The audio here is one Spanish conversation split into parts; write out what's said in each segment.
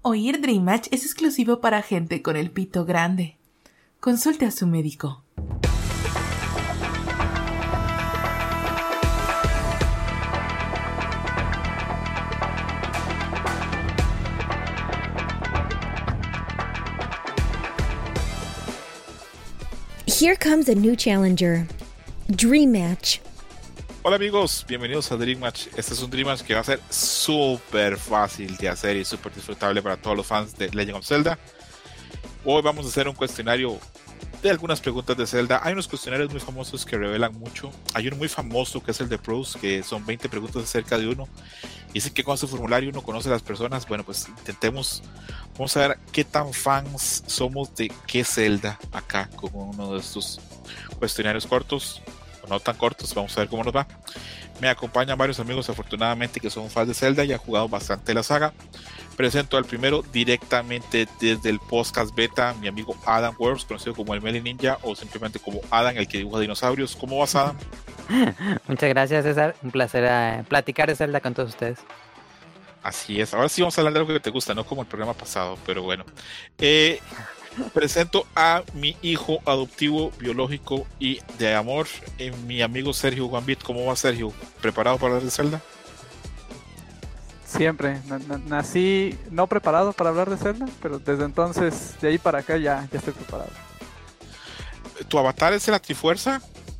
Oír Dream Match es exclusivo para gente con el pito grande. Consulte a su médico. Here comes a new challenger. Dream Match. Hola amigos, bienvenidos a Dream Match. Este es un Dream Match que va a ser súper fácil de hacer y súper disfrutable para todos los fans de Legend of Zelda. Hoy vamos a hacer un cuestionario de algunas preguntas de Zelda. Hay unos cuestionarios muy famosos que revelan mucho. Hay uno muy famoso que es el de Pros, que son 20 preguntas acerca de uno. Y dicen que con su formulario uno conoce a las personas. Bueno, pues vamos a ver qué tan fans somos de qué Zelda acá con uno de estos cuestionarios cortos. No tan cortos, vamos a ver cómo nos va. Me acompañan varios amigos afortunadamente que son fans de Zelda y han jugado bastante la saga. Presento al primero directamente desde el podcast beta, mi amigo Adam Worms, conocido como el Meli Ninja o simplemente como Adam, el que dibuja dinosaurios. ¿Cómo vas, Adam? Muchas gracias, César, un placer platicar de Zelda con todos ustedes. Así es, ahora sí vamos a hablar de algo que te gusta, no como el programa pasado, pero bueno. Presento a mi hijo adoptivo, biológico y de amor, mi amigo Sergio Gambit. ¿Cómo va, Sergio? ¿Preparado para hablar de Zelda? Siempre, nací no preparado para hablar de Zelda, pero desde entonces, de ahí para acá ya estoy preparado. ¿Tu avatar es la Trifuerza?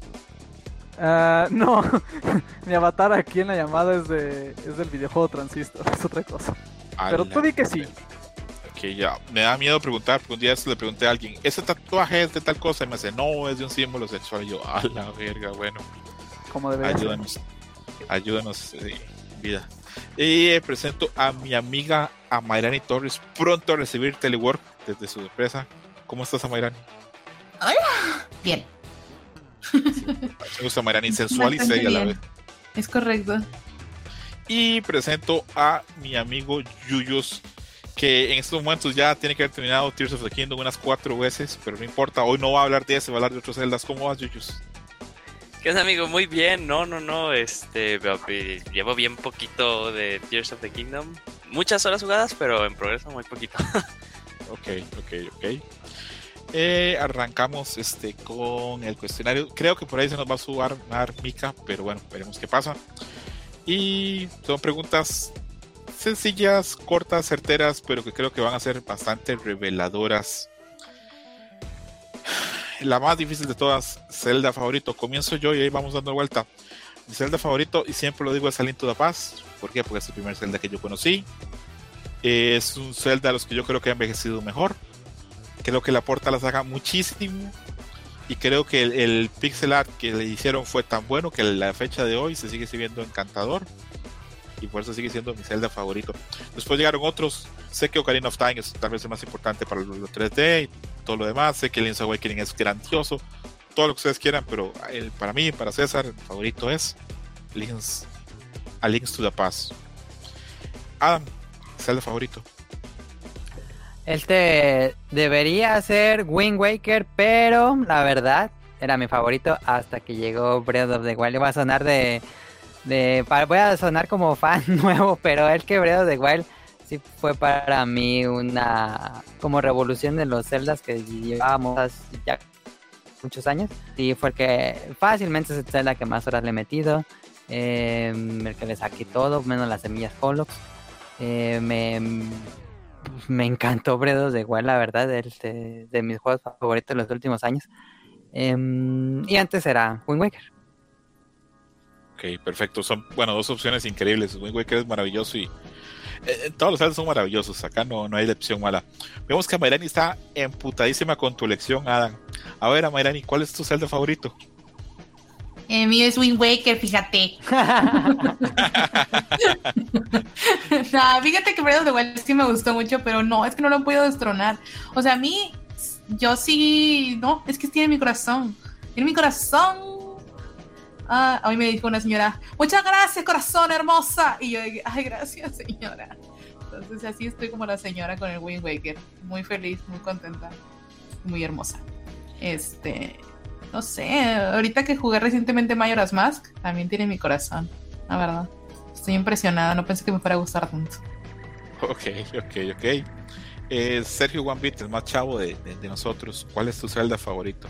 No, mi avatar aquí en la llamada es del videojuego Transistor, es otra cosa. Pero tú di que sí. Que ya me da miedo preguntar, porque un día le pregunté a alguien, ¿ese tatuaje es de tal cosa? Y me dice, no, es de un símbolo sexual. Y yo, a la verga, bueno. ¿Cómo debería ayúdanos, vida. Y presento a mi amiga Amairani Torres, pronto a recibir telework desde su empresa. ¿Cómo estás, Amairani? Hola. Bien. Sí, me gusta Amairani, sensual y seria a la vez. Es correcto. Y presento a mi amigo Yuyos, que en estos momentos ya tiene que haber terminado Tears of the Kingdom unas 4 veces, pero no importa, hoy no va a hablar de eso, va a hablar de otros Zeldas. ¿Cómo vas, Yuyos? ¿Qué onda, amigo? Muy bien, no, llevo bien poquito de Tears of the Kingdom, muchas horas jugadas, pero en progreso muy poquito. Ok. Arrancamos con el cuestionario, creo que por ahí se nos va a sumar Mika, pero bueno, veremos qué pasa. Y son preguntas sencillas, cortas, certeras, pero que creo que van a ser bastante reveladoras. La más difícil de todas, Zelda favorito. Comienzo yo y ahí vamos dando vuelta. Mi Zelda favorito, y siempre lo digo, es A Link to the Past. ¿Por qué? Porque es el primer Zelda que yo conocí. Es un Zelda a los que yo creo que ha envejecido mejor. Creo que le aporta a la saga muchísimo. Y creo que el pixel art que le hicieron fue tan bueno que la fecha de hoy se sigue siendo encantador. Y por eso sigue siendo mi Zelda favorito. Después llegaron otros. Sé que Ocarina of Time es tal vez el más importante para los 3D y todo lo demás. Sé que Link's Awakening es grandioso, todo lo que ustedes quieran, pero para mí, para César, el favorito es A Link to the Past. Adam, Zelda favorito. Debería ser Wind Waker, pero la verdad era mi favorito hasta que llegó Breath of the Wild. Voy a sonar voy a sonar como fan nuevo, pero es que Breath of the Wild sí fue para mí una como revolución de los Zeldas que llevábamos ya muchos años, y fue el que fácilmente es el Zelda que más horas le he metido, el que le saqué todo, menos las semillas Holox. Me encantó Breath of the Wild, la verdad, de mis juegos favoritos de los últimos años. Y antes era Wind Waker. Ok, perfecto. Son, dos opciones increíbles. Wind Waker es maravilloso y todos los Zelda son maravillosos. Acá no hay elección mala. Vemos que Amairani está emputadísima con tu elección, Adam. A ver, Amairani, ¿cuál es tu Zelda favorito? El mío es Wind Waker, fíjate. No, fíjate que Breath of the Wild sí me gustó mucho, pero no, es que no lo puedo destronar. O sea, a mí, yo sí, no, es que tiene mi corazón. Tiene mi corazón. Hoy me dijo una señora, muchas gracias, corazón hermosa. Y yo dije, ay, gracias, señora. Entonces así estoy como la señora con el Wind Waker. Muy feliz, muy contenta, muy hermosa. No sé, ahorita que jugué recientemente Majora's Mask, también tiene mi corazón, la verdad. Estoy impresionada, no pensé que me fuera a gustar tanto. Ok. Sergio One Beat, el más chavo de nosotros, ¿cuál es tu Zelda favorito?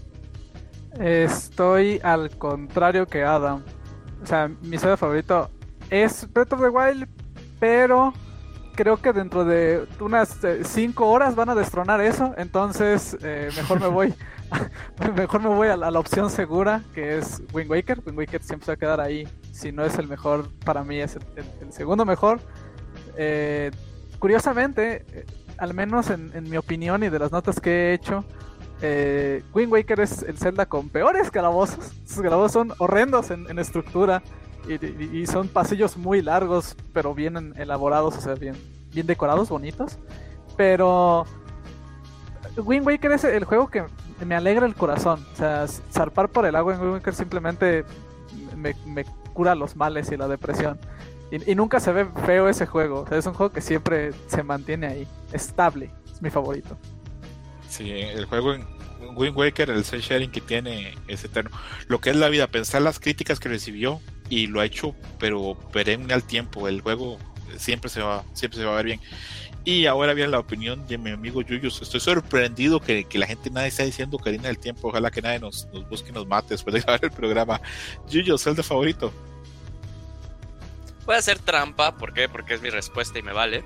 Estoy al contrario que Adam. O sea, mi Zelda favorito es Breath of the Wild, pero creo que dentro de unas 5 horas van a destronar eso. Entonces, mejor me voy a la opción segura, que es Wind Waker. Wind Waker siempre se va a quedar ahí. Si no es el mejor, para mí es el segundo mejor. Curiosamente, al menos en mi opinión y de las notas que he hecho, Wind Waker es el Zelda con peores calabozos. Sus calabozos son horrendos en estructura y son pasillos muy largos, pero bien elaborados, o sea, bien decorados, bonitos. Pero Wind Waker es el juego que me alegra el corazón. O sea, zarpar por el agua en Wind Waker simplemente me cura los males y la depresión. Y nunca se ve feo ese juego. O sea, es un juego que siempre se mantiene ahí, estable. Es mi favorito. Sí, el juego en Wind Waker, el cel shading que tiene es eterno. Lo que es la vida, pensar las críticas que recibió y lo ha hecho, pero perenne al tiempo. El juego siempre se va a ver bien. Y ahora viene la opinión de mi amigo Yuyos. Estoy sorprendido que la gente, nadie está diciendo Karina del Tiempo. Ojalá que nadie nos busque y nos mate después de grabar el programa. Yuyos, Zelda favorito. Voy a hacer trampa, ¿por qué? Porque es mi respuesta y me vale.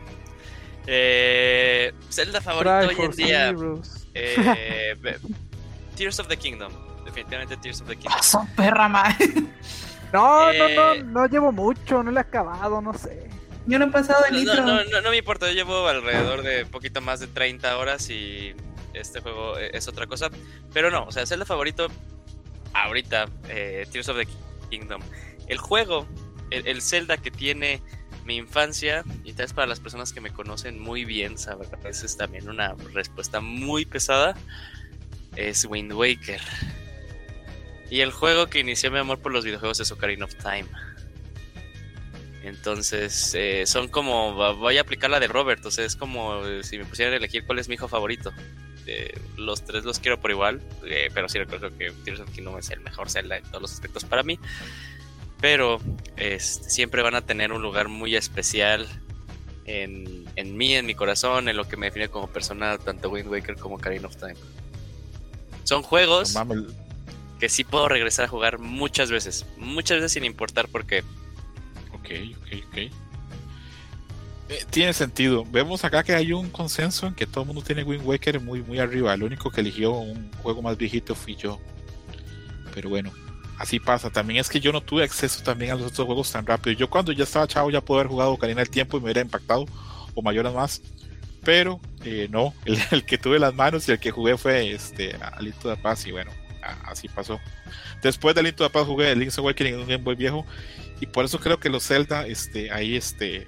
Zelda favorito hoy en día. Tears of the Kingdom. Definitivamente Tears of the Kingdom. Son perra madre. No llevo mucho, no lo he acabado, no sé. Yo no he pasado de litro. No me importa, yo llevo alrededor de poquito más de 30 horas y este juego es otra cosa. Pero no, o sea, Zelda favorito ahorita, Tears of the Kingdom. El juego, el Zelda que tiene mi infancia, y tal vez para las personas que me conocen muy bien, sabrán, esa es también una respuesta muy pesada, es Wind Waker. Y el juego que inició mi amor por los videojuegos es Ocarina of Time. Entonces, son como, voy a aplicar la de Robert, o sea, es como si me pusieran a elegir cuál es mi hijo favorito. Los tres los quiero por igual, pero sí recuerdo que Tears of the Kingdom es el mejor Zelda en todos los aspectos para mí. Pero siempre van a tener un lugar muy especial en mí, en mi corazón, en lo que me define como persona, tanto Wind Waker como Ocarina of Time. Son juegos que sí puedo regresar a jugar muchas veces sin importar por qué. Ok. Tiene sentido. Vemos acá que hay un consenso en que todo el mundo tiene Wind Waker muy, muy arriba. El único que eligió un juego más viejito fui yo. Pero bueno, así pasa. También es que yo no tuve acceso también a los otros juegos tan rápido. Yo cuando ya estaba chavo ya pude haber jugado Ocarina del Tiempo y me hubiera impactado, o Majora's Mask. Pero no, el que tuve las manos y el que jugué fue A Link to the Past, y bueno, así pasó. Después de Link to the Past jugué Link's Awakening en un Game Boy viejo, y por eso creo que los Zelda ahí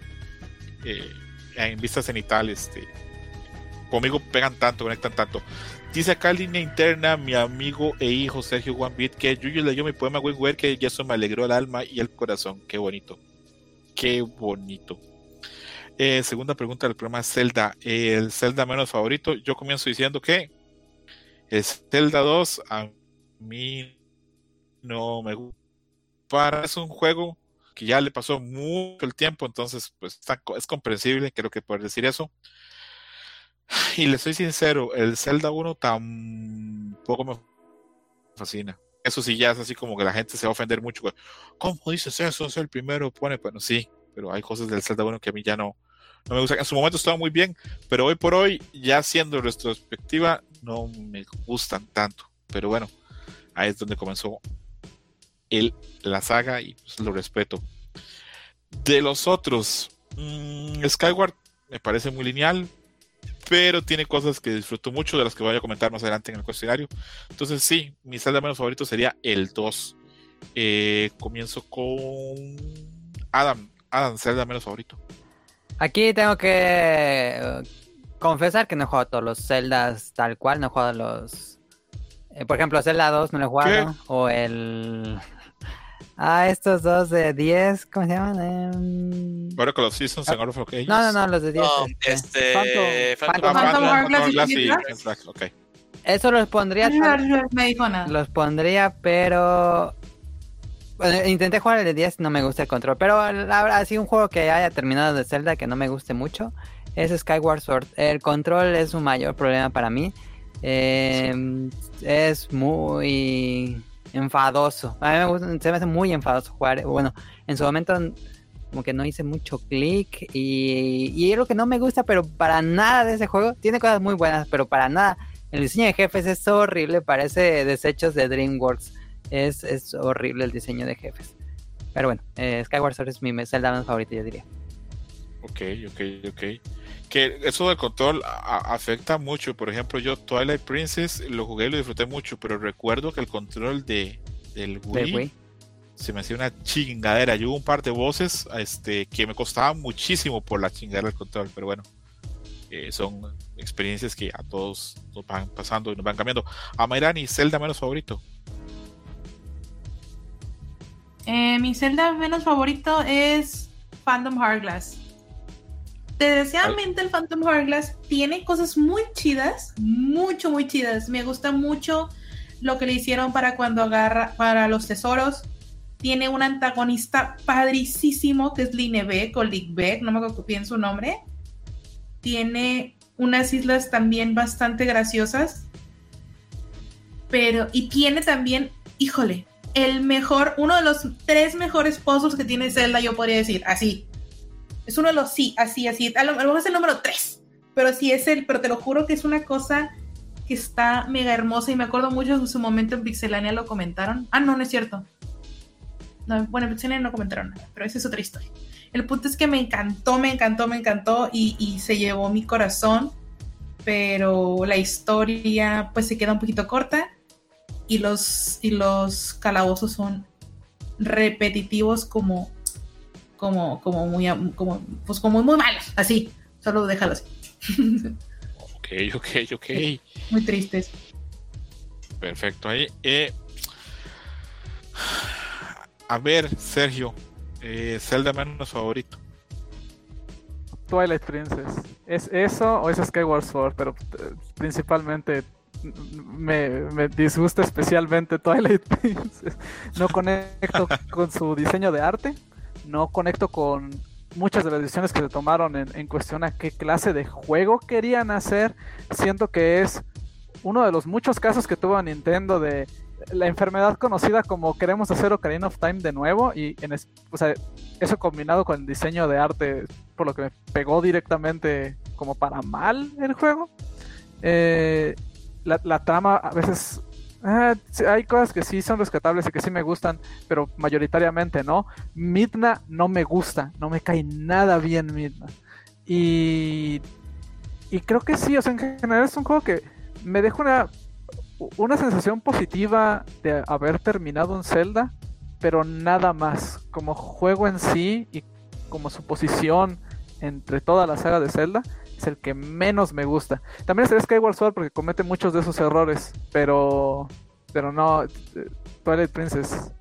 en vista cenital conmigo pegan tanto, conectan tanto. Dice acá en línea interna mi amigo e hijo Sergio One Beat que Yuyu leyó mi poema Wind Waker y eso me alegró el alma y el corazón. Qué bonito, qué bonito. Segunda pregunta del programa Zelda, el Zelda menos favorito. Yo comienzo diciendo que el Zelda 2 a mí no me gusta. Es un juego que ya le pasó mucho el tiempo, entonces pues es comprensible, creo que poder decir eso. Y le soy sincero, el Zelda 1 tampoco me fascina. Eso sí ya es así como que la gente se va a ofender mucho. ¿Cómo dices eso? Es el primero, pone. Bueno, sí, pero hay cosas del Zelda 1 que a mí ya no me gustan. En su momento estaba muy bien, pero hoy por hoy, ya siendo retrospectiva, no me gustan tanto. Pero bueno, ahí es donde comenzó la saga y pues lo respeto. De los otros, Skyward me parece muy lineal, pero tiene cosas que disfruto mucho, de las que voy a comentar más adelante en el cuestionario. Entonces sí, mi Zelda menos favorito sería el 2. Comienzo con Adam, Zelda menos favorito. Aquí tengo que confesar que no he jugado todos los Zeldas tal cual, no he jugado los... por ejemplo, Zelda 2 no lo he jugado, ¿qué? O el... estos dos de 10, ¿cómo se llaman? Ahora con los Seasons en Order of Ages. No, los de 10. Phantom Hourglass. Okay. Eso los pondría. Me dijo nada. Los pondría, pero Bueno, intenté jugar el de 10, no me gusta el control, pero la verdad, sí un juego que haya terminado de Zelda que no me guste mucho es Skyward Sword. El control es un mayor problema para mí. Es muy enfadoso. A mí se me hace muy enfadoso jugar. Bueno, en su momento como que no hice mucho clic y es lo que no me gusta, pero para nada de ese juego. Tiene cosas muy buenas, pero para nada. El diseño de jefes es horrible, parece desechos de DreamWorks. Es horrible el diseño de jefes. Pero bueno, Skyward Sword es mi Zelda más favorito, yo diría. Ok. Que eso del control afecta mucho. Por ejemplo, yo Twilight Princess lo jugué y lo disfruté mucho, pero recuerdo que el control del Wii se me hacía una chingadera. Yo hubo un par de voces que me costaban muchísimo por la chingadera del control, pero bueno, son experiencias que a todos nos van pasando y nos van cambiando. A Mayrani, Zelda menos favorito. Mi Zelda menos favorito es Phantom Hourglass. Desgraciadamente el Phantom Hourglass tiene cosas muy chidas, muy chidas. Me gusta mucho lo que le hicieron para cuando agarra para los tesoros. Tiene un antagonista padricísimo que es Linebeck o Lickbeck, no me acuerdo bien su nombre. Tiene unas islas también bastante graciosas. Y tiene también, híjole, uno de los 3 mejores puzzles que tiene Zelda, yo podría decir, así. Es uno de los, así. A lo mejor es el número 3, pero sí es pero te lo juro que es una cosa que está mega hermosa y me acuerdo mucho en su momento en Pixelania lo comentaron. No es cierto. No, bueno, en Pixelania no comentaron nada, pero esa es otra historia. El punto es que me encantó y se llevó mi corazón, pero la historia pues se queda un poquito corta y los calabozos son repetitivos como muy malos, así, solo déjalo así. Ok. Muy tristes. Perfecto, ahí. A ver, Sergio, Zelda menos favorito. Twilight Princess. ¿Es eso o es Skyward Sword? Pero principalmente me disgusta especialmente Twilight Princess. No conecto con su diseño de arte. No conecto con muchas de las decisiones que se tomaron en cuestión a qué clase de juego querían hacer. Siento que es uno de los muchos casos que tuvo Nintendo de la enfermedad conocida como queremos hacer Ocarina of Time de nuevo, y eso combinado con el diseño de arte, por lo que me pegó directamente como para mal el juego. La trama a veces hay cosas que sí son rescatables y que sí me gustan, pero mayoritariamente no. Midna no me gusta, no me cae nada bien Midna. Y creo que sí, o sea, en general es un juego que me deja una sensación positiva de haber terminado un Zelda, pero nada más. Como juego en sí y como su posición entre toda la saga de Zelda, es el que menos me gusta. También es el Skyward Sword porque comete muchos de esos errores, pero no, Twilight Princess.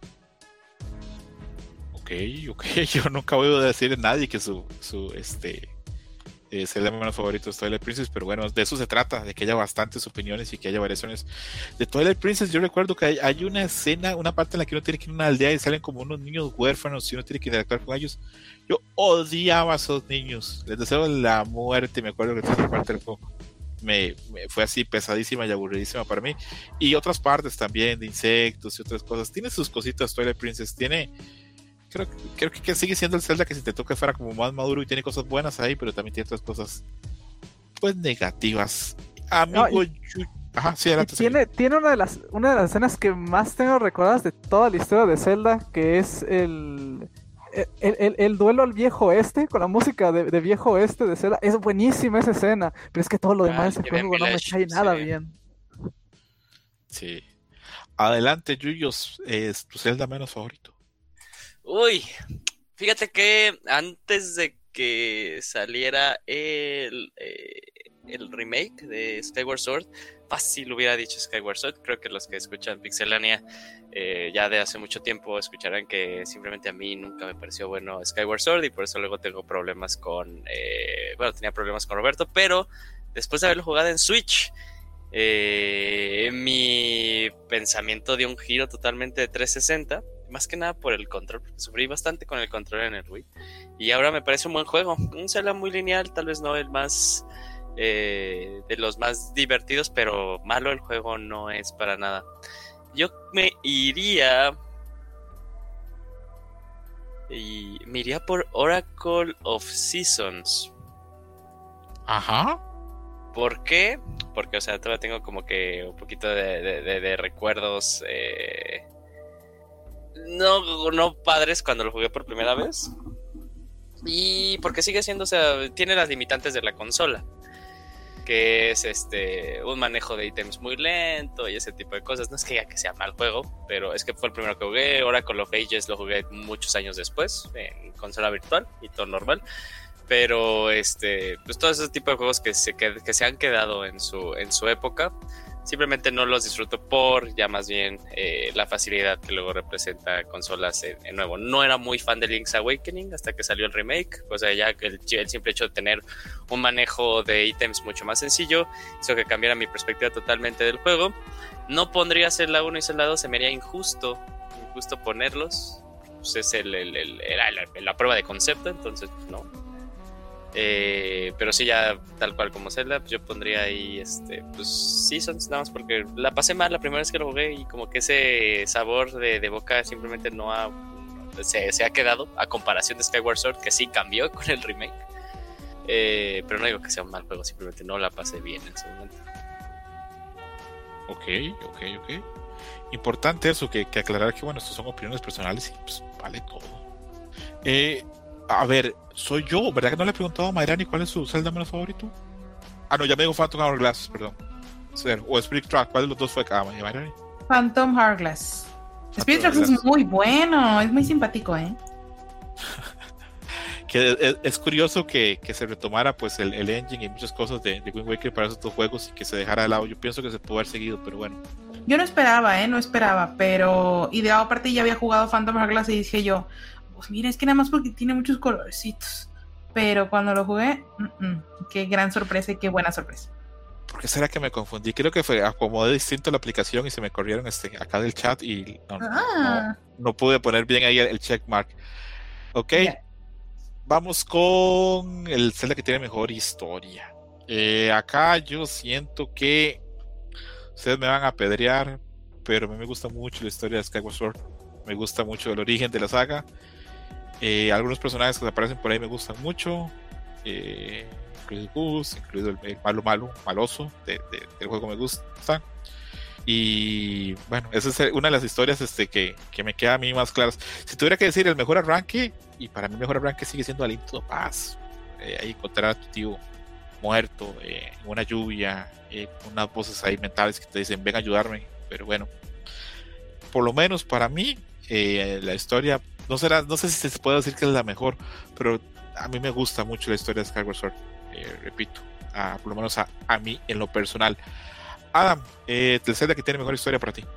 Ok, yo nunca voy a decir a nadie que su Zelda menos favorito es Twilight Princess, pero bueno, de eso se trata, de que haya bastantes opiniones y que haya variaciones de Twilight Princess. Yo recuerdo que hay una escena, una parte en la que uno tiene que ir a una aldea y salen como unos niños huérfanos y uno tiene que interactuar con ellos. Yo odiaba a esos niños, les deseo la muerte. Me acuerdo que toda esa parte del juego me fue así pesadísima y aburridísima para mí, y otras partes también de insectos y otras cosas. Tiene sus cositas Twilight Princess, creo que sigue siendo el Zelda que si te toca fuera como más maduro y tiene cosas buenas ahí, pero también tiene otras cosas pues negativas. Amigo, ajá, sí, adelante. Tiene una de las escenas que más tengo recordadas de toda la historia de Zelda, que es el duelo al viejo oeste, con la música de viejo oeste de Zelda. Es buenísima esa escena, pero es que todo lo demás de ese juego no me cae nada bien. Sí. Adelante, Yuyos, es tu Zelda menos favorito. Uy, fíjate que antes de que saliera el remake de Skyward Sword, fácil hubiera dicho Skyward Sword. Creo que los que escuchan Pixelania ya de hace mucho tiempo escucharán que simplemente a mí nunca me pareció bueno Skyward Sword, y por eso luego tengo problemas tenía problemas con Roberto, pero después de haberlo jugado en Switch, mi pensamiento dio un giro totalmente de 360. más que nada por el control, porque sufrí bastante con el control en el Wii. Y ahora me parece un buen juego. Un Zelda muy lineal, tal vez no el más de los más divertidos, pero malo el juego no es para nada. Yo me iría por Oracle of Seasons. Ajá. ¿Por qué? Porque, o sea, todavía tengo como que un poquito de recuerdos no padres cuando lo jugué por primera vez. Y porque sigue siendo, o sea, tiene las limitantes de la consola, que es un manejo de ítems muy lento y ese tipo de cosas. No es que diga que sea mal juego, pero es que fue el primero que jugué. Oracle of Ages lo jugué muchos años después en consola virtual y todo normal. Pero pues todo ese tipo de juegos que se han quedado en su época, simplemente no los disfruto por ya más bien la facilidad que luego representa consolas en nuevo. No era muy fan de Link's Awakening hasta que salió el remake. O sea, ya el simple hecho de tener un manejo de ítems mucho más sencillo hizo que cambiara mi perspectiva totalmente del juego. No pondría Zelda 1 y Zelda 2, se me haría injusto ponerlos. Pues es era la prueba de concepto, entonces pues, no. Pero sí, ya tal cual como Zelda, pues yo pondría ahí pues Seasons, nada más porque la pasé mal la primera vez que lo jugué y como que ese sabor de boca simplemente se ha quedado a comparación de Skyward Sword, que sí cambió con el remake. Pero no digo que sea un mal juego, simplemente no la pasé bien en ese momento. Ok. Importante eso, que aclarar que bueno, estos son opiniones personales y pues vale todo. A ver, soy yo, ¿verdad que no le he preguntado a Mayrani cuál es su Zelda menos favorito? Ah, no, ya me dijo Phantom Hourglass, perdón. O Spirit Tracks, ¿cuál de los dos fue cada Mayrani? Phantom Hourglass. Spirit Tracks es muy bueno, es muy simpático, Que es curioso que se retomara pues el engine y muchas cosas de Wind Waker para esos dos juegos y que se dejara de lado. Yo pienso que se pudo haber seguido, pero bueno. Yo no esperaba, pero... Y de aparte ya había jugado Phantom Hourglass y dije yo... Pues mira, es que nada más porque tiene muchos colorcitos. Pero cuando lo jugué, qué gran sorpresa y qué buena sorpresa. ¿Por qué será que me confundí? Creo que acomodé distinto la aplicación y se me corrieron acá del chat y no pude poner bien ahí el checkmark. Ok, yeah. Vamos con el Zelda que tiene mejor historia. Acá yo siento que ustedes me van a apedrear, pero a mí me gusta mucho la historia de Skyward Sword. Me gusta mucho el origen de la saga. Algunos personajes que aparecen por ahí me gustan mucho, incluido Gus, incluido el maloso del juego me gusta. Y bueno, esa es una de las historias que me queda a mí más claras. Si tuviera que decir el mejor arranque, y para mí el mejor arranque sigue siendo A Link to the Past. Ahí encontrar a tu tío muerto en una lluvia, unas voces ahí mentales que te dicen ven a ayudarme. Pero bueno, por lo menos para mí la historia no sé si se puede decir que es la mejor, pero a mí me gusta mucho la historia de Skyward Sword, repito, por lo menos a mí en lo personal. Adam, el Zelda que tiene mejor historia para ti.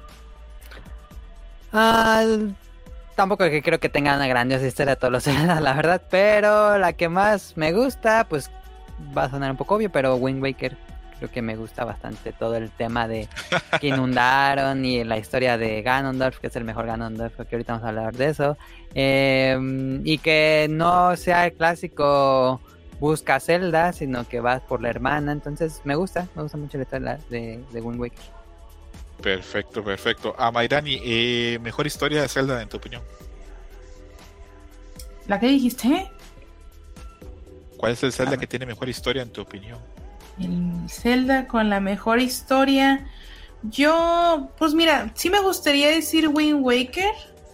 Tampoco que creo que tenga una grandiosa historia de todos los Zelda, la verdad, pero la que más me gusta, pues va a sonar un poco obvio, pero Wind Waker. Creo que me gusta bastante todo el tema de que inundaron y la historia de Ganondorf, que es el mejor Ganondorf, que ahorita vamos a hablar de eso. Y que no sea el clásico busca Zelda, sino que vas por la hermana. Entonces me gusta mucho la historia de Wind Waker. Perfecto. Mayrani, mejor historia de Zelda en tu opinión. ¿La que dijiste? ¿Cuál es el Zelda que tiene mejor historia en tu opinión? El Zelda con la mejor historia. Yo, pues mira, sí me gustaría decir Wind Waker.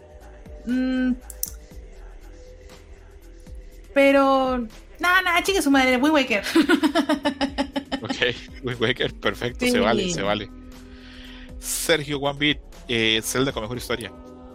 Pero chica su madre, Wind Waker. Ok, Wind Waker, perfecto, sí. se vale. Sergio One Beat, Zelda con mejor historia.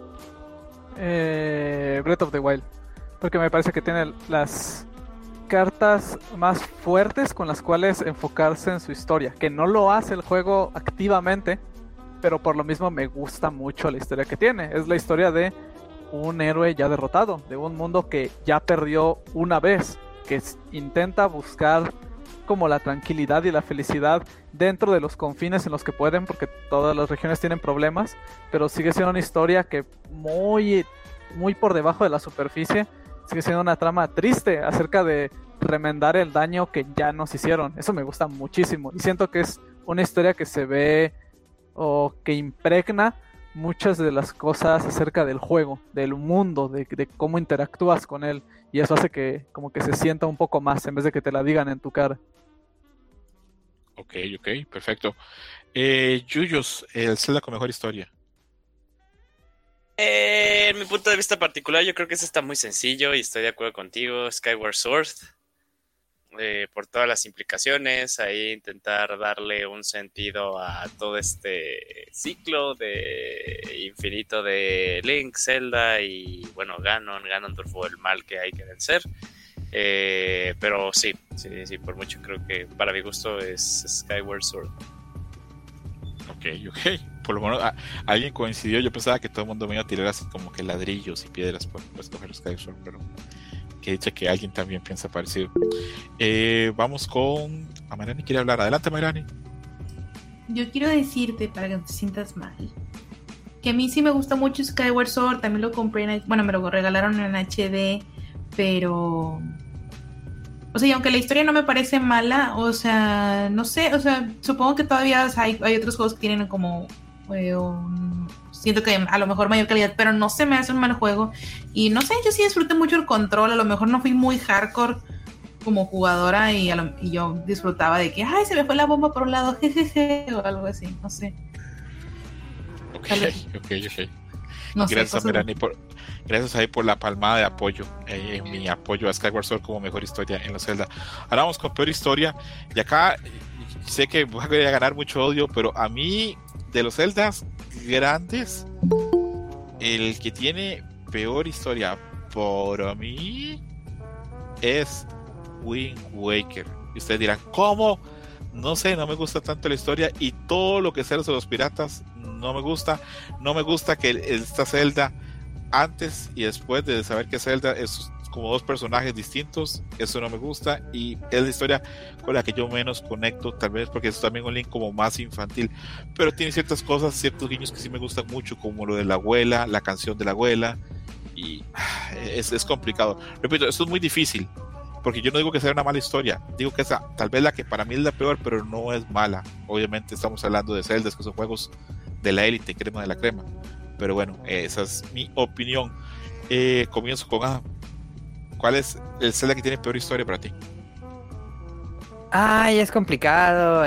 Breath of the Wild, porque me parece que tiene las cartas más fuertes con las cuales enfocarse en su historia, que no lo hace el juego activamente, pero por lo mismo me gusta mucho la historia que tiene. Es la historia de un héroe ya derrotado, de un mundo que ya perdió una vez, que intenta buscar como la tranquilidad y la felicidad dentro de los confines en los que pueden, porque todas las regiones tienen problemas, pero sigue siendo una historia que muy, muy por debajo de la superficie, sigue siendo una trama triste acerca de remendar el daño que ya nos hicieron. Eso me gusta muchísimo y siento que es una historia que se ve o que impregna muchas de las cosas acerca del juego, del mundo, de cómo interactúas con él, y eso hace que como que se sienta un poco más en vez de que te la digan en tu cara. Ok, perfecto. Yuyos, el Zelda con mejor historia. En mi punto de vista particular, yo creo que eso está muy sencillo y estoy de acuerdo contigo. Skyward Sword, por todas las implicaciones, ahí intentar darle un sentido a todo este ciclo de infinito de Link, Zelda y bueno, Ganondorf fue el mal que hay que vencer. Pero sí, por mucho creo que para mi gusto es Skyward Sword. Ok. Por lo menos alguien coincidió. Yo pensaba que todo el mundo me iba a tirar así como que ladrillos y piedras por escoger Skyward Sword, pero que dicha que alguien también piensa parecido. Vamos con Amarani, quiere hablar. Adelante, Amarani. Yo quiero decirte, para que no te sientas mal, que a mí sí me gusta mucho Skyward Sword. También lo compré bueno, me lo regalaron en HD, pero o sea, y aunque la historia no me parece mala, o sea, no sé, o sea, supongo que todavía hay otros juegos que tienen como siento que a lo mejor mayor calidad, pero no se me hace un mal juego. Y no sé, yo sí disfruté mucho el control. A lo mejor no fui muy hardcore como jugadora y yo disfrutaba de que, ay, se me fue la bomba por un lado, jejeje, o algo así, no sé. Ok. No Gracias, sé, Amarani, gracias ahí por la palmada de apoyo, en mi apoyo a Skyward Sword como mejor historia en la Zelda. Ahora vamos con peor historia, y acá sé que voy a ganar mucho odio, pero a mí, de los Zeldas grandes, el que tiene peor historia por mí es Wind Waker. Y ustedes dirán, ¿cómo? No sé, no me gusta tanto la historia y todo lo que sea de los piratas no me gusta. No me gusta que esta Zelda, antes y después de saber que Zelda es como dos personajes distintos, eso no me gusta y es la historia con la que yo menos conecto, tal vez porque es también un Link como más infantil, pero tiene ciertas cosas, ciertos guiños que sí me gustan mucho, como lo de la abuela, la canción de la abuela, y es complicado. Repito, esto es muy difícil, porque yo no digo que sea una mala historia, digo que esa tal vez la que para mí es la peor, pero no es mala. Obviamente estamos hablando de Zelda, que son juegos de la élite, crema de la crema, pero bueno, esa es mi opinión. Comienzo con Adam. ¿Cuál es el Zelda que tiene peor historia para ti? Ay, es complicado.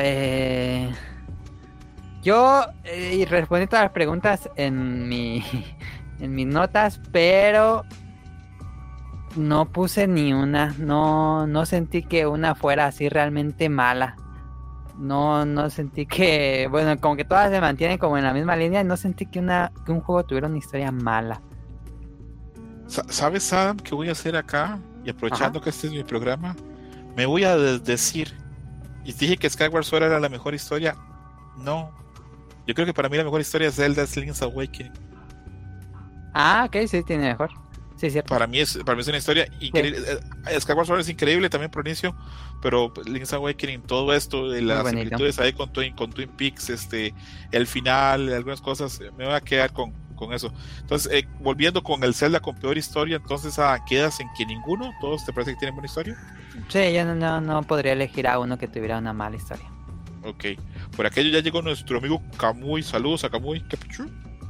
Yo respondí todas las preguntas en mis notas, pero no puse ni una. No sentí que una fuera así realmente mala. No sentí que, bueno, como que todas se mantienen como en la misma línea. No sentí que un juego tuviera una historia mala. ¿Sabes, Adam, qué voy a hacer acá? Y aprovechando que este es mi programa, me voy a desdecir. Y dije que Skyward Sword era la mejor historia. No. Yo creo que para mí la mejor historia de Zelda es Link's Awakening. Ah, ok, sí, tiene mejor. Sí, cierto. Para mí es una historia increíble. Sí. Skyward Sword es increíble también por inicio, pero Link's Awakening, todo esto, de las similitudes ahí con Twin Peaks, el final, algunas cosas, me voy a quedar con eso. Entonces, volviendo con el Zelda con peor historia, entonces quedas en que ninguno, todos te parece que tienen buena historia. Sí, yo no podría elegir a uno que tuviera una mala historia. Ok, por aquello ya llegó nuestro amigo Kamui. Saludos a Kamui. ¿Qué pichu?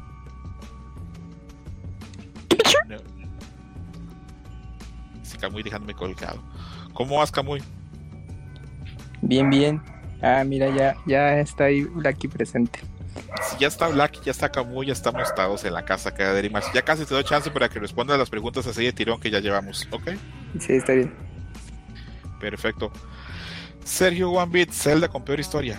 No. Sí, Kamui dejándome colgado. ¿Cómo vas, Kamui? Bien. Mira, ya está ahí aquí presente. Si ya está Black, ya está Kamui, ya estamos todos en la casa acá de Dreamers. Ya casi te doy chance para que respondas a las preguntas así de tirón que ya llevamos, ¿ok? Sí, está bien. Perfecto. Sergio One Bit, Zelda con peor historia.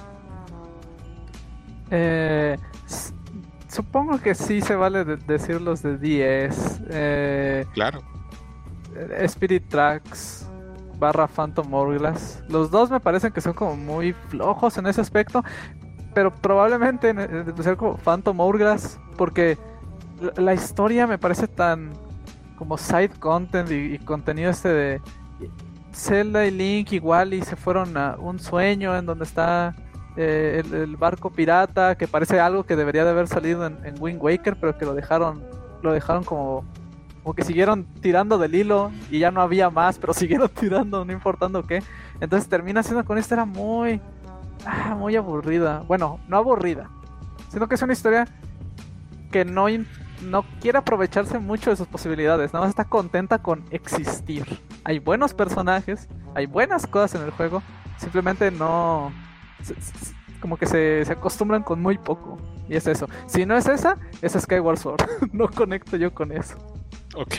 Supongo que sí se vale decir los de 10. Claro. Spirit Tracks / Phantom Hourglass. Los dos me parecen que son como muy flojos en ese aspecto, pero probablemente ser como Phantom Hourglass, porque la historia me parece tan como side content y contenido Zelda y Link igual y se fueron a un sueño en donde está el barco pirata, que parece algo que debería de haber salido en Wind Waker, pero que lo dejaron como que siguieron tirando del hilo y ya no había más, pero siguieron tirando, no importando qué. Entonces termina siendo con esta era muy aburrida. Bueno, no aburrida, sino que es una historia que no quiere aprovecharse mucho de sus posibilidades, nada más está contenta con existir. Hay buenos personajes, hay buenas cosas en el juego, simplemente no... como que se acostumbran con muy poco. Y es eso. Si no es esa, es Skyward Sword. No conecto yo con eso. Ok.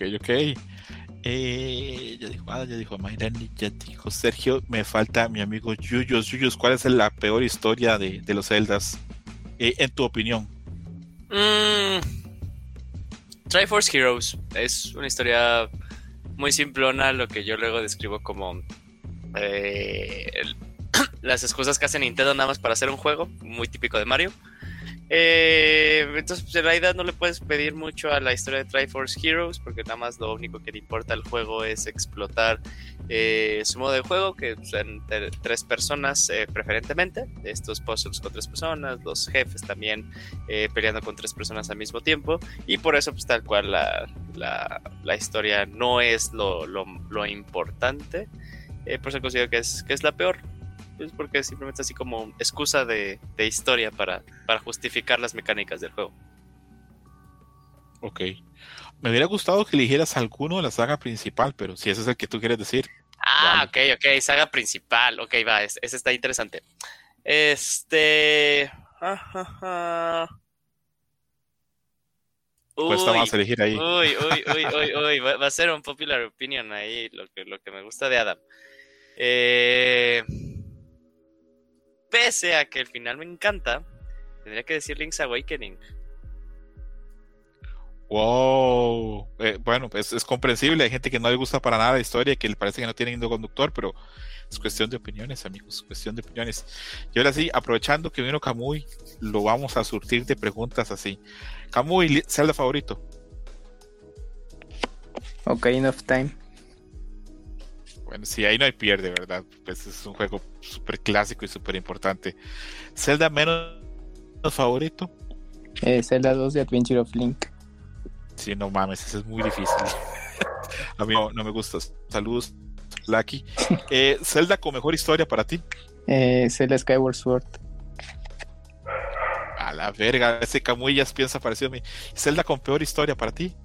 Ya dijo Mayrani, ya dijo Sergio. Me falta mi amigo Yuyos. Yuyos, ¿cuál es la peor historia de los Zeldas? En tu opinión. Triforce Heroes es una historia muy simplona, lo que yo luego describo como las excusas que hace Nintendo nada más para hacer un juego, muy típico de Mario. Entonces en realidad no le puedes pedir mucho a la historia de Triforce Heroes, porque nada más lo único que le importa al juego es explotar su modo de juego, que son 3 personas preferentemente, estos puzzles con 3 personas, los jefes también peleando con 3 personas al mismo tiempo, y por eso pues tal cual la historia no es lo importante. Por eso considero que es la peor. Es porque simplemente así como excusa de historia para justificar las mecánicas del juego. Ok. Me hubiera gustado que eligieras alguno de la saga principal, pero si ese es el que tú quieres decir. Vale. Ok, saga principal. Ok, va, ese está interesante. Cuesta más elegir ahí. Uy, va a ser un popular opinion ahí, lo que me gusta de Adam. Pese a que el final me encanta, tendría que decir Link's Awakening. Wow. Bueno, es comprensible. Hay gente que no le gusta para nada la historia y que le parece que no tiene hilo conductor, pero es cuestión de opiniones, amigos. Cuestión de opiniones. Y ahora sí, aprovechando que vino Kamui, lo vamos a surtir de preguntas así. Kamui, Zelda favorito. Ocarina of Time. Bueno, sí, ahí no hay pierde, ¿verdad? Pues es un juego súper clásico y súper importante. ¿Zelda menos favorito? Zelda 2 de Adventure of Link. Sí, no mames, eso es muy difícil. A mí no me gusta. Saludos, Lucky. ¿Zelda con mejor historia para ti? Zelda Skyward Sword. A la verga, ese Camullas piensa parecido a mí. ¿Zelda con peor historia para ti?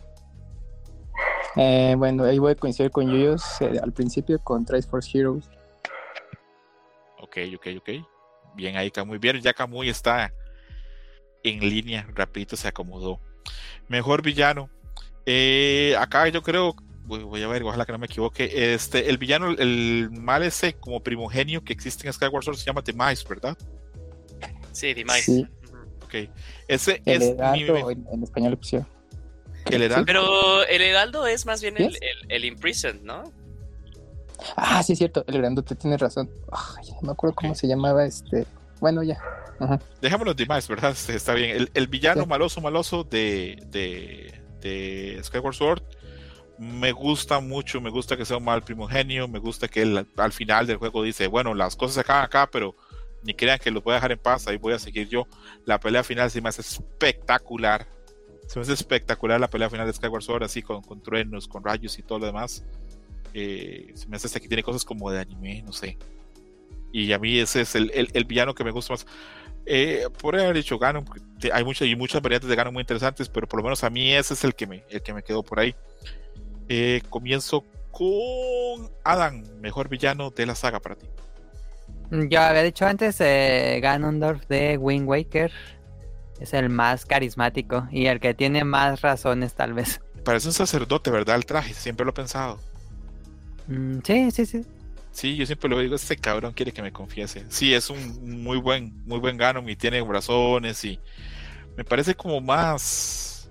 Bueno, ahí voy a coincidir con Yuyos al principio con Triforce Heroes. Ok. Bien ahí, Camuy. Bien, ya Camuy está en línea, rapidito se acomodó. Mejor villano. Acá yo creo, voy a ver, ojalá que no me equivoque. El villano, el mal ese como primogenio que existe en Skyward Sword se llama Demise, ¿verdad? Sí, Demise. Sí. Ok. Ese el es Heraldo, en español le pusieron. el Heraldo. Pero el Heraldo es más bien ¿Sí? el Imprisoned, ¿no? Ah, sí, es cierto, el Heraldo, te tienes razón. Ya no me acuerdo cómo se llamaba Bueno, ya. Ajá. Dejémoslo Demise, ¿verdad? Está bien. El villano Sí. maloso de Skyward Sword me gusta mucho, me gusta que sea un mal primogenio, me gusta que él al final del juego dice, bueno, las cosas se acaban acá, pero ni crean que los voy a dejar en paz, ahí voy a seguir yo. La pelea final se me hace espectacular. Se me hace espectacular la pelea final de Skyward Sword, así con truenos, con rayos y todo lo demás. Se me hace hasta que tiene cosas como de anime, no sé. Y a mí ese es el villano que me gusta más. Por haber dicho Ganon, hay muchas variantes de Ganon muy interesantes, pero por lo menos a mí ese es el que me quedó por ahí. Comienzo con Adam, mejor villano de la saga para ti. Yo había dicho antes, Ganondorf de Wind Waker es el más carismático y el que tiene más razones tal vez. Parece un sacerdote, ¿verdad? El traje, siempre lo he pensado. Sí. Sí, yo siempre lo digo, este cabrón quiere que me confiese. Sí, es un muy buen Ganon y tiene razones y me parece como más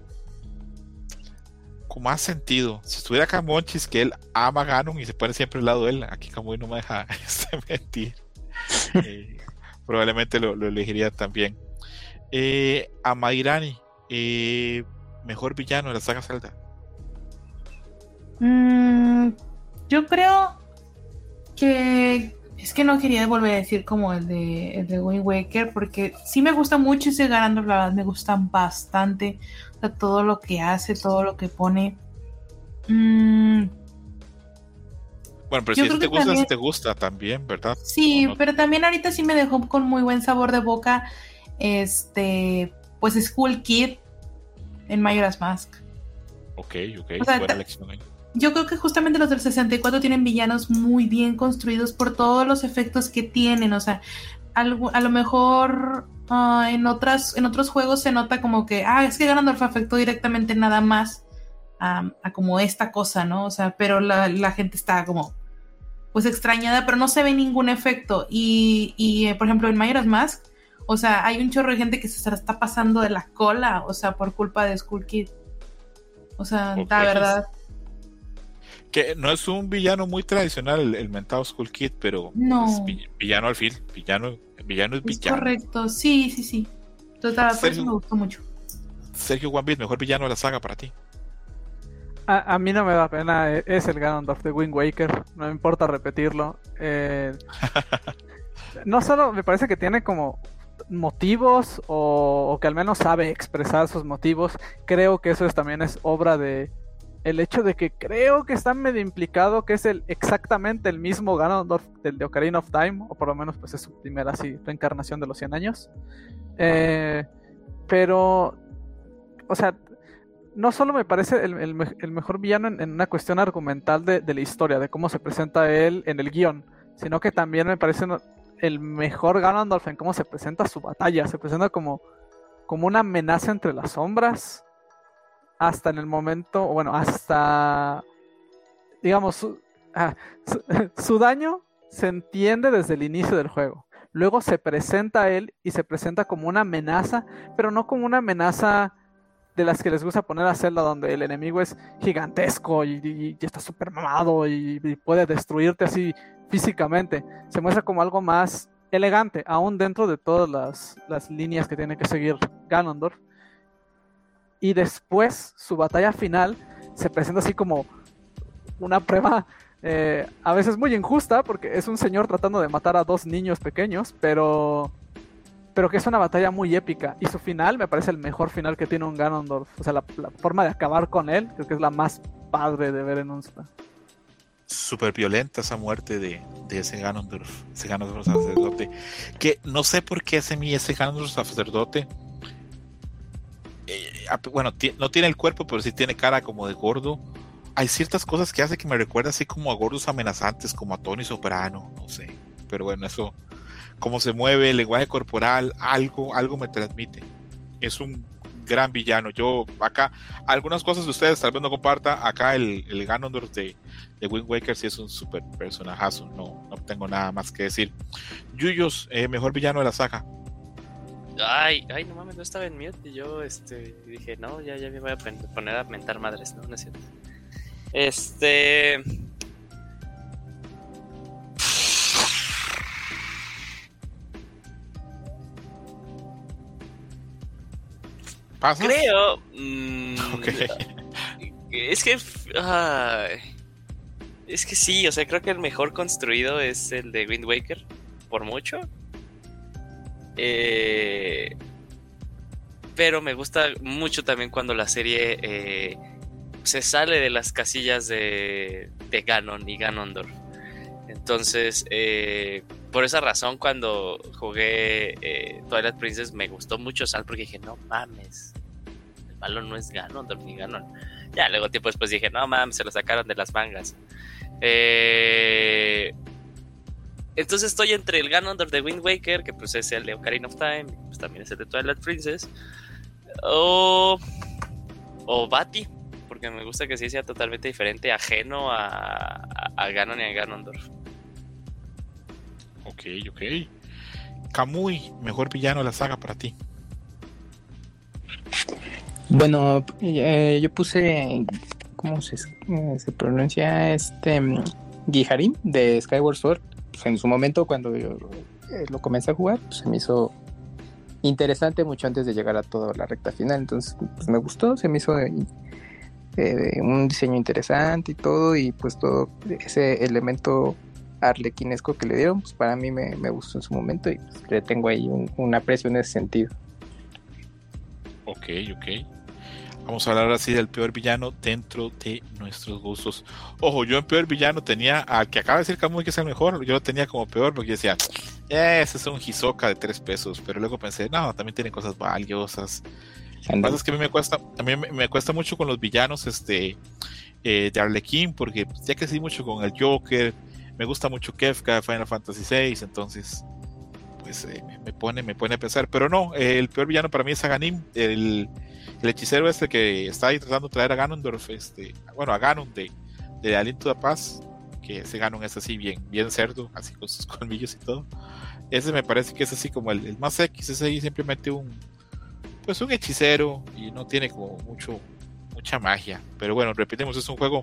sentido. Si estuviera acá Monchis, que él ama a Ganon y se pone siempre al lado de él, aquí Kamui no me deja mentir. Probablemente lo elegiría también. A Mayrani, mejor villano de la saga Zelda. Yo creo que es que no quería volver a decir como el de Wind Waker, porque sí me gusta mucho ese Ganondorf, la verdad me gusta bastante, o sea, todo lo que hace, todo lo que pone. Bueno, pero Yo si creo te que gusta, también, si te gusta también, ¿verdad? sí, ¿O no? pero también ahorita sí me dejó con muy buen sabor de boca, pues Skull Kid en Majora's Mask. Ok, O sea, buena elección ahí. yo creo que justamente los del 64 tienen villanos muy bien construidos por todos los efectos que tienen, o sea, a lo mejor en otros juegos se nota como que, es que Ganondorf afectó directamente nada más a como esta cosa, ¿no? O sea, pero la gente está como, pues extrañada, pero no se ve ningún efecto. Y por ejemplo, en Majora's Mask, o sea, hay un chorro de gente que se la está pasando de la cola, o sea, por culpa de Skull Kid. O sea, Ok. la verdad, Que no es un villano muy tradicional, el mentado Skull Kid, pero no. es villano al fin. Villano es Es villano. correcto, sí. Total, por eso me gustó mucho. Sergio One mejor villano de la saga para ti. A mí no me da pena, es el Ganondorf de Wind Waker, no me importa repetirlo. No solo me parece que tiene como motivos o que al menos sabe expresar sus motivos, creo que eso también es obra de el hecho de que creo que está medio implicado que es exactamente el mismo Ganondorf del de Ocarina of Time, o por lo menos pues es su primera así reencarnación de los 100 años. Pero, o sea, no solo me parece el mejor villano en una cuestión argumental de la historia, de cómo se presenta él en el guión, sino que también me parece el mejor Ganondorf en cómo se presenta su batalla. Se presenta como una amenaza entre las sombras, hasta en el momento, bueno, hasta, digamos, su daño se entiende desde el inicio del juego. Luego se presenta a él y se presenta como una amenaza, pero no como una amenaza de las que les gusta poner a Zelda, donde el enemigo es gigantesco y está súper mamado y puede destruirte así físicamente. Se muestra como algo más elegante, aún dentro de todas las líneas que tiene que seguir Ganondorf. Y después, su batalla final se presenta así como una prueba a veces muy injusta, porque es un señor tratando de matar a 2 niños pequeños, pero que es una batalla muy épica. Y su final me parece el mejor final que tiene un Ganondorf. O sea, la forma de acabar con él creo que es la más padre de ver en un Zelda. Súper violenta esa muerte de ese Ganondorf sacerdote. Que no sé por qué ese Ganondorf sacerdote, bueno, no tiene el cuerpo, pero sí tiene cara como de gordo. Hay ciertas cosas que hace que me recuerda así como a gordos amenazantes, como a Tony Soprano, no sé. Pero bueno, eso, cómo se mueve, el lenguaje corporal, algo me transmite. Es un gran villano. Yo acá, algunas cosas de ustedes tal vez no comparta. Acá el Ganondorf de Wind Waker sí es un super personajazo. No tengo nada más que decir. Yuyos, mejor villano de la saga. Ay, no mames, no estaba en mute. Y yo dije, no, ya me voy a poner a mentar madres. No es cierto. ¿Pasas? Creo. Okay. Es que. Es que sí, o sea, creo que el mejor construido es el de Wind Waker. Por mucho. Pero me gusta mucho también cuando la serie se sale de las casillas de Ganon y Ganondorf. Entonces, por esa razón, cuando jugué Twilight Princess me gustó mucho Sal, porque dije, no mames, el malo no es Ganondorf ni Ganon. Ya luego tiempo después dije, no mames, se lo sacaron de las mangas. Entonces estoy entre el Ganondorf de Wind Waker, que pues es el de Ocarina of Time, pues también es el de Twilight Princess, o Bati, porque me gusta que sí sea totalmente diferente, ajeno a Ganon y a Ganondorf. Ok. Kamui, mejor villano de la saga para ti. Bueno, yo puse, ¿cómo se pronuncia? Giharin de Skyward Sword. Pues en su momento, cuando yo lo comencé a jugar, pues se me hizo interesante mucho antes de llegar a toda la recta final. Entonces, pues me gustó, se me hizo un diseño interesante y todo, y pues todo ese elemento arlequinesco que le dieron, pues para mí me gustó en su momento, y pues le tengo ahí un aprecio en ese sentido. Ok. Vamos a hablar así del peor villano dentro de nuestros gustos. Ojo, yo en peor villano tenía al que acaba de decir Kamui, que es el mejor. Yo lo tenía como peor porque decía, ese es un Hisoka de 3 pesos. Pero luego pensé, no, también tiene cosas valiosas. Lo que pasa es que a mí me cuesta mucho con los villanos de Arlequín, porque ya que sí mucho con el Joker, me gusta mucho Kefka de Final Fantasy VI, entonces pues me pone a pensar. Pero no, el peor villano para mí es Aganim, el hechicero que está ahí tratando de traer a Ganondorf, a Ganon de Aliento de Paz, que ese Ganon es así bien cerdo, así con sus colmillos y todo. Ese me parece que es así como el más X, ese ahí simplemente un hechicero y no tiene como mucha magia. Pero bueno, repetimos, es un juego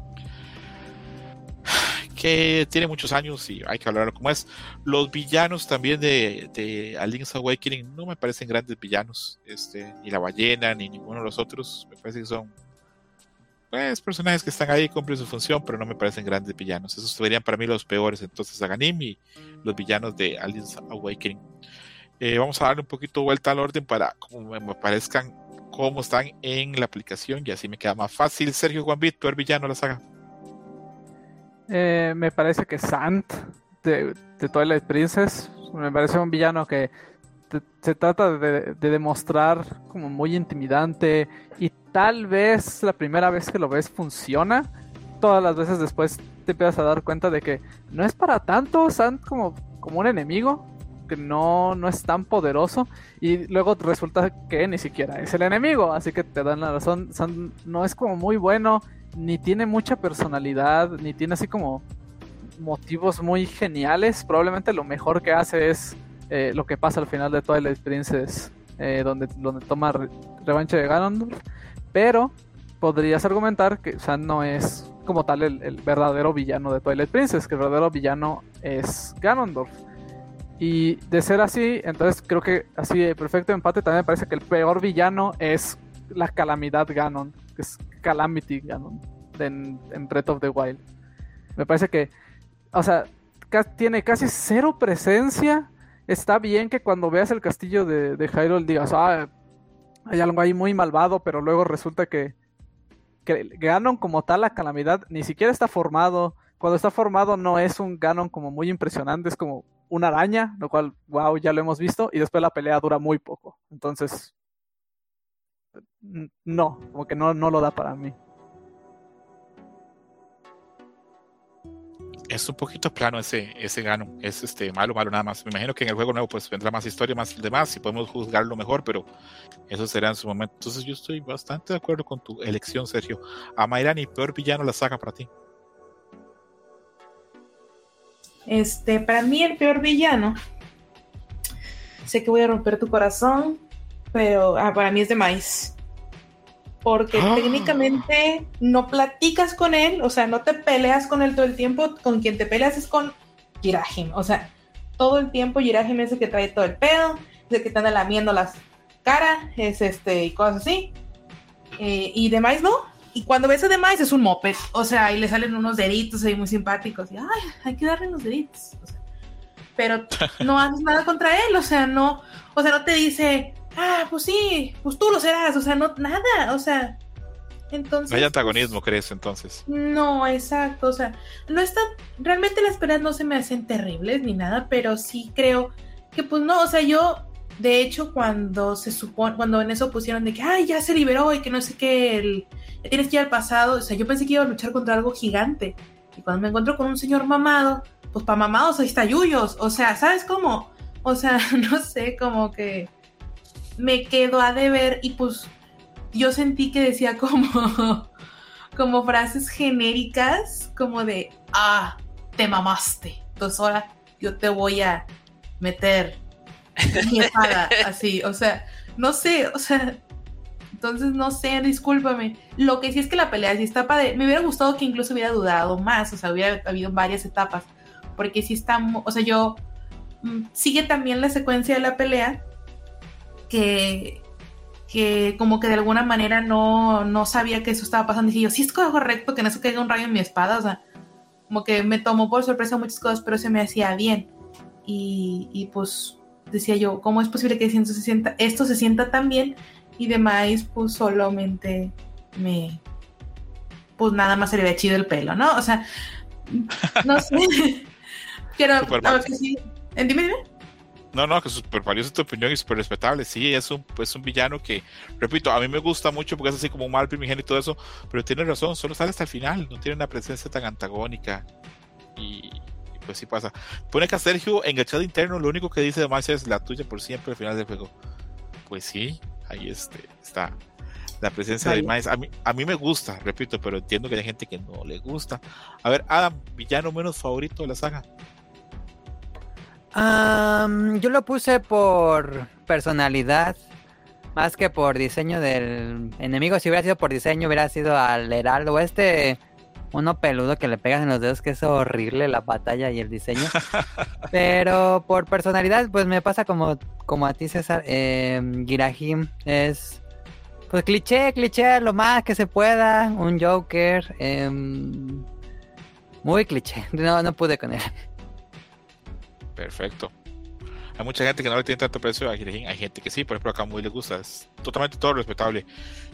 que tiene muchos años y hay que hablarlo como es. Los villanos también de A Link's Awakening no me parecen grandes villanos, ni la ballena ni ninguno de los otros. Me parece que son personajes que están ahí, cumplen su función, pero no me parecen grandes villanos. Esos serían para mí los peores, entonces Aganim y los villanos de A Link's Awakening. Vamos a darle un poquito vuelta al orden para como me parezcan cómo están en la aplicación, y así me queda más fácil. Sergio Juanbit, peor villano de la saga. Me parece que Sant de Twilight Princess me parece un villano que se trata de demostrar como muy intimidante, y tal vez la primera vez que lo ves funciona, todas las veces después te empiezas a dar cuenta de que no es para tanto Sant como un enemigo, que no es tan poderoso, y luego resulta que ni siquiera es el enemigo, así que te dan la razón. Sant no es como muy bueno, ni tiene mucha personalidad, ni tiene así como motivos muy geniales. Probablemente lo mejor que hace es lo que pasa al final de Twilight Princess, donde toma revancha de Ganondorf, pero podrías argumentar que Sant no es como tal el verdadero villano de Twilight Princess, que el verdadero villano es Ganondorf. Y de ser así, entonces creo que así de perfecto empate, también me parece que el peor villano es la Calamidad Ganon, que es Calamity Ganon en Breath of the Wild. Me parece que, o sea, tiene casi cero presencia. Está bien que cuando veas el castillo de Hyrule digas, hay algo ahí muy malvado, pero luego resulta que Ganon como tal, la Calamidad, ni siquiera está formado. Cuando está formado no es un Ganon como muy impresionante, es como una araña, lo cual, wow, ya lo hemos visto, y después la pelea dura muy poco. Entonces, no, como que no lo da para mí. Es un poquito plano ese Ganon, es malo nada más. Me imagino que en el juego nuevo pues vendrá más historia, más demás, y podemos juzgarlo mejor, pero eso será en su momento. Entonces yo estoy bastante de acuerdo con tu elección, Sergio. Amairani, peor villano la saga para ti. Para mí el peor villano, sé que voy a romper tu corazón, pero para mí es Demise, porque técnicamente no platicas con él, o sea, no te peleas con él todo el tiempo. Con quien te peleas es con Jirahim, o sea, todo el tiempo Jirahim es el que trae todo el pedo, es el que te anda lamiendo las caras, y cosas así, y Demise no. Y cuando ves a Demise es un moped, o sea, y le salen unos deditos ahí muy simpáticos, y hay que darle unos deditos, o sea, pero no haces nada contra él, o sea, no te dice, pues sí, pues tú lo serás, o sea, no, nada, o sea, entonces... No hay antagonismo, ¿crees, entonces? No, exacto, o sea, no está, realmente las peleas no se me hacen terribles ni nada, pero sí creo que pues no, o sea, yo... De hecho, cuando en eso pusieron de que ya se liberó y que no sé qué, tienes que ir al pasado, o sea, yo pensé que iba a luchar contra algo gigante. Y cuando me encuentro con un señor mamado, pues para mamados ahí está Yuyos. O sea, ¿sabes cómo? O sea, no sé, como que me quedo a deber, y pues yo sentí que decía como frases genéricas, como de, te mamaste. Entonces ahora yo te voy a meter mi espada, así, o sea, no sé, o sea, entonces no sé, discúlpame. Lo que sí es que la pelea sí está padre. Me hubiera gustado que incluso hubiera durado más, o sea, hubiera habido varias etapas, porque sí está, o sea, sigue también la secuencia de la pelea que que como que de alguna manera no sabía que eso estaba pasando. Y dije yo, sí es correcto que no se caiga un rayo en mi espada, o sea, como que me tomó por sorpresa muchas cosas, pero se me hacía bien. Y pues decía yo, ¿cómo es posible que esto se sienta tan bien? Y demás, pues solamente pues nada más se le ve chido el pelo, ¿no? O sea, no sé. Pero, a ver, que sí. Dime. No, que súper valiosa tu opinión y súper respetable. Sí, es un villano que, repito, a mí me gusta mucho porque es así como un mal primigenio y todo eso, pero tiene razón, solo sale hasta el final, no tiene una presencia tan antagónica y pues sí pasa. Pone que a Sergio en el chat interno lo único que dice de Marcia es la tuya por siempre al final del juego. Pues sí, ahí está la presencia de Miles. A mí me gusta, repito, pero entiendo que hay gente que no le gusta. A ver, Adam, villano menos favorito de la saga. Yo lo puse por personalidad, más que por diseño del enemigo. Si hubiera sido por diseño, hubiera sido al Heraldo, uno peludo que le pegas en los dedos, que es horrible la batalla y el diseño. Pero por personalidad, pues me pasa como a ti, César. Girahim es pues cliché lo más que se pueda, un Joker, muy cliché. No pude con él. Perfecto. Hay mucha gente que no le tiene tanto precio a Girahim. Hay gente que sí, por ejemplo, acá muy le gusta. Es totalmente todo respetable.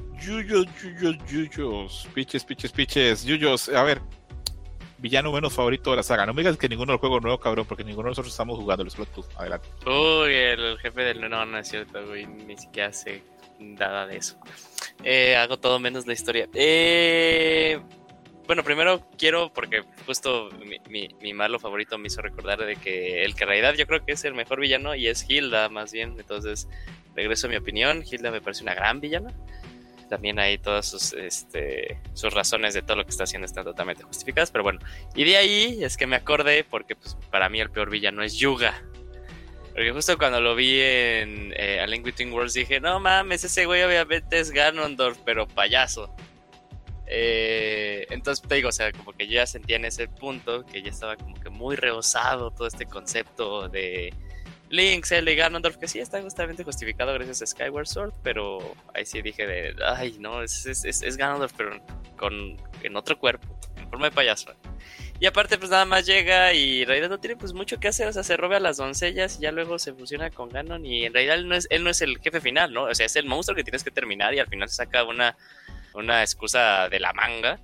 Yuyos. Piches. Yuyos. A ver, villano menos favorito de la saga. No me digas que ninguno del juego nuevo, cabrón, porque ninguno de nosotros estamos jugando. Solo tú. Adelante. Uy, el jefe del... No es cierto, güey. Ni siquiera sé nada de eso. Hago todo menos la historia. Bueno, primero quiero, porque justo mi malo favorito me hizo recordar de que el que en realidad yo creo que es el mejor villano y es Hilda, más bien. Entonces, regreso a mi opinión. Hilda me parece una gran villana. También hay todas sus razones de todo lo que está haciendo están totalmente justificadas. Pero bueno, y de ahí es que me acordé, porque pues, para mí el peor villano es Yuga. Porque justo cuando lo vi en A Link Between Worlds dije, no mames, ese güey obviamente es Ganondorf, pero payaso. Entonces te digo, o sea, como que yo ya sentía en ese punto que ya estaba como que muy rehusado todo este concepto de Link, Zelda y Ganondorf, que sí está justamente justificado gracias a Skyward Sword, pero ahí sí dije ay no, es Ganondorf, pero en otro cuerpo, en forma de payaso. Y aparte pues nada más llega y en realidad no tiene pues mucho que hacer, o sea, se roba a las doncellas y ya luego se fusiona con Ganon y en realidad él no es el jefe final, ¿no? O sea, es el monstruo que tienes que terminar y al final se saca una excusa de la manga,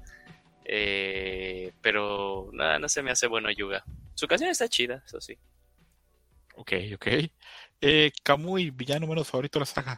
pero nada, no se me hace bueno Yuga. Su canción está chida, eso sí. Ok. Kamui, villano menos favorito de la saga.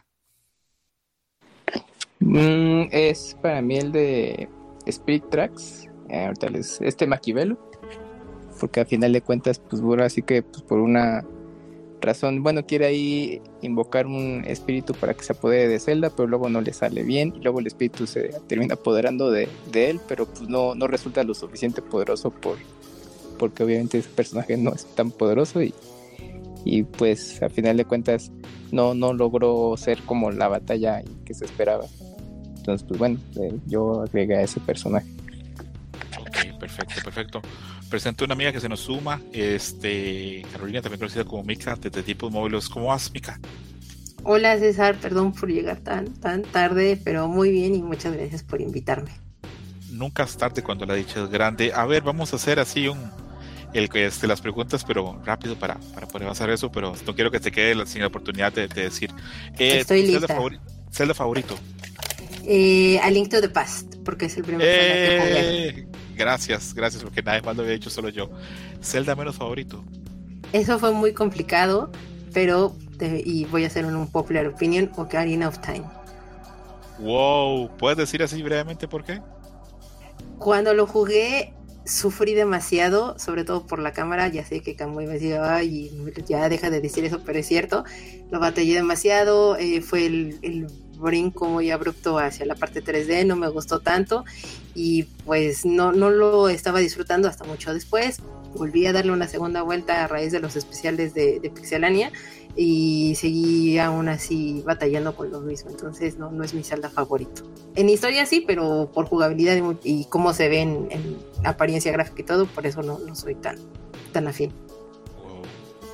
Es para mí el de Spirit Tracks. Ahorita Maquiavelo, porque al final de cuentas, pues bueno, así que pues por una razón, bueno, quiere ahí invocar un espíritu para que se apodere de Zelda, pero luego no le sale bien, y luego el espíritu se termina apoderando de él, pero pues no resulta lo suficiente poderoso porque obviamente ese personaje no es tan poderoso y pues al final de cuentas no logró ser como la batalla que se esperaba. Entonces pues bueno, yo agregué a ese personaje. Ok, perfecto. Presento una amiga que se nos suma, Carolina, también conocida como Mika, desde Tipos Móviles. ¿Cómo vas, Mika? Hola, César, perdón por llegar tan tarde, pero muy bien y muchas gracias por invitarme. Nunca es tarde cuando la dicha es grande. A ver, vamos a hacer así las preguntas, pero rápido para poder avanzar eso, pero no quiero que te quede sin la oportunidad de decir. Estoy lista. ¿Zelda favorito? A Link to the Past, porque es el primer Zelda que jugué. Gracias, porque nadie más lo había hecho, solo yo. ¿Zelda menos favorito? Eso fue muy complicado, pero y voy a hacer un popular opinion, Ocarina of Time. Wow, ¿puedes decir así brevemente por qué? Cuando lo jugué sufrí demasiado, sobre todo por la cámara. Ya sé que Kamui me decía, ay, ya deja de decir eso, pero es cierto, lo batallé demasiado. Fue el brinco muy abrupto hacia la parte 3D, no me gustó tanto y pues no lo estaba disfrutando hasta mucho después. Volví a darle una segunda vuelta a raíz de los especiales de Pixelania y seguí aún así batallando con lo mismo, entonces no es mi Zelda favorito. En historia sí, pero por jugabilidad y cómo se ve en apariencia gráfica y todo, por eso no soy tan afín.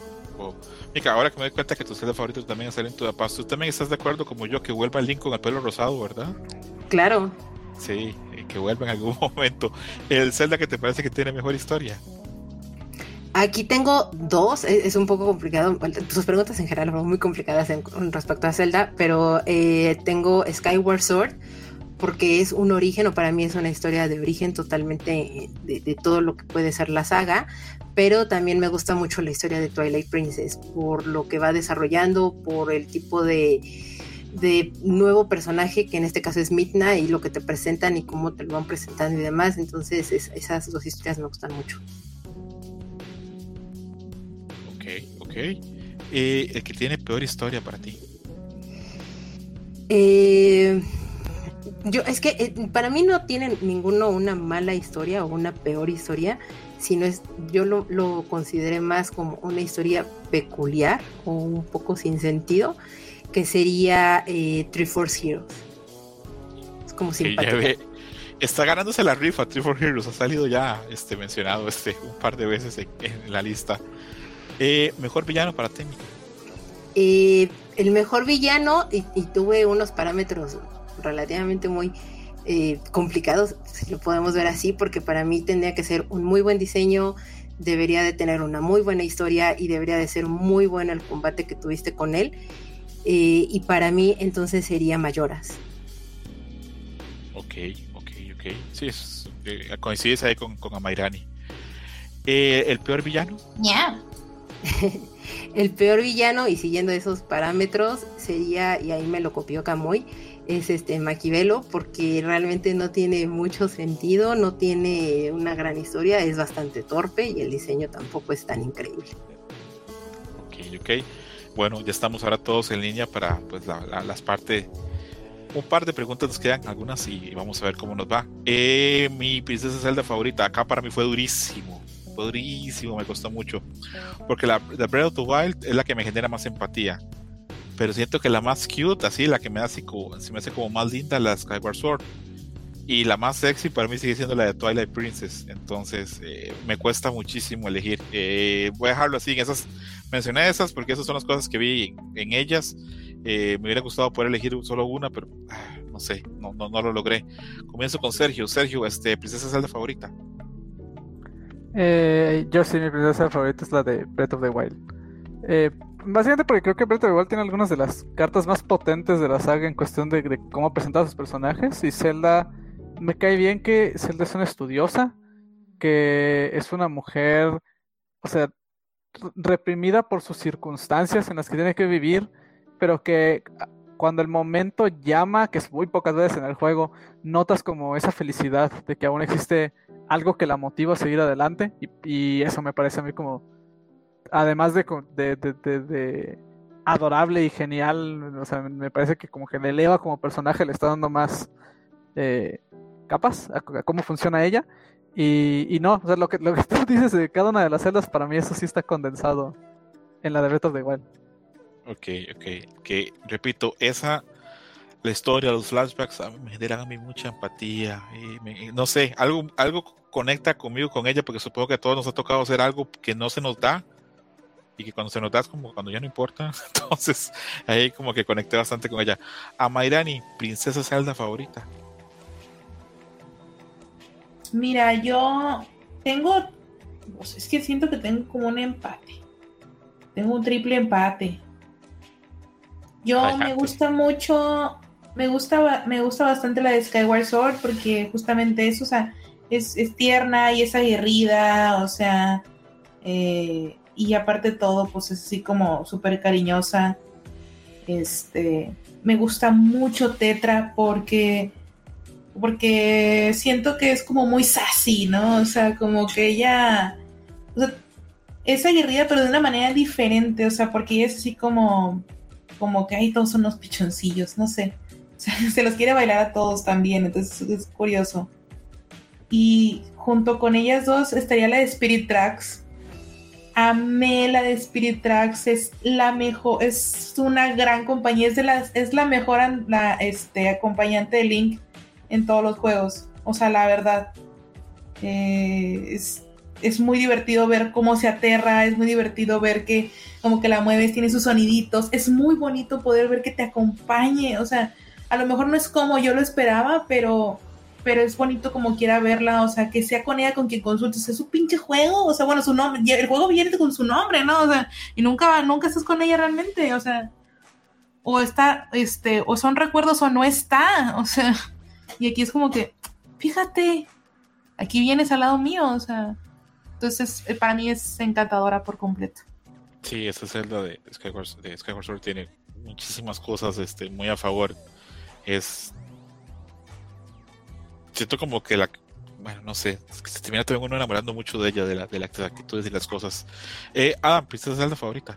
juego. Mika, ahora que me doy cuenta que tu Zelda favorito también es A Link to the Past, tú también estás de acuerdo como yo que vuelva Link con el pelo rosado, ¿verdad? Claro. Sí, que vuelva en algún momento. ¿El Zelda que te parece que tiene mejor historia? Aquí tengo dos, es un poco complicado, tus preguntas en general fueron muy complicadas respecto a Zelda, pero tengo Skyward Sword, porque es un origen, o para mí es una historia de origen totalmente de todo lo que puede ser la saga, pero también me gusta mucho la historia de Twilight Princess, por lo que va desarrollando, por el tipo de nuevo personaje, que en este caso es Midna, y lo que te presentan y cómo te lo van presentando y demás, entonces esas dos historias me gustan mucho. Ok. El que tiene peor historia para ti. Es que para mí no tiene ninguno una mala historia o una peor historia, sino yo lo consideré más como una historia peculiar o un poco sin sentido, que sería Triforce Heroes. Es como simpático. Está ganándose la rifa. Triforce Heroes ha salido ya mencionado un par de veces en la lista. Mejor villano para ti. El mejor villano, y tuve unos parámetros relativamente muy complicados, si lo podemos ver así, porque para mí tendría que ser un muy buen diseño, debería de tener una muy buena historia y debería de ser muy bueno el combate que tuviste con él, y para mí entonces sería Majoras. Ok. Sí, coincides ahí con Amairani. ¿El peor villano? Yeah. El peor villano, y siguiendo esos parámetros, sería, y ahí me lo copió Kamui, es Maquiavelo, porque realmente no tiene mucho sentido, no tiene una gran historia, es bastante torpe y el diseño tampoco es tan increíble. Ok. Bueno, ya estamos ahora todos en línea para pues las partes. Un par de preguntas nos quedan, algunas, y vamos a ver cómo nos va. Mi princesa Zelda favorita, acá para mí fue durísimo, me costó mucho, porque la Breath of the Wild es la que me genera más empatía, pero siento que la más cute, así, la que me hace como más linda, la Skyward Sword, y la más sexy para mí sigue siendo la de Twilight Princess. Entonces me cuesta muchísimo elegir. Voy a dejarlo así, mencioné esas porque esas son las cosas que vi en ellas. Me hubiera gustado poder elegir solo una, pero no sé, no lo logré. Comienzo con Sergio, princesa Zelda favorita. Yo sí, mi princesa favorita es la de Breath of the Wild. Básicamente porque creo que Breath of the Wild tiene algunas de las cartas más potentes de la saga en cuestión de cómo presentar a sus personajes. Y Zelda, me cae bien que Zelda es una estudiosa, que es una mujer, o sea, reprimida por sus circunstancias en las que tiene que vivir, pero que cuando el momento llama, que es muy pocas veces en el juego, notas como esa felicidad de que aún existe algo que la motiva a seguir adelante, y eso me parece a mí como, además de adorable y genial, o sea, me parece que como que le eleva como personaje, le está dando más capaz a cómo funciona ella, y no, o sea, lo que tú dices de cada una de las celdas, para mí eso sí está condensado en la de Breath of the Wild. Ok, que repito, la historia, los flashbacks me generan a mí mucha empatía, no sé, algo conecta conmigo con ella, porque supongo que a todos nos ha tocado hacer algo que no se nos da, y que cuando se nos da es como cuando ya no importa. Entonces ahí como que conecté bastante con ella. Amairani, princesa Zelda favorita. Mira, yo tengo, es que siento que tengo como un empate, tengo un triple empate. Me gusta mucho, me gusta bastante la de Skyward Sword, porque justamente eso, o sea, es tierna y es aguerrida, o sea, y aparte de todo, pues es así como súper cariñosa. Me gusta mucho Tetra porque siento que es como muy sassy, ¿no? O sea, como que ella, o sea, es aguerrida pero de una manera diferente, o sea, porque ella es así como que ahí todos son unos pichoncillos, no sé, o sea, se los quiere bailar a todos también, entonces es curioso. Y junto con ellas dos estaría la de Spirit Tracks. Amé la de Spirit Tracks, es la mejor, es una gran compañía, es la mejor acompañante de Link en todos los juegos, o sea, la verdad, es es muy divertido ver cómo se aterra, es muy divertido ver que como que la mueves, tiene sus soniditos, es muy bonito poder ver que te acompañe, o sea, a lo mejor no es como yo lo esperaba, pero es bonito como quiera verla, o sea, que sea con ella con quien consultes, es su pinche juego, o sea, bueno, su nombre, el juego viene con su nombre, ¿no? O sea, y nunca estás con ella realmente, o sea, o está, o son recuerdos o no está, o sea, y aquí es como que, fíjate, aquí vienes al lado mío, o sea, entonces para mí es encantadora por completo. Sí, esta Zelda de Skyward Sword tiene muchísimas cosas muy a favor. Siento como que bueno, no sé, es que se termina también uno enamorando mucho de ella, de las actitudes y las cosas. Adam, ¿princesa Zelda favorita?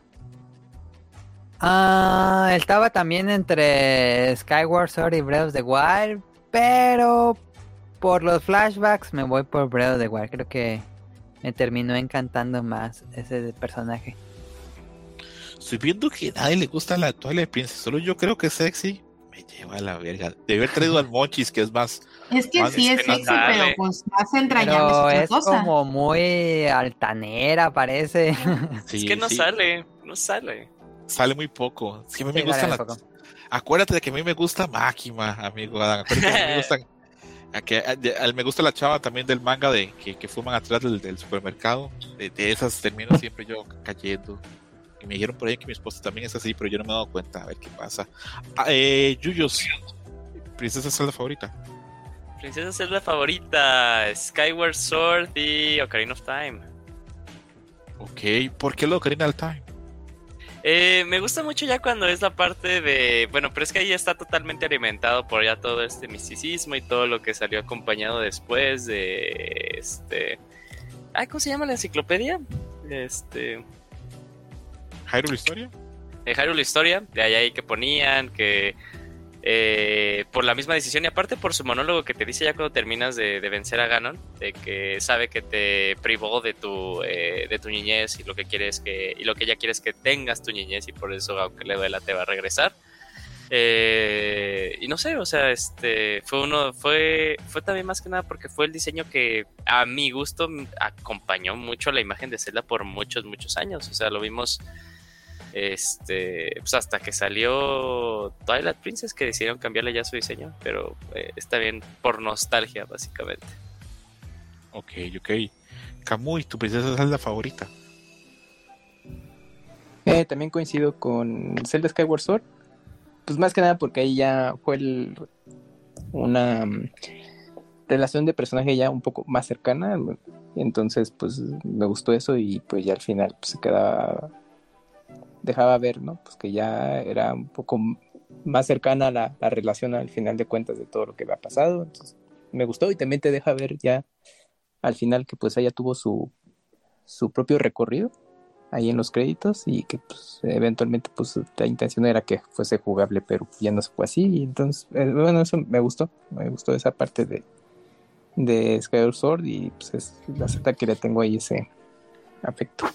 Estaba también entre Skyward Sword y Breath of the Wild, pero por los flashbacks me voy por Breath of the Wild. Creo que me terminó encantando más ese personaje. Estoy viendo que a nadie le gusta la Twilight Princess, solo yo creo que es sexy. Me lleva a la verga. Debe haber traído al Monchis, que es más. Es que sí es sexy, pero pues más entrañable pero es otra es cosa. Como muy altanera, parece. Sí, es que no sale. Sale muy poco. Es que a mí me Sí, gustan poco. Acuérdate de que a mí me gusta Máquina, amigo Adam. Acuérdate que a mí me gustan. Me gusta la chava también del manga de que fuman atrás del supermercado. De esas termino siempre yo cayendo. Y me dijeron por ahí que mi esposa también es así, pero yo no me he dado cuenta. A ver qué pasa. Yuyos, ¿princesa Zelda favorita? Princesa Zelda favorita, Skyward Sword y Ocarina of Time. Ok, ¿por qué lo Ocarina of Time? Me gusta mucho ya cuando es la parte de... Bueno, pero es que ahí está totalmente alimentado por ya todo este misticismo y todo lo que salió acompañado después de... ¿cómo se llama la enciclopedia? ¿Hyrule Historia? Hyrule Historia, de ahí que ponían que... por la misma decisión y aparte por su monólogo que te dice ya cuando terminas de vencer a Ganon, de que sabe que te privó de tu niñez y lo que ella quiere es que tengas tu niñez y por eso aunque le duela te va a regresar. Y no sé, o sea, fue también más que nada porque fue el diseño que a mi gusto acompañó mucho la imagen de Zelda por muchos años, o sea, lo vimos pues hasta que salió Twilight Princess que decidieron cambiarle ya su diseño, pero está bien por nostalgia básicamente. Ok. Kamui, ¿tu princesa Zelda favorita? También coincido con Zelda Skyward Sword, pues más que nada porque ahí ya fue una relación de personaje ya un poco más cercana, entonces pues me gustó eso y pues ya al final pues dejaba ver, ¿no? Pues que ya era un poco más cercana la relación al final de cuentas de todo lo que había pasado. Entonces, me gustó y también te deja ver ya al final que pues ella tuvo su propio recorrido ahí en los créditos y que pues eventualmente pues la intención era que fuese jugable, pero ya no se fue así. Y entonces, bueno, eso me gustó esa parte de Skyward Sword y pues es la Zelda que le tengo ahí ese afecto.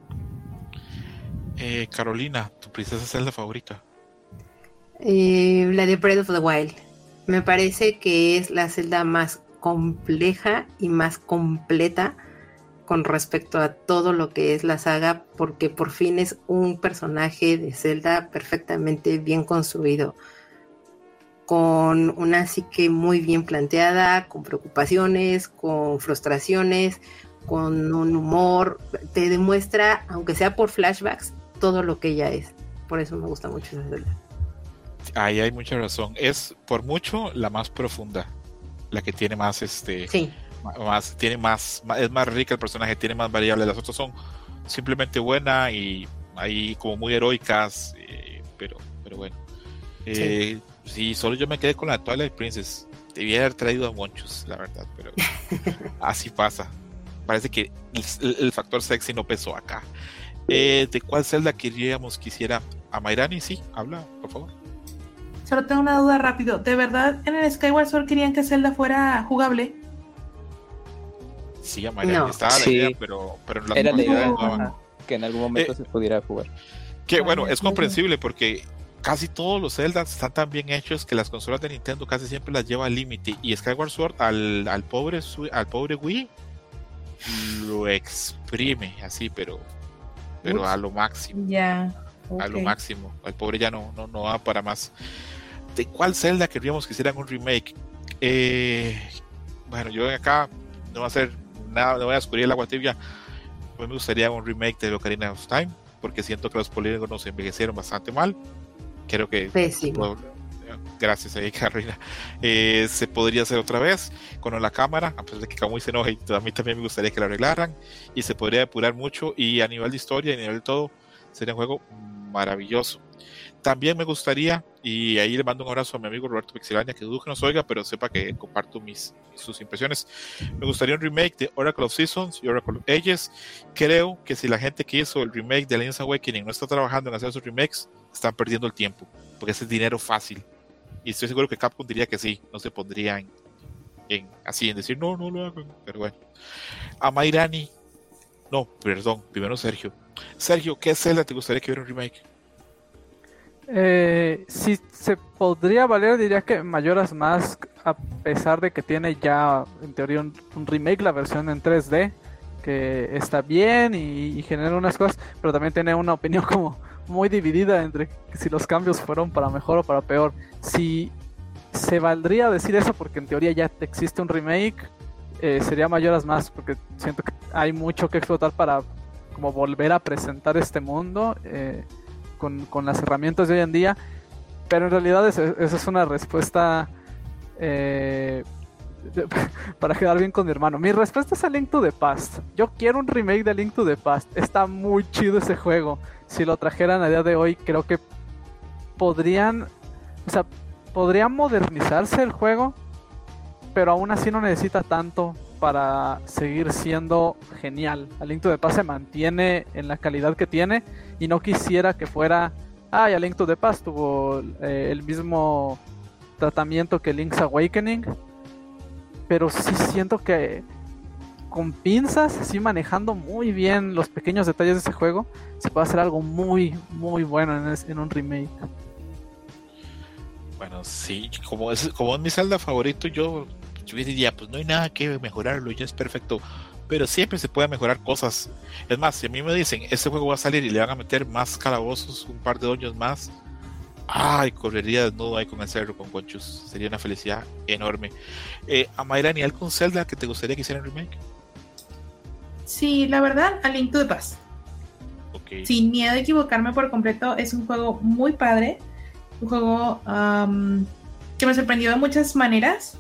Carolina, ¿tu princesa Zelda favorita? La de Breath of the Wild. Me parece que es la Zelda más compleja y más completa con respecto a todo lo que es la saga, porque por fin es un personaje de Zelda perfectamente bien construido, con una psique muy bien planteada, con preocupaciones, con frustraciones, con un humor. Te demuestra, aunque sea por flashbacks, todo lo que ella es. Por eso me gusta mucho esa Zelda. Ahí hay mucha razón. Es por mucho la más profunda, la que tiene más Sí. es más rica el personaje, tiene más variables. Las otras son simplemente buenas y ahí como muy heroicas, pero bueno. Sí, solo yo me quedé con la Twilight Princess. Debía haber traído a muchos, la verdad, pero así pasa. Parece que el factor sexy no pesó acá. ¿De cuál Zelda quisiera a Mayrani? Sí, habla, por favor. Solo tengo una duda rápido. ¿De verdad en el Skyward Sword querían que Zelda fuera jugable? Sí, a Mayrani No. estaba la idea, pero en la Era la idea no. que en algún momento se pudiera jugar. Que bueno, es comprensible porque casi todos los Zeldas están tan bien hechos que las consolas de Nintendo casi siempre las lleva al límite, y Skyward Sword al pobre Wii lo exprime así, pero a lo máximo. Ya. A lo máximo. El pobre ya no va para más. ¿De cuál Zelda querríamos que hicieran un remake? Bueno, yo acá no voy a hacer nada, no voy a escurrir el agua tibia. A mí me gustaría un remake de Ocarina of Time, porque siento que los polígonos envejecieron bastante mal. Creo que pésimo. Gracias ahí, Carolina. Se podría hacer otra vez con la cámara, a pesar de que Kamui se enoja, y a mí también me gustaría que la arreglaran, y se podría depurar mucho, y a nivel de historia y a nivel de todo sería un juego maravilloso. También me gustaría, y ahí le mando un abrazo a mi amigo Roberto Pixelania, que dudo que nos oiga, pero sepa que comparto sus impresiones. Me gustaría un remake de Oracle of Seasons y Oracle of Ages. Creo que si la gente que hizo el remake de Link's Awakening no está trabajando en hacer sus remakes, están perdiendo el tiempo, porque ese es dinero fácil. Y estoy seguro que Capcom diría que sí, no se pondría en decir no lo hagan, pero bueno. A Mairani, no, perdón, primero Sergio. Sergio, ¿qué Zelda te gustaría que hubiera un remake? Si se podría valer, diría que Majora's Mask, a pesar de que tiene ya en teoría un remake, la versión en 3D, que está bien y genera unas cosas, pero también tiene una opinión como muy dividida entre si los cambios fueron para mejor o para peor. Si se valdría decir eso, porque en teoría ya existe un remake, sería Majora's Mask, porque siento que hay mucho que explotar para como volver a presentar este mundo con las herramientas de hoy en día, pero en realidad esa es una respuesta para quedar bien con mi hermano. Mi respuesta es a Link to the Past. Yo quiero un remake de Link to the Past. Está muy chido ese juego. Si lo trajeran a día de hoy, creo que podría modernizarse el juego, pero aún así no necesita tanto para seguir siendo genial. A Link to the Past se mantiene en la calidad que tiene, y no quisiera que fuera a Link to the Past tuvo el mismo tratamiento que Link's Awakening, pero sí siento que con pinzas, sí manejando muy bien los pequeños detalles de ese juego, se puede hacer algo muy muy bueno en un remake. Bueno, sí, como es mi Zelda favorito, yo diría, pues no hay nada que mejorarlo, ya es perfecto, pero siempre se puede mejorar cosas. Es más, si a mí me dicen, este juego va a salir y le van a meter más calabozos, un par de doños más, correría desnudo ahí con el cerro, con Conchus, sería una felicidad enorme. A Mayrani, ¿algún Zelda que te gustaría que hicieran remake? Sí, la verdad, A Link to the Past. Okay. Sin miedo a equivocarme por completo, es un juego muy padre, un juego que me sorprendió de muchas maneras.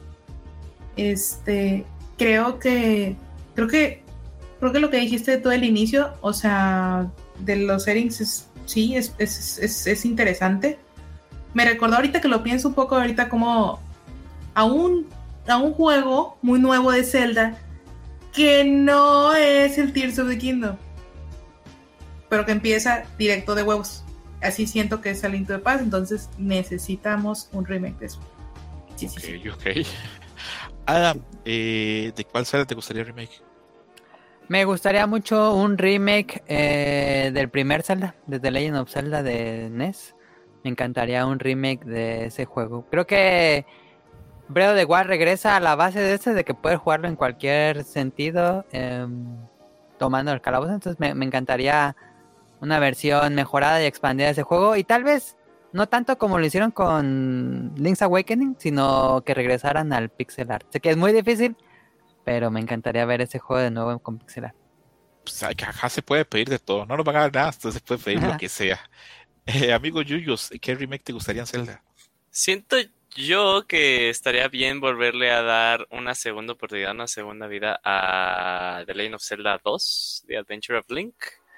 Creo que lo que dijiste de todo el inicio, o sea, de los settings, es interesante. Me recordó ahorita que lo pienso un poco ahorita como a un juego muy nuevo de Zelda que no es el Tears of the Kingdom, pero que empieza directo de huevos. Así siento que es A Link to the Past, entonces necesitamos un remake de eso. Sí. Ok. Adam, ¿de cuál Zelda te gustaría remake? Me gustaría mucho un remake del primer Zelda, de The Legend of Zelda de NES. Me encantaría un remake de ese juego. Creo que Breath of the Wild regresa a la base de que puedes jugarlo en cualquier sentido, tomando el calabozo. Entonces me encantaría una versión mejorada y expandida de ese juego. Y tal vez no tanto como lo hicieron con Link's Awakening, sino que regresaran al pixel art. Sé que es muy difícil, pero me encantaría ver ese juego de nuevo con pixel art. Pues acá se puede pedir de todo, no nos van a dar nada, entonces se puede pedir lo que sea. Amigo Yuyos, ¿qué remake te gustaría en Zelda? Siento yo que estaría bien volverle a dar una segunda oportunidad, una segunda vida a The Legend of Zelda 2, The Adventure of Link.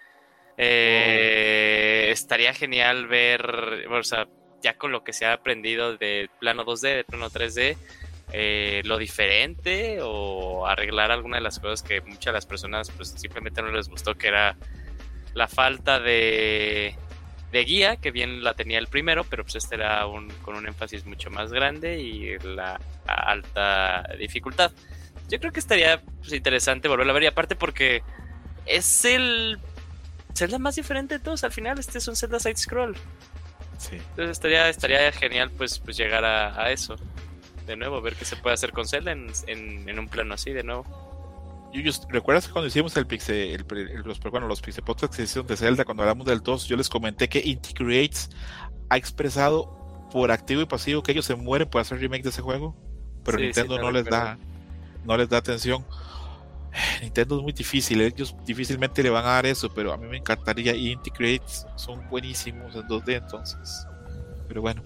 Estaría genial ver, o sea, ya con lo que se ha aprendido de plano 2D, de plano 3D, lo diferente, o arreglar alguna de las cosas que muchas de las personas pues simplemente no les gustó, que era la falta de guía, que bien la tenía el primero, pero pues este era con un énfasis mucho más grande y la alta dificultad. Yo creo que estaría pues interesante volverlo a ver, y aparte porque es el Zelda más diferente de todos. Al final este es un Zelda side scroll. Sí. Entonces estaría genial pues llegar a eso de nuevo, ver qué se puede hacer con Zelda en un plano así de nuevo. ¿Recuerdas que cuando hicimos los Pixel Podcasts que hicieron de Zelda, cuando hablamos del 2, yo les comenté que Inti Creates ha expresado por activo y pasivo que ellos se mueren por hacer remake de ese juego, pero Nintendo no les da atención. Nintendo es muy difícil, ellos difícilmente le van a dar eso, pero a mí me encantaría. Y Inti Creates son buenísimos en 2D, entonces. Pero bueno,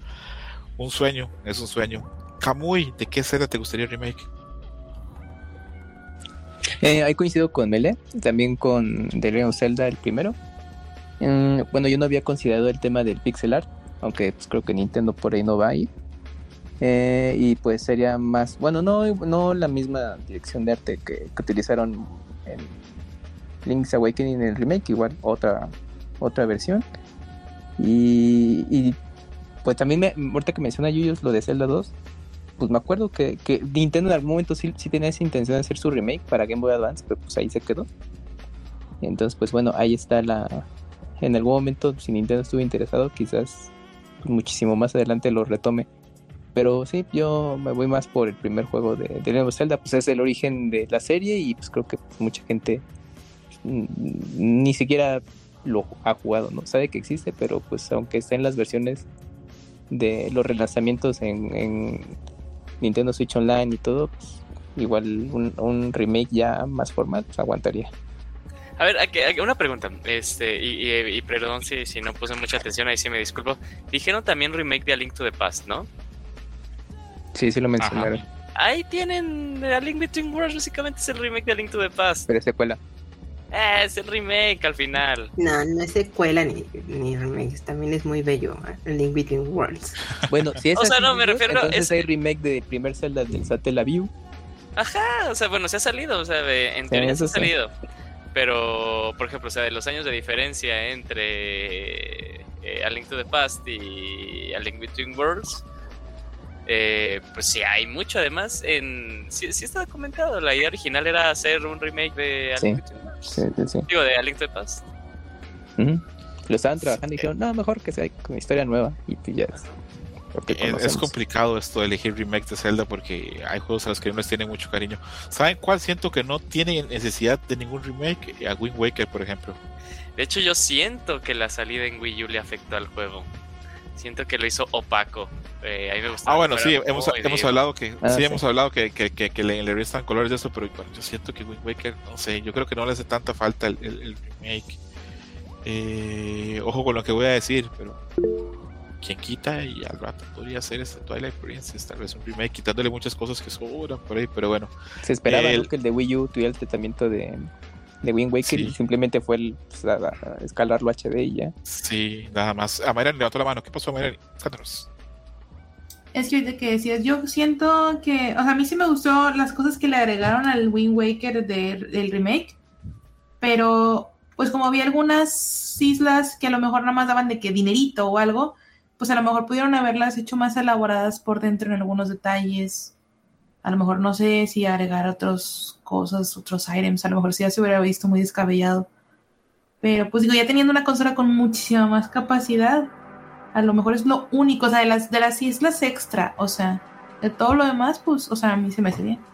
es un sueño. Kamui, ¿de qué Zelda te gustaría remake? Ahí coincido con Mele, también con The Legend of Zelda el primero. Bueno, yo no había considerado el tema del pixel art, aunque pues, creo que Nintendo por ahí no va a ir. Y pues sería más, bueno, no la misma dirección de arte que utilizaron en Link's Awakening en el remake, igual otra versión. Y pues también ahorita que menciona Yuyos lo de Zelda 2, pues me acuerdo que Nintendo en algún momento sí tenía esa intención de hacer su remake para Game Boy Advance, pero pues ahí se quedó. Entonces pues bueno, ahí está en algún momento, si Nintendo estuvo interesado, quizás pues, muchísimo más adelante lo retome. Pero sí, yo me voy más por el primer juego de Legend of Zelda, pues es el origen de la serie y pues creo que pues, mucha gente ni siquiera lo ha jugado, ¿no? Sabe que existe, pero pues aunque esté en las versiones de los relanzamientos en Nintendo Switch Online y todo, pues igual un remake ya más formal pues aguantaría. A ver, aquí una pregunta, y perdón si no puse mucha atención, ahí sí me disculpo. Dijeron también remake de A Link to the Past, ¿no? Sí lo mencionaron. Ajá. Ahí tienen A Link Between Worlds, básicamente es el remake de A Link to the Past. Pero es secuela. Es el remake al final. No es secuela ni remake, también es muy bello, A Link Between Worlds. Bueno, si es o sea, así, no, me refiero entonces hay remake de primer Zelda del Satellaview. Ajá, o sea, bueno, se ha salido, o sea, en teoría se ha salido. Pero, por ejemplo, o sea, de los años de diferencia entre A Link to the Past y A Link Between Worlds, pues sí hay mucho. Además, sí está documentado. La idea original era hacer un remake de A Link Between Worlds. Sí. Digo, de A Link to the Past. Lo estaban trabajando y dijeron, no, mejor que sea con historia nueva. Y pues ya es complicado esto de elegir remake de Zelda porque hay juegos a los que no les tienen mucho cariño. ¿Saben cuál siento que no tiene necesidad de ningún remake? A Wind Waker, por ejemplo. De hecho, yo siento que la salida en Wii U le afectó al juego. Siento que lo hizo opaco. A mí me gustaba. Bueno, sí, hemos hablado que hemos hablado que le restan colores de eso, pero bueno, yo siento que Wind Waker, no sé, yo creo que no le hace tanta falta el remake. Ojo con lo que voy a decir, pero quien quita y al rato podría ser este Twilight Princess, tal vez un remake, quitándole muchas cosas que sobran por ahí, pero bueno. Se esperaba ¿no? que el de Wii U tuviera el tratamiento de Wind Waker y simplemente fue a escalarlo HD y ya. Sí, nada más. A Mayra levantó la mano. ¿Qué pasó, Mayra? Cuéntanos. Es que ahorita que decías, yo siento que, o sea, a mí sí me gustó las cosas que le agregaron al Wind Waker del remake, pero pues como había algunas islas que a lo mejor nada más daban de que dinerito o algo, pues a lo mejor pudieron haberlas hecho más elaboradas por dentro en algunos detalles. A lo mejor no sé si agregar otras cosas, otros items, a lo mejor sí ya se hubiera visto muy descabellado. Pero pues digo, ya teniendo una consola con muchísima más capacidad, a lo mejor es lo único, o sea, de las islas extra, o sea, de todo lo demás, pues, o sea, a mí se me hace bien.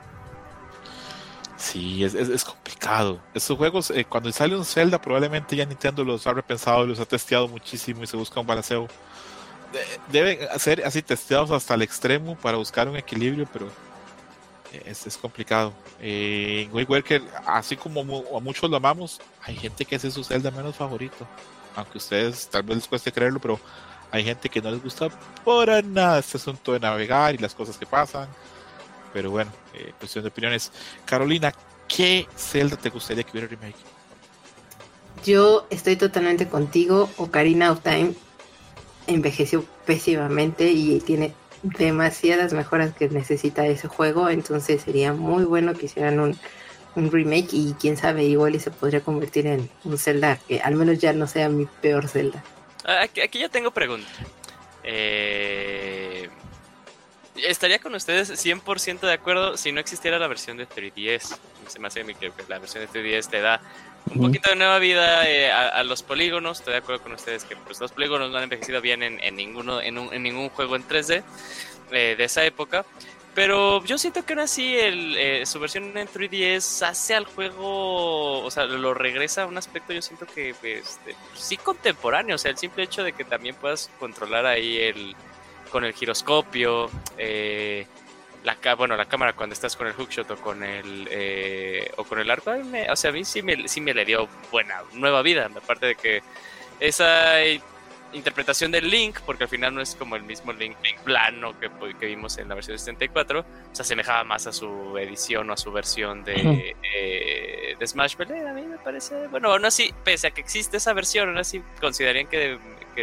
Sí, es complicado. Estos juegos, cuando sale un Zelda, probablemente ya Nintendo los ha repensado, los ha testeado muchísimo y se busca un balanceo. Deben ser así testeados hasta el extremo para buscar un equilibrio, pero es complicado. Wind Waker, así como a muchos lo amamos, hay gente que es su Zelda menos favorito, aunque ustedes tal vez les cueste creerlo, pero hay gente que no les gusta por nada este asunto de navegar y las cosas que pasan. Pero bueno, cuestión de opiniones. Carolina, ¿qué Zelda te gustaría que hubiera remake? Yo estoy totalmente contigo. Ocarina of Time envejeció pésimamente y tiene demasiadas mejoras que necesita ese juego, entonces sería muy bueno que hicieran un remake y quién sabe, igual y se podría convertir en un Zelda que al menos ya no sea mi peor Zelda. Aquí ya tengo pregunta. Estaría con ustedes 100% de acuerdo si no existiera la versión de 3DS. Se me hace que la versión de 3DS te da un poquito de nueva vida a los polígonos. Estoy de acuerdo con ustedes que pues, los polígonos no han envejecido bien en ningún juego en 3D de esa época. Pero yo siento que aún así su versión en 3DS hace al juego, o sea, lo regresa a un aspecto, yo siento que sí contemporáneo, o sea, el simple hecho de que también puedas controlar ahí con el giroscopio, la cámara cuando estás con el hookshot o con el arco, o sea, a mí sí me le dio buena, nueva vida, aparte de que esa interpretación del Link, porque al final no es como el mismo Link plano que vimos en la versión de 74, se asemejaba más a su edición o a su versión de Smash Bros. A mí me parece, bueno, aún así, pese a que existe esa versión, aún así considerarían que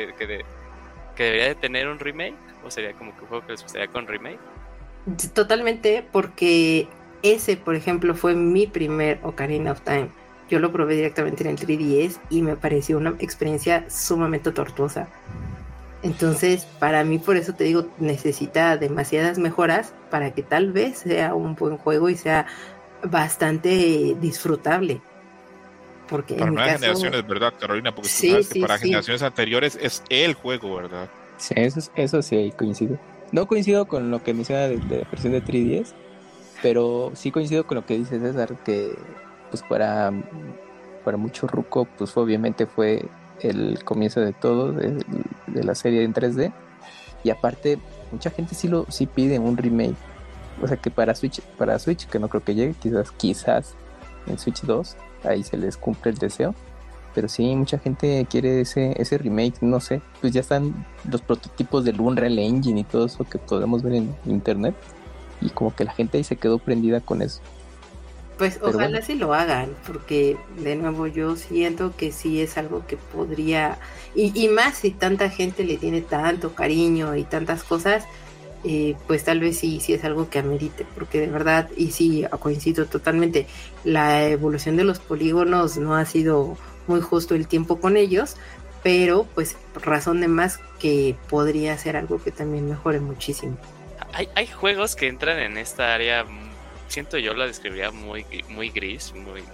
debería de tener un remake, o sería como que un juego que les gustaría con remake. Totalmente, porque ese, por ejemplo, fue mi primer Ocarina of Time. Yo lo probé directamente en el 3DS y me pareció una experiencia sumamente tortuosa. Entonces, para mí, por eso te digo, necesita demasiadas mejoras para que tal vez sea un buen juego y sea bastante disfrutable. Porque para en nuevas caso... generaciones, ¿verdad, Carolina? Porque sí, tú sabes que sí, para sí. generaciones anteriores es el juego, ¿verdad? Sí, eso sí coincido. No coincido con lo que menciona de la versión de 3DS, pero sí coincido con lo que dice César, que pues para mucho ruco, pues obviamente fue el comienzo de todo, de la serie en 3D, y aparte mucha gente sí pide un remake, o sea que para Switch, que no creo que llegue, quizás en Switch 2, ahí se les cumple el deseo, pero sí, mucha gente quiere ese remake, no sé, pues ya están los prototipos del Unreal Engine y todo eso que podemos ver en internet, y como que la gente ahí se quedó prendida con eso. Pues pero ojalá bueno, sí lo hagan, porque de nuevo yo siento que sí es algo que podría, y más si tanta gente le tiene tanto cariño y tantas cosas, pues tal vez sí es algo que amerite, porque de verdad, y sí, coincido totalmente, la evolución de los polígonos no ha sido muy justo el tiempo con ellos, pero pues razón de más que podría ser algo que también mejore muchísimo. Hay juegos que entran en esta área, siento yo la describiría muy gris,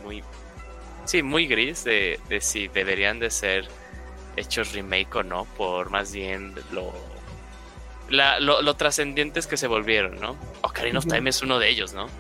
muy gris de si deberían de ser hechos remake o no, por más bien lo trascendentes que se volvieron, ¿no? Ocarina of Time es uno de ellos, ¿no?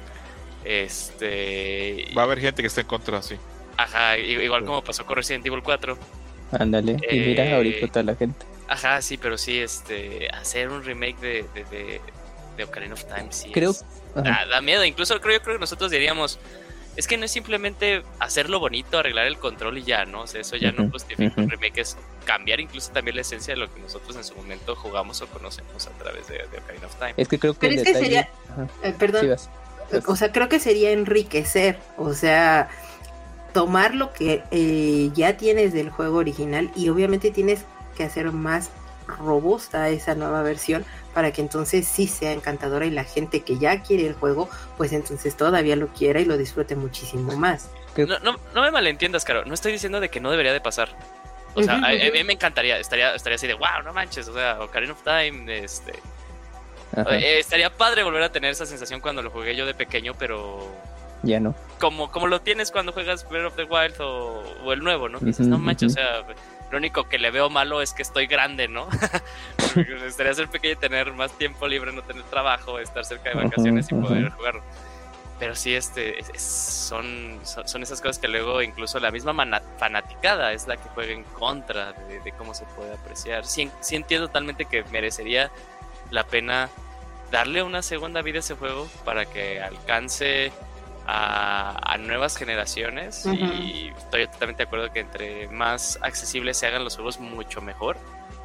Va a haber gente que esté en contra, sí. Ajá, igual como pasó con Resident Evil 4. Ándale, y mira ahorita toda la gente. Ajá, sí, pero sí, hacer un remake de Ocarina of Time sí creo da miedo. Incluso yo creo que nosotros diríamos, es que no es simplemente hacerlo bonito, arreglar el control y ya, ¿no? O sea, eso ya no justifica un remake, es cambiar incluso también la esencia de lo que nosotros en su momento jugamos o conocemos a través de Ocarina of Time. Es que creo que pero es que sería, perdón, sí, vas. O sea, creo que sería enriquecer, o sea, tomar lo que ya tienes del juego original y obviamente tienes que hacer más robusta esa nueva versión para que entonces sí sea encantadora y la gente que ya quiere el juego, pues entonces todavía lo quiera y lo disfrute muchísimo más. No me malentiendas, Caro, no estoy diciendo de que no debería de pasar. O sea, a mí me encantaría, estaría así de wow, no manches, o sea, Ocarina of Time, estaría padre volver a tener esa sensación cuando lo jugué yo de pequeño, pero ya no. Como lo tienes cuando juegas Breath of the Wild o el nuevo, ¿no? Dices, no manches, o sea, lo único que le veo malo es que estoy grande, ¿no? Estaría ser pequeño y tener más tiempo libre, no tener trabajo, estar cerca de vacaciones y poder jugarlo. Pero sí, son esas cosas que luego incluso la misma fanaticada es la que juega en contra de cómo se puede apreciar. Sí entiendo totalmente que merecería la pena darle una segunda vida a ese juego para que alcance a nuevas generaciones, y estoy totalmente de acuerdo que entre más accesibles se hagan los juegos mucho mejor,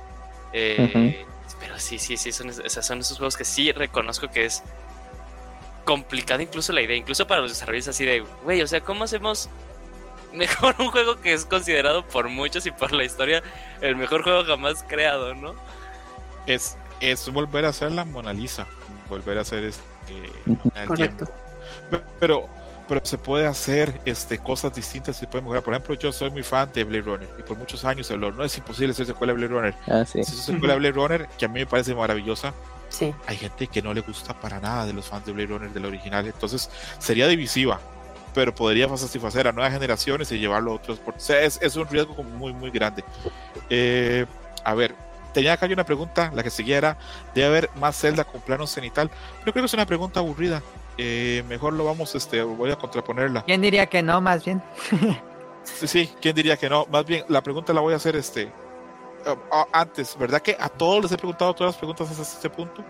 pero sí son esos juegos que sí reconozco que es complicado incluso la idea, incluso para los desarrolladores, así de güey, o sea, ¿cómo hacemos mejor un juego que es considerado por muchos y por la historia el mejor juego jamás creado, ¿no? Es volver a hacer la Mona Lisa, volver a hacer correcto. Pero se puede hacer cosas distintas, se puede mejorar. Por ejemplo, yo soy muy fan de Blade Runner y por muchos años no es imposible hacer secuela de Blade Runner. Sí. Es una secuela de Blade Runner que a mí me parece maravillosa. Sí. Hay gente que no le gusta para nada de los fans de Blade Runner del original, entonces sería divisiva, pero podría satisfacer a nuevas generaciones y llevarlo a otros. Es un riesgo muy muy grande. A ver, tenía acá una pregunta, la que seguía era, ¿debe haber más Zelda con plano cenital? Yo creo que es una pregunta aburrida. Mejor lo vamos, voy a contraponerla. ¿Quién diría que no, más bien? Sí, ¿quién diría que no? Más bien, la pregunta la voy a hacer antes, ¿verdad que a todos les he preguntado todas las preguntas hasta este punto?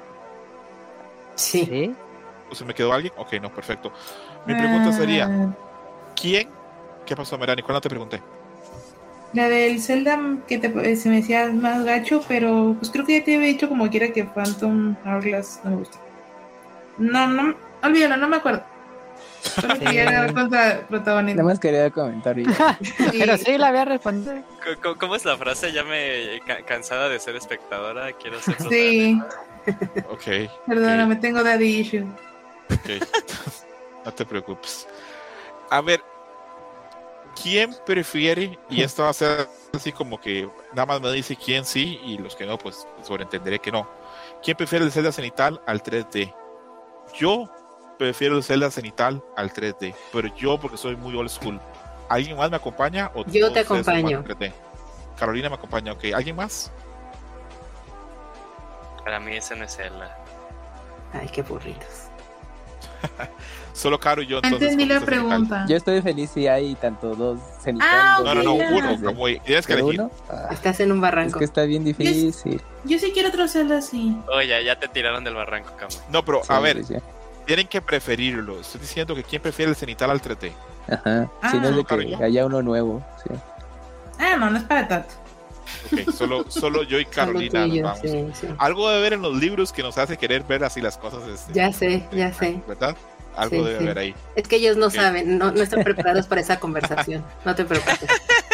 Sí. ¿O se me quedó alguien? Ok, no, perfecto. Mi pregunta sería, ¿quién? ¿Qué pasó, Merani? ¿Cuándo te pregunté? La del Zelda que se me decía más gacho, pero pues creo que ya te había dicho como quiera que Phantom Hourglass no me gusta. No, olvídalo, no me acuerdo. Solo quería dar contra protagonista. Nada más quería comentar. Pero sí, la había respondido. ¿Cómo es la frase? Ya me cansada de ser espectadora, quiero ser Sí. Ok. Perdóname, tengo daddy issue. Ok. No te preocupes. A ver, ¿quién prefiere? Y esto va a ser así como que nada más me dice quién sí y los que no, pues sobreentenderé que no. ¿Quién prefiere el Zelda cenital al 3D? Yo prefiero el Zelda cenital al 3D, pero yo porque soy muy old school. ¿Alguien más me acompaña? ¿O yo te todos ustedes acompaño. son 3D? Carolina me acompaña, ok. ¿Alguien más? Para mí ese no es Zelda. Ay, qué burritos. Solo Caro y yo. No entendí la pregunta. Yo estoy feliz si hay tanto dos cenital. No, ya. uno, como tienes que elegir. Uno. Estás en un Es barranco. que está bien difícil. Yo sí quiero otro Zelda así. Oye, ya te tiraron del barranco, Camo. No, pero Sí, a ver, sí. tienen que preferirlo. Estoy diciendo que quién prefiere el cenital al 3D. Ajá. Si no es de Caro, que ¿ya? haya uno nuevo. Sí. No es para tanto. Ok, solo yo y Carolina nos vamos. Sí. Algo debe haber en los libros que nos hace querer ver así las cosas. Ya sé. ¿Verdad? Algo Sí, debe sí. haber ahí. Es que ellos no Ok. saben, no están preparados para esa conversación. No te preocupes.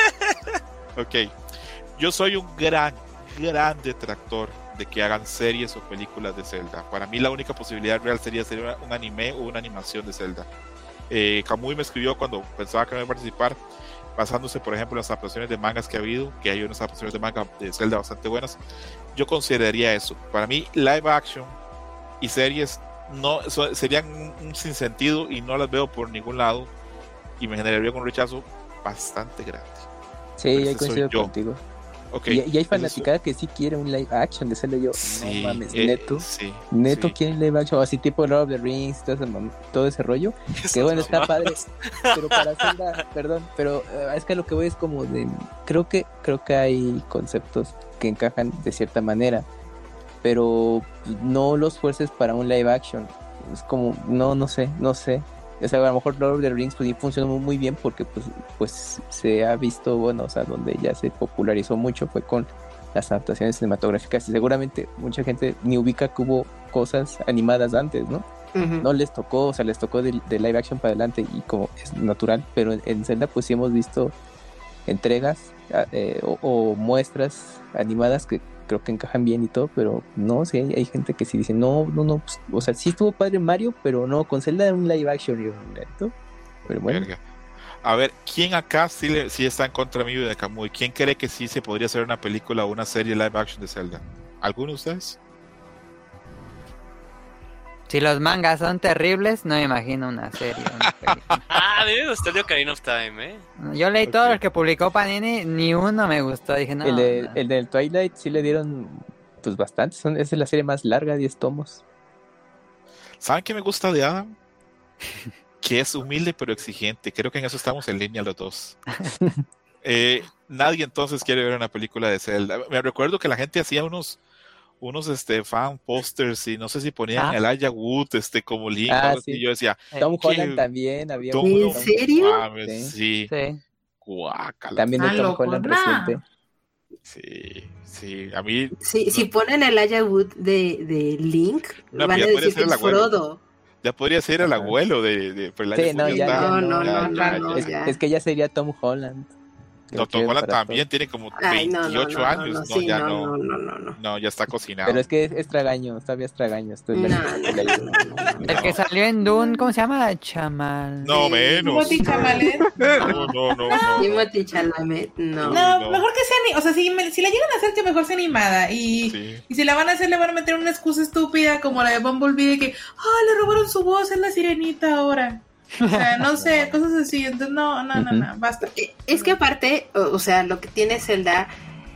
Ok. Yo soy un gran detractor de que hagan series o películas de Zelda. Para mí la única posibilidad real sería hacer un anime o una animación de Zelda. Kamui me escribió cuando pensaba que me iba a participar, basándose por ejemplo en las adaptaciones de mangas que ha habido, que hay unas adaptaciones de manga de Zelda bastante buenas. Yo consideraría eso. Para mí live action y series serían un sinsentido y no las veo por ningún lado y me generaría un rechazo bastante grande. Sí, Pero yo ese soy coincido yo. contigo. Okay. Y hay fanaticada que sí quiere un live action de Zelda. Yo, Sí, no mames, neto. sí, Neto sí. quiere un live action, así tipo Lord of the Rings, todo ese rollo. Que bueno, está padre. Pero para Zelda, perdón, pero es que lo que voy es como de. Creo que hay conceptos que encajan de cierta manera, pero no los fuerces para un live action. Es como, no sé. O sea, a lo mejor Lord of the Rings pues, funcionó muy bien porque pues se ha visto, bueno, o sea, donde ya se popularizó mucho fue con las adaptaciones cinematográficas y seguramente mucha gente ni ubica que hubo cosas animadas antes, ¿no? Ujú. No les tocó, o sea, les tocó de live action para adelante y como es natural, pero en Zelda pues sí hemos visto entregas o muestras animadas que creo que encajan bien y todo, pero no, sí hay gente que sí dice, no, pues, o sea, sí estuvo padre Mario, pero no, con Zelda un live action y un neto, pero bueno. Verga. A ver, ¿quién acá sí está en contra mío y de Kamui? ¿Quién cree que sí se podría hacer una película o una serie live action de Zelda? ¿Alguno de ustedes? Si los mangas son terribles, no me imagino una serie. Una película. A mí me gustó el de Ocarina of Time, ¿eh? Yo leí todo Ok. el que publicó Panini, ni uno me gustó. Dije, no. El del Twilight sí le dieron pues bastante, es la serie más larga, 10 tomos. ¿Saben qué me gusta de Adam? Que es humilde pero exigente. Creo que en eso estamos en línea los dos. Nadie entonces quiere ver una película de Zelda. Me recuerdo que la gente hacía unos fan posters y no sé si ponían el Elijah Wood como Link o algo así. Sí. Yo decía, Tom ¿qué? Holland también había Tom uno. ¿En serio? Mames, sí. Sí. Guácala. También de Tom loco, Holland nah. reciente. Sí, a mí Sí, si ponen el Elijah Wood de Link, No, van a ya podría decir ser que el es abuelo. Frodo. ya podría ser el abuelo de pero el Sí, Elijah no, Wood ya está- no, ya. Es que ya sería Tom Holland. No, Tom Holland también tiene como Ay, no, 28 años, sí, ya no. no, ya está cocinado. Pero es que es tragaño, todavía es tragaño. No. El que salió en Dune, ¿cómo se llama? Chamal. No, menos. Timothy Chalamet. No. Timothy Chalamet, no. No, mejor que sea, o sea, si la llegan a hacer, que mejor sea animada. Y si la van a hacer, le van a meter una excusa estúpida como la de Bumblebee de que, le robaron su voz, es la sirenita ahora. O sea, no sé, cosas así. Entonces, no, basta. Es que aparte, o sea, lo que tiene Zelda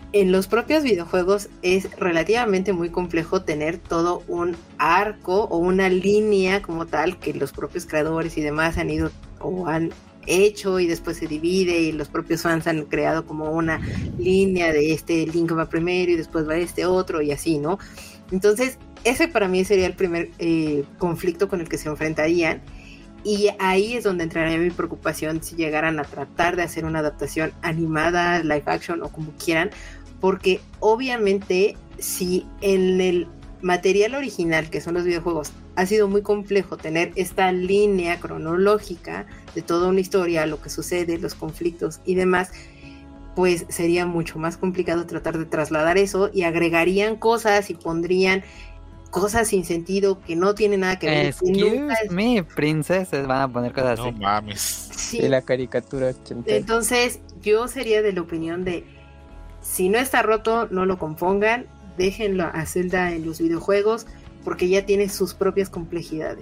en los propios videojuegos es relativamente muy complejo tener todo un arco o una línea como tal que los propios creadores y demás han ido o han hecho y después se divide y los propios fans han creado como una línea de este Link va primero y después va este otro y así, ¿no? Entonces ese para mí sería el primer conflicto con el que se enfrentarían, y ahí es donde entraría mi preocupación si llegaran a tratar de hacer una adaptación animada, live action o como quieran, porque obviamente si en el material original, que son los videojuegos, ha sido muy complejo tener esta línea cronológica de toda una historia, lo que sucede, los conflictos y demás, pues sería mucho más complicado tratar de trasladar eso, y agregarían cosas y pondrían cosas sin sentido que no tienen nada que ver. Excuse me, princesas, van a poner cosas así. No mames. Sí. De la caricatura ochentera. Entonces yo sería de la opinión de, si no está roto, no lo compongan, déjenlo a Zelda en los videojuegos, porque ya tiene sus propias complejidades.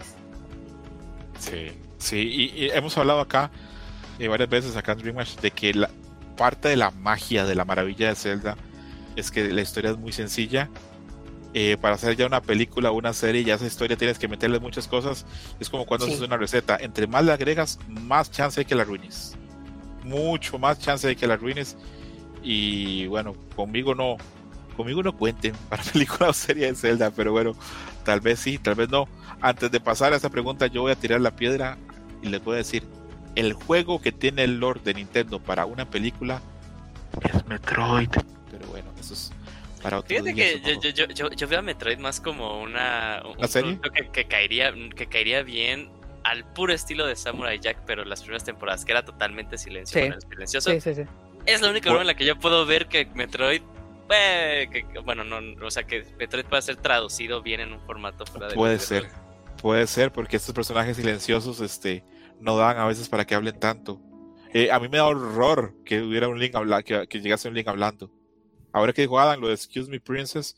Sí, y hemos hablado acá varias veces acá en Dream Match de que la parte de la magia, de la maravilla de Zelda, es que la historia es muy sencilla. Para hacer ya una película o una serie, ya esa historia tienes que meterle muchas cosas. Es como cuando haces una receta, entre más le agregas, más chance hay que la arruines, mucho más chance hay que la arruines. Y bueno, conmigo no cuenten para película o serie de Zelda, pero bueno, tal vez sí, tal vez no. Antes de pasar a esa pregunta, yo voy a tirar la piedra y les voy a decir, el juego que tiene el lore de Nintendo para una película es Metroid, pero bueno, eso es para otro Fíjate día, que yo veo a Metroid más como un serie que caería bien al puro estilo de Samurai Jack, pero las primeras temporadas, que era totalmente silencioso. Sí. Es la única forma en la que yo puedo ver que Metroid, que Metroid pueda ser traducido bien en un formato fuera de... Puede ser, porque estos personajes silenciosos no dan a veces para que hablen tanto. A mí me da horror que hubiera un Link que llegase un Link hablando. Ahora que dijo Adam lo de Excuse Me Princess,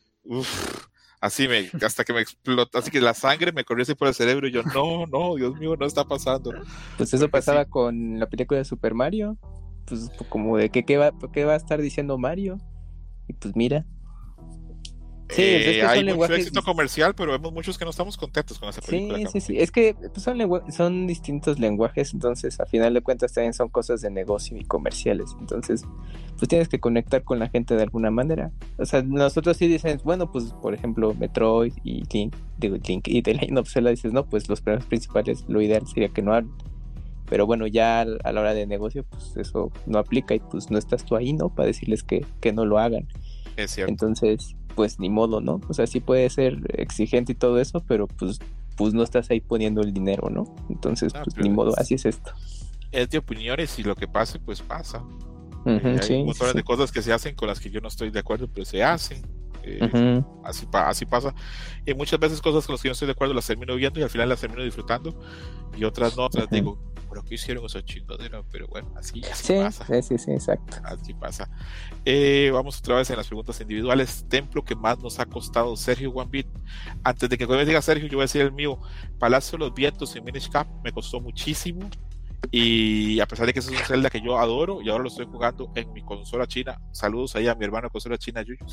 hasta que me explotó, así que la sangre me corrió así por el cerebro y yo, no, Dios mío, no está pasando. Pues eso pasaba con la película de Super Mario, pues como de qué va a estar diciendo Mario, y pues mira. Sí, es que hay son mucho éxito comercial, pero vemos muchos que no estamos contentos con esa película. Sí, es que pues, son distintos lenguajes, entonces a final de cuentas también son cosas de negocio y comerciales, entonces pues tienes que conectar con la gente de alguna manera. O sea, nosotros sí dicen, bueno, pues por ejemplo Metroid y Link y The Legend of Zelda, dices, no, pues los problemas principales, lo ideal sería que no hablen, pero bueno, ya a la hora de negocio, pues eso no aplica y pues no estás tú ahí, ¿no? Para decirles que no lo hagan. Es cierto. Entonces pues ni modo, ¿no? O sea, sí puede ser exigente y todo eso, pero pues no estás ahí poniendo el dinero, ¿no? Entonces, pues ni modo, así es esto. Es de opiniones y lo que pase, pues pasa. Hay un montón de cosas que se hacen con las que yo no estoy de acuerdo, pero se hacen. Así pasa. Y muchas veces cosas con las que yo no estoy de acuerdo las termino viendo y al final las termino disfrutando. Y otras no, otras digo, ¿pero qué hicieron esos chingaderos? Pero bueno, así pasa. Sí, exacto. Así pasa. Vamos otra vez en las preguntas individuales. Templo que más nos ha costado, Sergio One Beat. Antes de que me diga Sergio, yo voy a decir el mío. Palacio de los Vientos en Minish Cap me costó muchísimo. Y a pesar de que eso es un Zelda que yo adoro y ahora lo estoy jugando en mi consola china, saludos ahí a mi hermano de consola china Yuyos.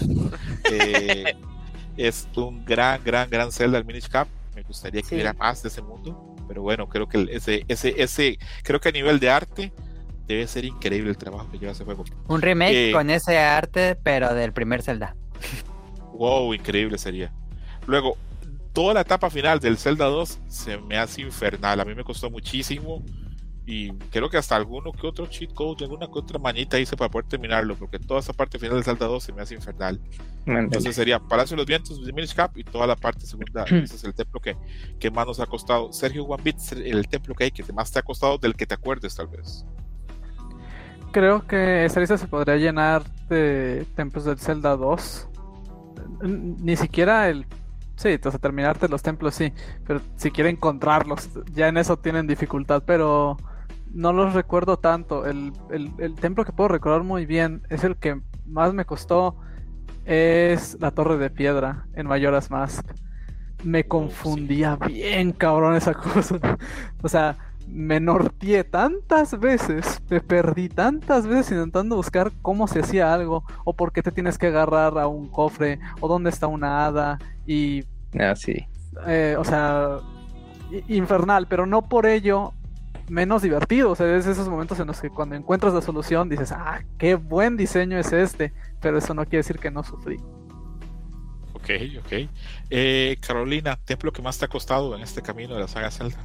Es un gran Zelda el Minish Cap. Me gustaría que hubiera más de ese mundo, pero bueno, creo que creo que a nivel de arte debe ser increíble el trabajo que lleva ese juego. Un remake con ese arte, pero del primer Zelda. Wow, increíble sería. Luego, toda la etapa final del Zelda 2 se me hace infernal. A mí me costó muchísimo. Y creo que hasta alguno que otro cheat code, alguna que otra mañita hice para poder terminarlo, porque toda esa parte final del Zelda 2 se me hace infernal. Entonces sería Palacio de los Vientos de Minish Cap y toda la parte segunda. Ese es el templo que más nos ha costado. Sergio One Beat, el templo que más te ha costado del que te acuerdes, tal vez. Creo que esa lista se podría llenar de templos del Zelda 2. Ni siquiera sí, entonces terminarte los templos sí, pero si quieren encontrarlos, ya en eso tienen dificultad, pero no los recuerdo tanto. El templo que puedo recordar muy bien es el que más me costó, es la Torre de Piedra en Majora's Mask. Me confundía bien cabrón esa cosa. O sea, me norteé tantas veces, me perdí tantas veces intentando buscar cómo se hacía algo, o por qué te tienes que agarrar a un cofre, o dónde está una hada, y... sí. O sea, infernal, pero no por ello menos divertido. O sea, es esos momentos en los que cuando encuentras la solución dices, qué buen diseño es este, pero eso no quiere decir que no sufrí. Ok. Carolina, ¿templo que más te ha costado en este camino de la saga Zelda?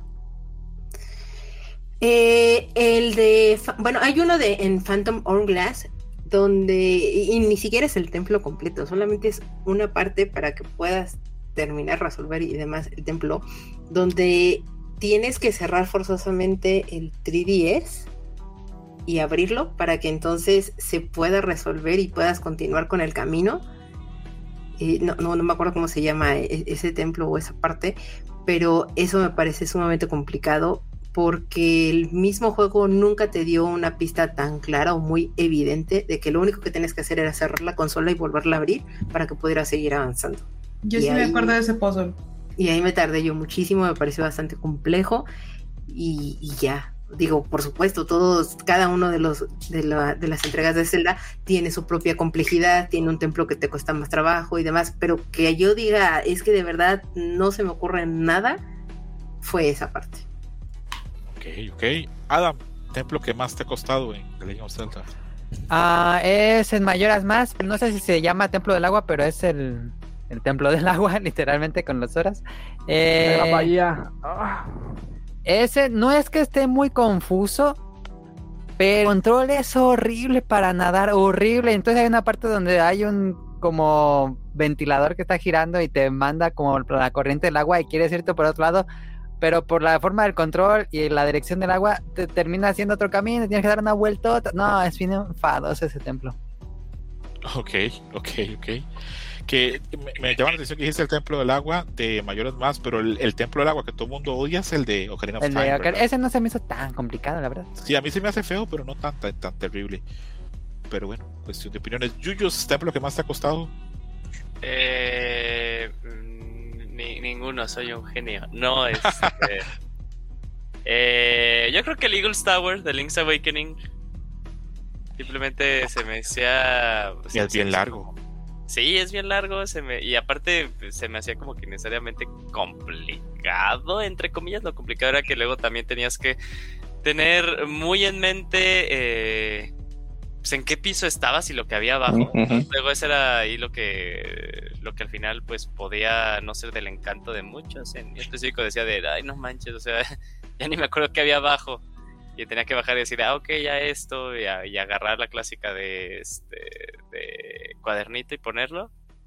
El de... Bueno, hay uno en Phantom Hourglass donde... Y ni siquiera es el templo completo, solamente es una parte para que puedas terminar, resolver y demás el templo, donde tienes que cerrar forzosamente el 3DS y abrirlo para que entonces se pueda resolver y puedas continuar con el camino. No me acuerdo cómo se llama ese templo o esa parte, pero eso me parece sumamente complicado porque el mismo juego nunca te dio una pista tan clara o muy evidente de que lo único que tienes que hacer era cerrar la consola y volverla a abrir para que pudieras seguir avanzando. Yo sí me acuerdo de ese puzzle. Y ahí me tardé yo muchísimo, me pareció bastante complejo y ya. Digo, por supuesto, cada uno de las entregas de Zelda tiene su propia complejidad, tiene un templo que te cuesta más trabajo y demás, pero que yo diga, es que de verdad no se me ocurre nada, fue esa parte. Ok. Adam, ¿templo que más te ha costado en The Legend of Zelda? Es en Majora's Mask, no sé si se llama Templo del Agua, pero es el Templo del Agua, literalmente con las horas. La bahía. Ese no es que esté muy confuso, pero el control es horrible para nadar, horrible. Entonces hay una parte donde hay un como ventilador que está girando y te manda como la corriente del agua y quieres irte por otro lado, pero por la forma del control y la dirección del agua te termina haciendo otro camino, tienes que dar una vueltota. No, es bien enfadoso ese templo. Ok. Que me llama la atención que dijiste el templo del agua de Majora's Mask, pero el templo del agua que todo el mundo odia es el de Ocarina of Time, ese no se me hizo tan complicado, la verdad. Sí, a mí se me hace feo, pero no tan terrible. Pero bueno, cuestión de opiniones. Yuyos, ¿templo que más te ha costado? Ninguno, soy un genio. No, yo creo que el Eagle's Tower de Link's Awakening simplemente se me hacía... Y es bien largo. Sí, es bien largo, y aparte se me hacía como que necesariamente complicado, entre comillas. Lo complicado era que luego también tenías que tener muy en mente pues en qué piso estabas y lo que había abajo. Uh-huh. Luego eso era ahí lo que al final pues podía no ser del encanto de muchos. En específico decía ay no manches, o sea, ya ni me acuerdo qué había abajo. Y tenía que bajar y decir, ok, ya esto, y agarrar la clásica de cuadernito y ponerlo.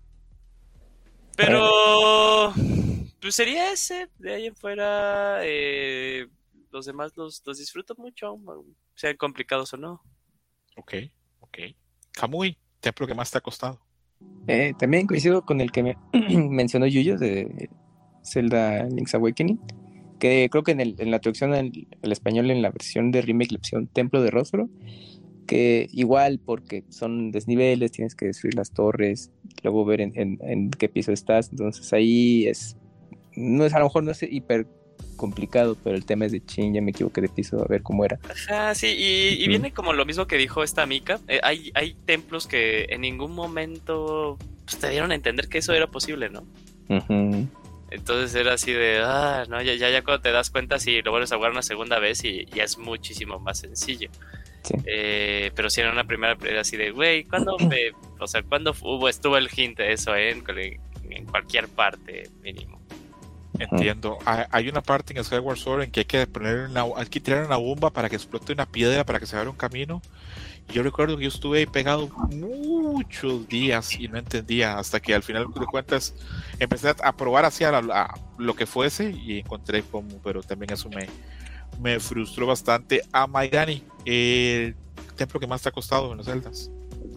Pero pues sería ese. De ahí en fuera, los demás los disfruto mucho, sean complicados o no. Ok. Kamui, templo que más te ha costado. También coincido con el que mencionó Yuyo de Zelda Link's Awakening, que creo que en la traducción al español, en la versión de remake, le pusieron Templo de Rostro, que igual porque son desniveles, tienes que destruir las torres, luego ver en qué piso estás, entonces ahí no es, a lo mejor no es hiper complicado, pero el tema es de chin, ya me equivoqué de piso, a ver cómo era. Ajá, sí, y viene como lo mismo que dijo esta Mika. Hay templos que en ningún momento pues, te dieron a entender que eso era posible, ¿no? Uh-huh. Entonces era así de, no, ya cuando te das cuenta, si lo vuelves a jugar una segunda vez y ya es muchísimo más sencillo. Sí. Pero si era una primera, era así de, güey, ¿cuándo estuvo el hint de eso, en cualquier parte mínimo? Entiendo. Hay una parte en Skyward Sword en que hay que tirar una bomba para que explote una piedra para que se abra un camino. Y yo recuerdo que yo estuve ahí pegado muchos días y no entendía, hasta que al final de cuentas empecé a probar hacia lo que fuese y encontré cómo, pero también eso me frustró bastante. A Maigani, el templo que más te ha costado en los Zeldas.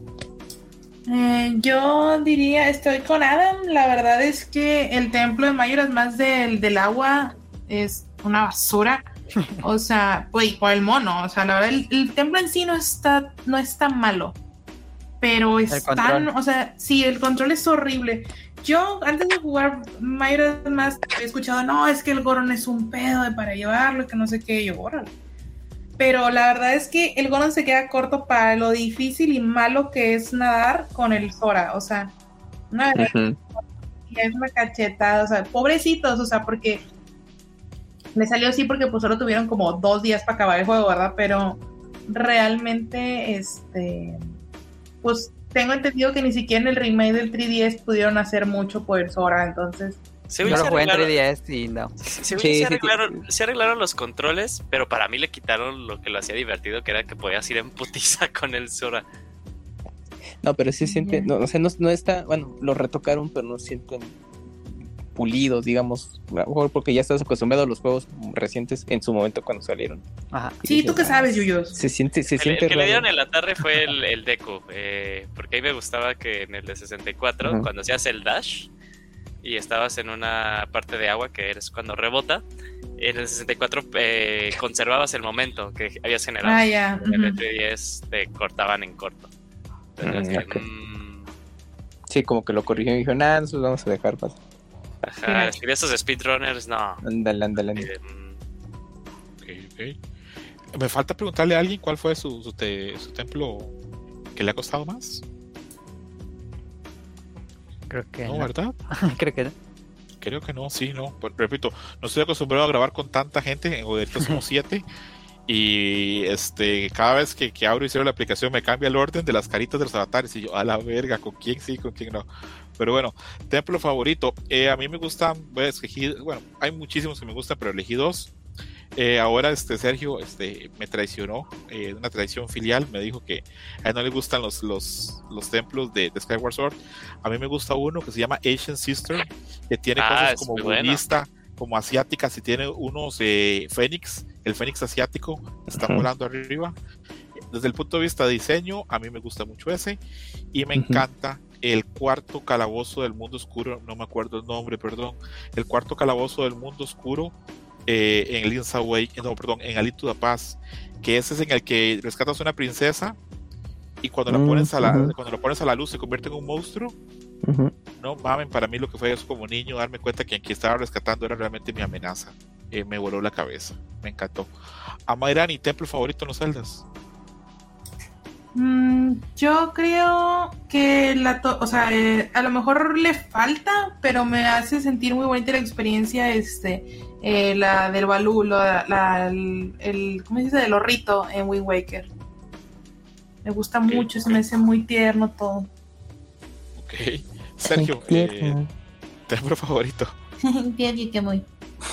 Yo diría, estoy con Adam. La verdad es que el templo de Majora's Mask del agua es una basura. O sea, por el mono. O sea, la verdad, el templo en sí no es tan malo. Pero es tan, o sea, sí, el control es horrible. yo antes de jugar Majora's Mask he escuchado, no, es que el Goron es un pedo para llevarlo, que no sé qué, yo, Goron. Pero la verdad es que el Goron se queda corto para lo difícil y malo que es nadar con el Sora, o sea, una verdad, es una cachetada, o sea, pobrecitos, o sea, porque le salió así porque pues solo tuvieron como 2 días para acabar el juego, ¿verdad? Pero realmente, pues tengo entendido que ni siquiera en el remake del 3DS pudieron hacer mucho por el Sora, entonces... Yo lo jugué en 3DS y no. Se arreglaron los controles, pero para mí le quitaron lo que lo hacía divertido, que era que podías ir en putiza con el Sora. No, pero sí siente, no, o sea, no está, bueno, lo retocaron, pero no sienten pulidos, digamos, a lo mejor porque ya estás acostumbrado a los juegos recientes en su momento cuando salieron. Ajá. Sí, ¿tú qué sabes, Yuyos? Se siente El que raro. le dieron en la tarde fue el Deku, porque ahí me gustaba que en el de 64, cuando hacías el dash y estabas en una parte de agua que eres cuando rebota, en el 64 conservabas el momento que habías generado. En el 3DS te cortaban en corto. Entonces, sí, como que lo corrigieron y dijeron, nosotros vamos a dejar pasar. Ajá, y de esos speedrunners, no. Ándale. Okay. Me falta preguntarle a alguien cuál fue su templo que le ha costado más. Creo que no, ¿verdad? Creo que no. Creo que no, sí, no. Pero, repito, no estoy acostumbrado a grabar con tanta gente, ahorita somos 7. Y cada vez que abro y cierro la aplicación me cambia el orden de las caritas de los avatares y yo, a la verga, ¿con quién sí, con quién no? Pero bueno, templo favorito, a mí me gustan, hay muchísimos que me gustan, pero elegí 2. Ahora Sergio me traicionó, una traición filial, me dijo que a él no le gustan los templos de Skyward Sword. A mí me gusta uno que se llama Ancient Sister, que tiene cosas como budista, como asiáticas, y tiene unos fénix, el fénix asiático está volando arriba. Desde el punto de vista de diseño, a mí me gusta mucho ese, y me encanta el cuarto calabozo del mundo oscuro, no me acuerdo el nombre, perdón, el cuarto calabozo del mundo oscuro en Link's Awakening, en A Link to the Past, que ese es en el que rescatas a una princesa y cuando la pones a la luz se convierte en un monstruo. No mamen, para mí lo que fue eso como niño, darme cuenta que quien estaba rescatando era realmente mi amenaza. Me voló la cabeza, me encantó. Amairani, templo favorito en los Zeldas. Yo creo que a lo mejor le falta, pero me hace sentir muy bonita la experiencia, la del Balú, ¿cómo se dice? Del Orrito en Wind Waker. Me gusta mucho, se me hace muy tierno todo. Ok. Sergio, templo favorito. Bien, que muy.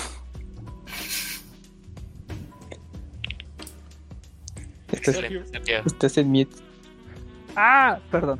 Estás en mute. Perdón.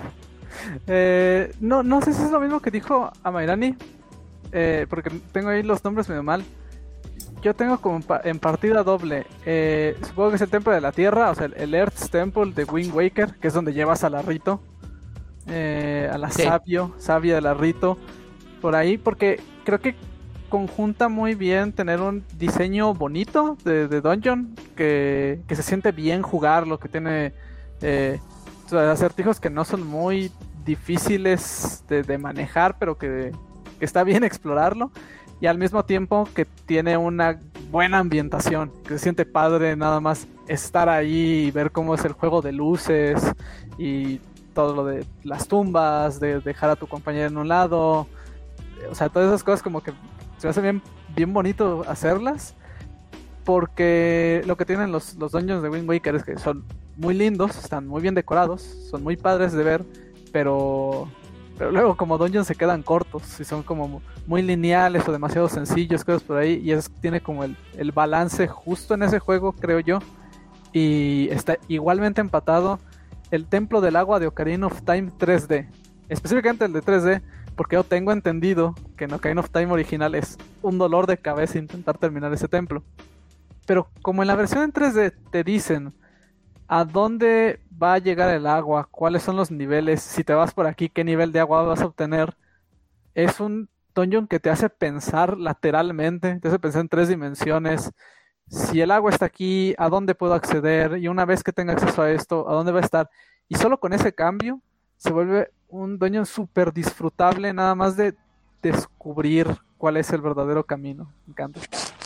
No sé si es lo mismo que dijo Amairani, porque tengo ahí los nombres medio mal. Yo tengo como en partida doble. Supongo que es el templo de la tierra, o sea, el Earth's Temple de Wind Waker, que es donde llevas a la Rito, a la sabia de la Rito, por ahí, porque creo que conjunta muy bien tener un diseño bonito de dungeon, que se siente bien jugarlo, que tiene acertijos que no son muy difíciles de manejar, pero que está bien explorarlo, y al mismo tiempo que tiene una buena ambientación, que se siente padre nada más estar ahí y ver cómo es el juego de luces y todo lo de las tumbas, de dejar a tu compañero en un lado, o sea, todas esas cosas como que se me hace bien bonito hacerlas, porque lo que tienen los dungeons de Wind Waker es que son muy lindos, están muy bien decorados, son muy padres de ver, pero luego como dungeons se quedan cortos y son como muy lineales o demasiado sencillos, cosas por ahí, y tiene como el balance justo en ese juego, creo yo. Y está igualmente empatado el Templo del Agua de Ocarina of Time 3D, específicamente el de 3D, porque yo tengo entendido que en Ocarina of Time original es un dolor de cabeza intentar terminar ese templo. Pero como en la versión en 3D te dicen a dónde va a llegar el agua, cuáles son los niveles, si te vas por aquí, qué nivel de agua vas a obtener, es un dungeon que te hace pensar lateralmente, te hace pensar en 3 dimensiones. Si el agua está aquí, ¿a dónde puedo acceder? Y una vez que tenga acceso a esto, ¿a dónde va a estar? Y solo con ese cambio se vuelve un dungeon súper disfrutable, nada más de descubrir cuál es el verdadero camino. Me encanta.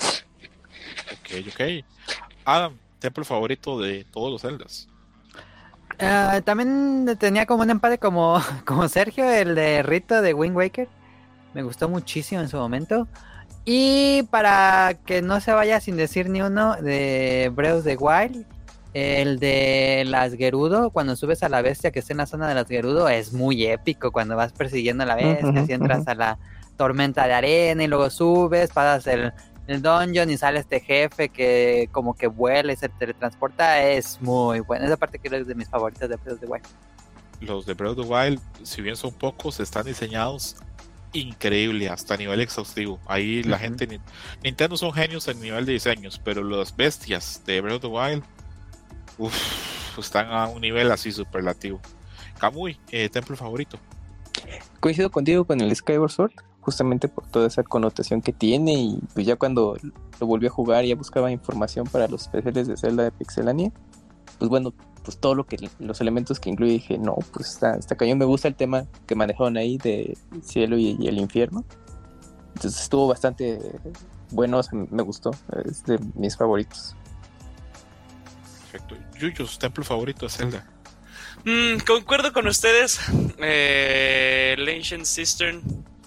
Ok. Adam, templo favorito de todos los Zeldas. También tenía como un empate como Sergio, el de Rito de Wind Waker. Me gustó muchísimo en su momento. Y para que no se vaya sin decir ni uno, de Breath of the Wild, el de las Gerudo, cuando subes a la bestia que está en la zona de las Gerudo, es muy épico cuando vas persiguiendo a la bestia, si entras a la tormenta de arena y luego subes, pasas el dungeon y sale este jefe que como que vuela y se teletransporta, es muy bueno. Esa parte creo que es de mis favoritas de Breath of the Wild. Los de Breath of the Wild, si bien son pocos, están diseñados increíble, hasta a nivel exhaustivo. Ahí la gente, Nintendo son genios en nivel de diseños, pero las bestias de Breath of the Wild, están a un nivel así superlativo. Kamui, templo favorito. Coincido contigo con el Skyward Sword, justamente por toda esa connotación que tiene, y pues ya cuando lo volví a jugar y ya buscaba información para los especiales de Zelda de Pixelania, pues bueno, pues todo los elementos que incluye, dije, no, pues está cañón. Me gusta el tema que manejaron ahí de cielo y el infierno, entonces estuvo bastante bueno, o sea, me gustó, es de mis favoritos. Perfecto. Yuyos, templo favorito de Zelda. Concuerdo con ustedes. El Ancient Cistern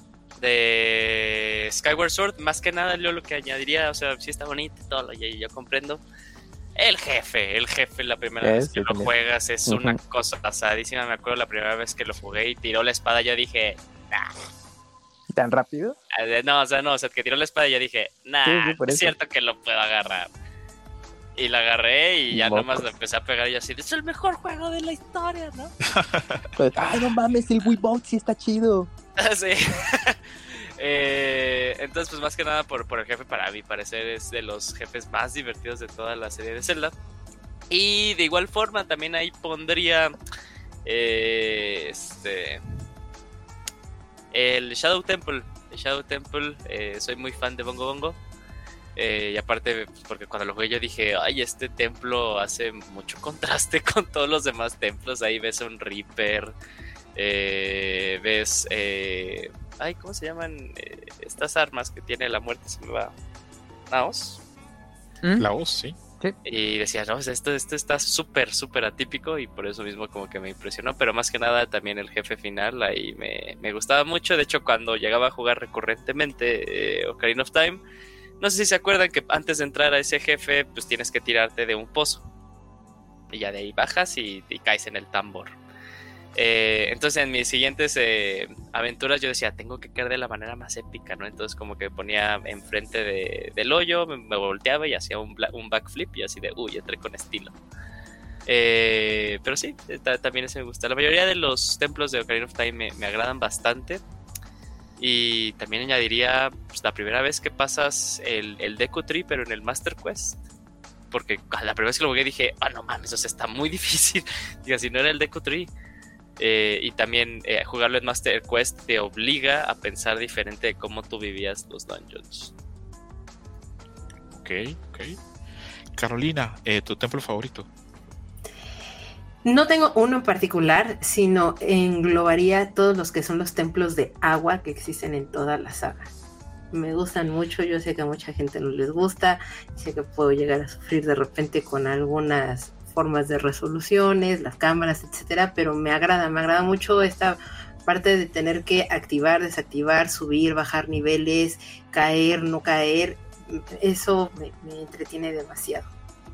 de Skyward Sword, más que nada yo lo que añadiría, o sea, sí está bonito y todo, yo comprendo. El jefe, la primera vez que lo juegas es una cosa pasadísima. Me acuerdo la primera vez que lo jugué y tiró la espada, yo dije, nah. ¿Tan rápido? No, o sea, que tiró la espada y yo dije, nah, sí, es cierto que lo puedo agarrar. Y la agarré y ya nomás lo empecé a pegar y así, es el mejor juego de la historia, ¿no? Pues, ay, no mames, el Wiimote sí está chido. Sí. Entonces, pues más que nada por el jefe, para mi parecer es de los jefes más divertidos de toda la serie de Zelda. Y de igual forma también ahí pondría el Shadow Temple. Soy muy fan de Bongo Bongo. Y aparte, porque cuando lo jugué yo dije, ay, este templo hace mucho contraste con todos los demás templos. Ahí ves a un Reaper, ves... ay, ¿cómo se llaman estas armas que tiene la muerte? Se me va. ¿Naos? La hoz, sí. Y decía, no, esto está súper atípico, y por eso mismo como que me impresionó. Pero más que nada también el jefe final ahí me gustaba mucho. De hecho, cuando llegaba a jugar recurrentemente Ocarina of Time, no sé si se acuerdan que antes de entrar a ese jefe, pues tienes que tirarte de un pozo. Y ya de ahí bajas y caes en el tambor. Entonces en mis siguientes aventuras yo decía, tengo que caer de la manera más épica, ¿no? Entonces como que ponía enfrente del hoyo, me volteaba y hacía un backflip y así de, entré con estilo. Pero sí, también ese me gusta. La mayoría de los templos de Ocarina of Time me agradan bastante. Y también añadiría, pues, la primera vez que pasas el Deku Tree, pero en el Master Quest. Porque la primera vez que lo jugué dije, no mames, o sea, está muy difícil. Digo, si no era el Deku Tree. Y también jugarlo en Master Quest te obliga a pensar diferente de cómo tú vivías los dungeons. Ok. Carolina, tu templo favorito. No tengo uno en particular, sino englobaría todos los que son los templos de agua que existen en toda la saga. Me gustan mucho, yo sé que a mucha gente no les gusta, sé que puedo llegar a sufrir de repente con algunas formas de resoluciones, las cámaras, etcétera, pero me agrada mucho esta parte de tener que activar, desactivar, subir, bajar niveles, caer, no caer. Eso me entretiene demasiado.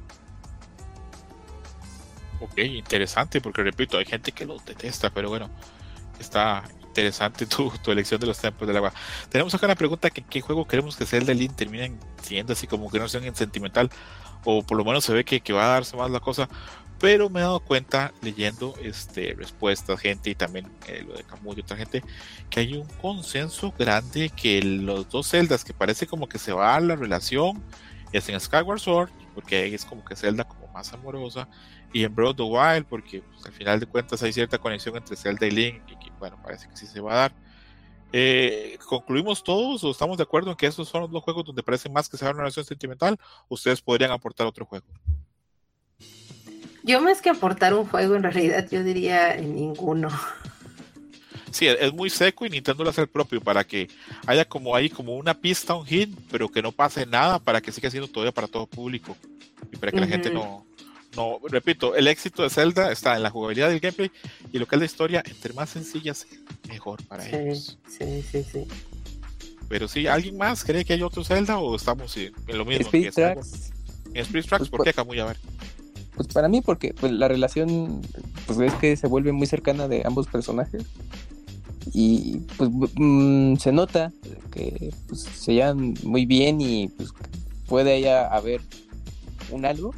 Ok, interesante, porque repito, hay gente que lo detesta, pero bueno, está interesante tu elección de los templos del agua. Tenemos acá una pregunta, que ¿qué juego queremos que Zelda y Link terminen siendo así como que no sean sentimental? O por lo menos se ve que va a darse más la cosa, pero me he dado cuenta leyendo respuestas, gente, y también lo de Kamui y otra gente, que hay un consenso grande que los dos Zeldas, que parece como que se va a la relación, es en Skyward Sword, porque ahí es como que Zelda como más amorosa, y en Breath of the Wild, porque pues, al final de cuentas hay cierta conexión entre Zelda y Link, y que bueno, parece que sí se va a dar. ¿Concluimos todos o estamos de acuerdo en que esos son los dos juegos donde parece más que se va a una relación sentimental? ¿Ustedes podrían aportar otro juego? Yo más que aportar un juego, en realidad yo diría ninguno. Sí, es muy seco y Nintendo lo hace el propio para que haya como ahí como una pista, un hit, pero que no pase nada para que siga siendo todavía para todo público y para que la gente no, repito, el éxito de Zelda está en la jugabilidad del gameplay y lo que es la historia, entre más sencillas, mejor para ellos. Sí. Pero sí, ¿alguien más cree que hay otro Zelda o estamos en lo mismo? Spirit Tracks. En Spirit Tracks, ¿por qué, Camuy? A ver. Pues para mí, porque pues, la relación pues es que se vuelve muy cercana de ambos personajes y pues se nota que pues, se llevan muy bien y pues puede allá haber un algo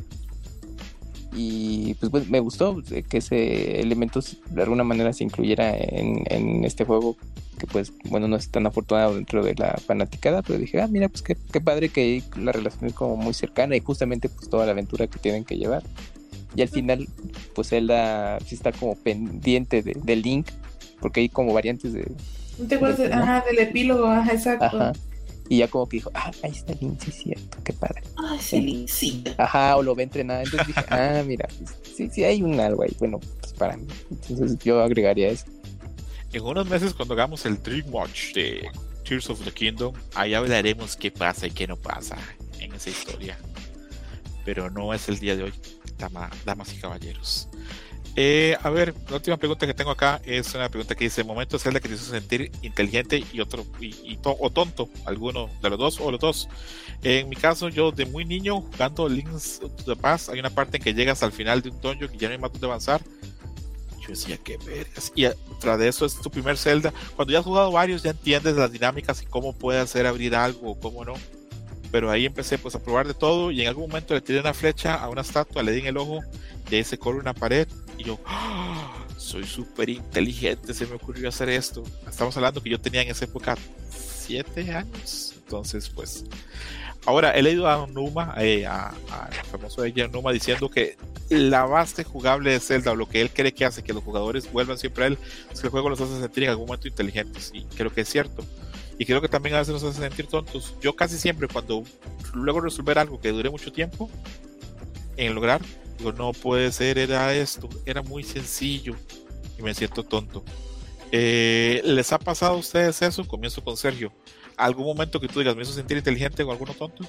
y pues me gustó que ese elemento de alguna manera se incluyera en este juego que pues bueno no es tan afortunado dentro de la fanaticada, pero dije mira pues qué padre que la relación es como muy cercana y justamente pues toda la aventura que tienen que llevar y al final pues Zelda sí está como pendiente de Link porque hay como variantes de ¿te acuerdas? Ajá, del epílogo, ajá, exacto. Ajá. Y ya como que dijo, ahí está Link, sí es cierto, qué padre. Ay, ese Linkcito. Ajá, o lo ve entrenar. Entonces dije, mira, pues, sí hay un algo ahí. Bueno, pues para mí. Entonces yo agregaría eso. En unos meses cuando hagamos el Dream Watch de Tears of the Kingdom, ahí hablaremos qué pasa y qué no pasa en esa historia. Pero no es el día de hoy, damas y caballeros. A ver, la última pregunta que tengo acá es una pregunta que dice: momento Zelda que te hizo sentir inteligente y otro o tonto, alguno de los dos o los dos. En mi caso, yo de muy niño jugando Link's to the Past, hay una parte en que llegas al final de un dungeon y ya no hay más donde avanzar. Yo decía, qué vergas. Y tras de eso es tu primer Zelda. Cuando ya has jugado varios, ya entiendes las dinámicas y cómo puede hacer abrir algo o cómo no. Pero ahí empecé pues a probar de todo y en algún momento le tiré una flecha a una estatua, le di en el ojo y ahí se corre una pared y yo soy súper inteligente, se me ocurrió hacer esto. Estamos hablando que yo tenía en esa época 7 años, entonces pues ahora he leído a Numa, al famoso de Numa, diciendo que la base jugable de Zelda o lo que él cree que hace que los jugadores vuelvan siempre a él es que el juego los hace sentir en algún momento inteligentes y creo que es cierto. Y creo que también a veces nos hace sentir tontos. Yo casi siempre cuando luego resolver algo que dure mucho tiempo en lograr, digo, no puede ser, era esto, era muy sencillo y me siento tonto. ¿Les ha pasado a ustedes eso? Comienzo con Sergio. ¿Algún momento que tú digas, me hizo sentir inteligente o alguno tonto?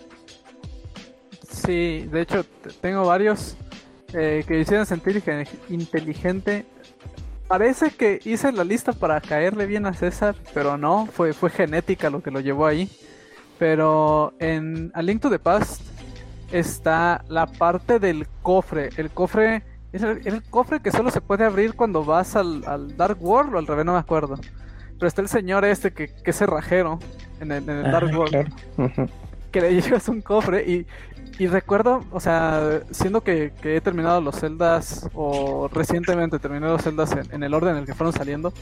Sí, de hecho tengo varios que me hicieron sentir inteligente. Parece que hice la lista para caerle bien a César, pero no, fue genética lo que lo llevó ahí. Pero en A Link to the Past está la parte del cofre. El cofre es el cofre que solo se puede abrir cuando vas al Dark World o al revés, no me acuerdo. Pero está el señor que es cerrajero en el Dark World. Claro. Uh-huh. Que le llevas un cofre y recuerdo, o sea, siendo que he terminado los Zeldas, o recientemente terminé los Zeldas en el orden en el que fueron saliendo,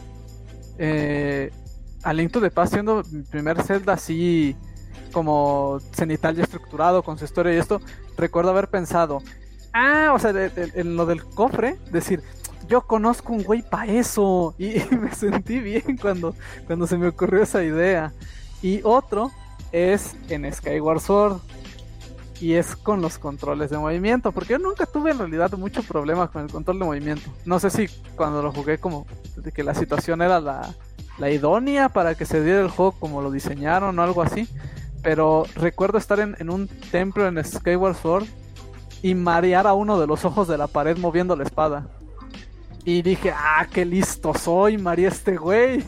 A Link to the Past siendo mi primer Zelda así como cenital y estructurado con su historia y esto, recuerdo haber pensado, o sea, en lo del cofre, decir, yo conozco un güey para eso, y me sentí bien cuando se me ocurrió esa idea. Y otro es en Skyward Sword, y es con los controles de movimiento, porque yo nunca tuve en realidad mucho problema con el control de movimiento. No sé si cuando lo jugué como de que la situación era la idónea para que se diera el juego como lo diseñaron o algo así, pero recuerdo estar en un templo en Skyward Sword y marear a uno de los ojos de la pared moviendo la espada. Y dije, qué listo soy, mareé a este güey.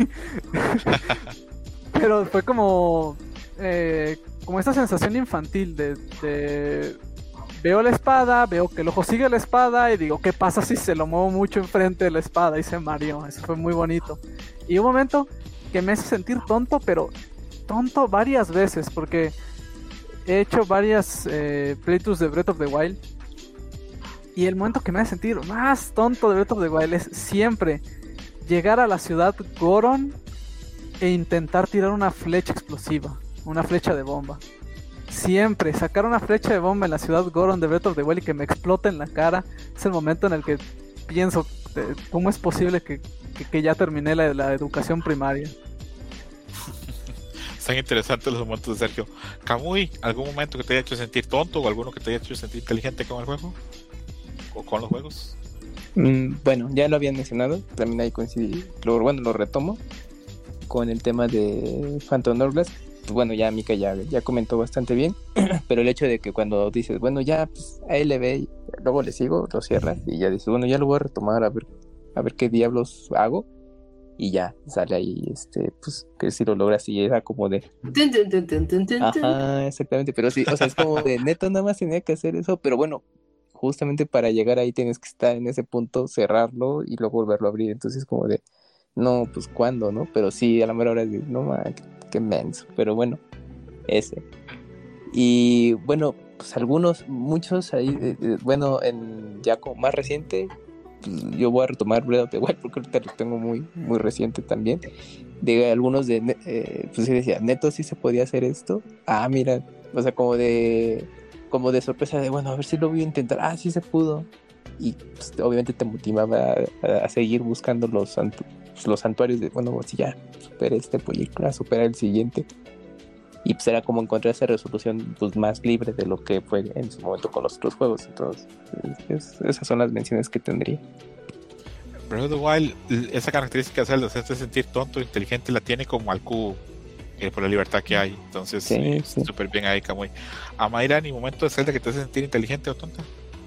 Pero fue como esta sensación infantil de veo la espada, veo que el ojo sigue la espada y digo, ¿qué pasa si se lo muevo mucho enfrente de la espada? Y se mareó, eso fue muy bonito. Y un momento que me hace sentir tonto, pero tonto varias veces, porque he hecho varias playthroughs de Breath of the Wild, y el momento que me hace sentir más tonto de Breath of the Wild es siempre llegar a la ciudad Goron e intentar tirar una flecha explosiva, una flecha de bomba. Siempre sacar una flecha de bomba en la ciudad Goron de Breath of the Wild y que me explote en la cara es el momento en el que pienso, ¿cómo es posible que ya terminé la educación primaria? Están interesantes los momentos de Sergio. Camuy, ¿algún momento que te haya hecho sentir tonto o alguno que te haya hecho sentir inteligente con el juego? ¿O con los juegos? Bueno, ya lo habían mencionado, también ahí coincidí, lo retomo con el tema de Phantom Hourglass. Pues bueno, ya Mika ya comentó bastante bien, pero el hecho de que cuando dices, bueno, ya, pues ahí le ve, luego le sigo, lo cierras y ya dices, bueno, ya lo voy a retomar a ver qué diablos hago, y ya sale ahí, pues que si lo logras y era como de... Tun, tun, tun, tun, tun, tun, tun. Ajá, exactamente, pero sí, o sea, es como de neto, nada más tenía que hacer eso, pero bueno, justamente para llegar ahí tienes que estar en ese punto, cerrarlo y luego volverlo a abrir, entonces como de, no, pues cuándo, ¿no? Pero sí, a la mera hora es de, no, man, qué menso, pero bueno, ese. Y bueno, pues muchos ahí, bueno, ya como más reciente, pues, yo voy a retomar Breath of the Wild porque ahorita lo tengo muy, muy reciente también. De algunos pues sí decía, neto, sí se podía hacer esto. Ah, mira, o sea, como de sorpresa de, bueno, a ver si lo voy a intentar. Sí se pudo. Y pues, obviamente te motivaba a seguir buscando los santuarios de, bueno, si ya superé pues ya a superar el siguiente. Y pues era como encontrar esa resolución pues más libre de lo que fue en su momento con los otros juegos. Entonces, esas son las menciones que tendría. Breath of the Wild, esa característica de Zelda, hacerte sentir tonto, inteligente, la tiene como al cubo, por la libertad que hay. Entonces, sí. súper bien ahí, Kamui. Amaira, ¿ni momento de Zelda que te hace sentir inteligente o tonta?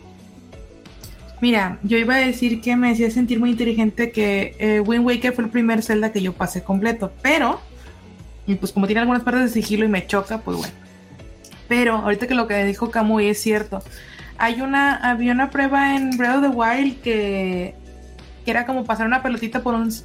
Mira, yo iba a decir que me hacía sentir muy inteligente que Wind Waker fue el primer Zelda que yo pasé completo, pero, y pues como tiene algunas partes de sigilo y me choca, pues bueno. Pero ahorita que lo que dijo Kamui es cierto. Había una prueba en Breath of the Wild que era como pasar una pelotita por un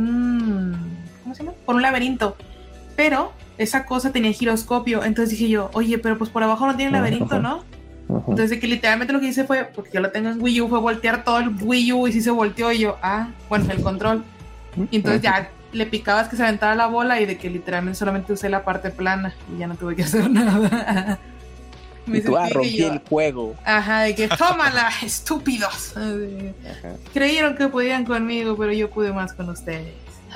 ¿cómo se llama? Por un laberinto. Pero esa cosa tenía giroscopio, entonces dije yo, oye, pero pues por abajo no tiene laberinto, ¿no? Entonces que literalmente lo que hice fue, porque yo lo tengo en Wii U, fue voltear todo el Wii U y sí se volteó y yo, bueno, el control. Y entonces ya le picabas que se aventara la bola y de que literalmente solamente usé la parte plana y ya no tuve que hacer nada. Y tú rompí el juego. Ajá, de que tómala, estúpidos. Creyeron que podían conmigo, pero yo pude más con ustedes.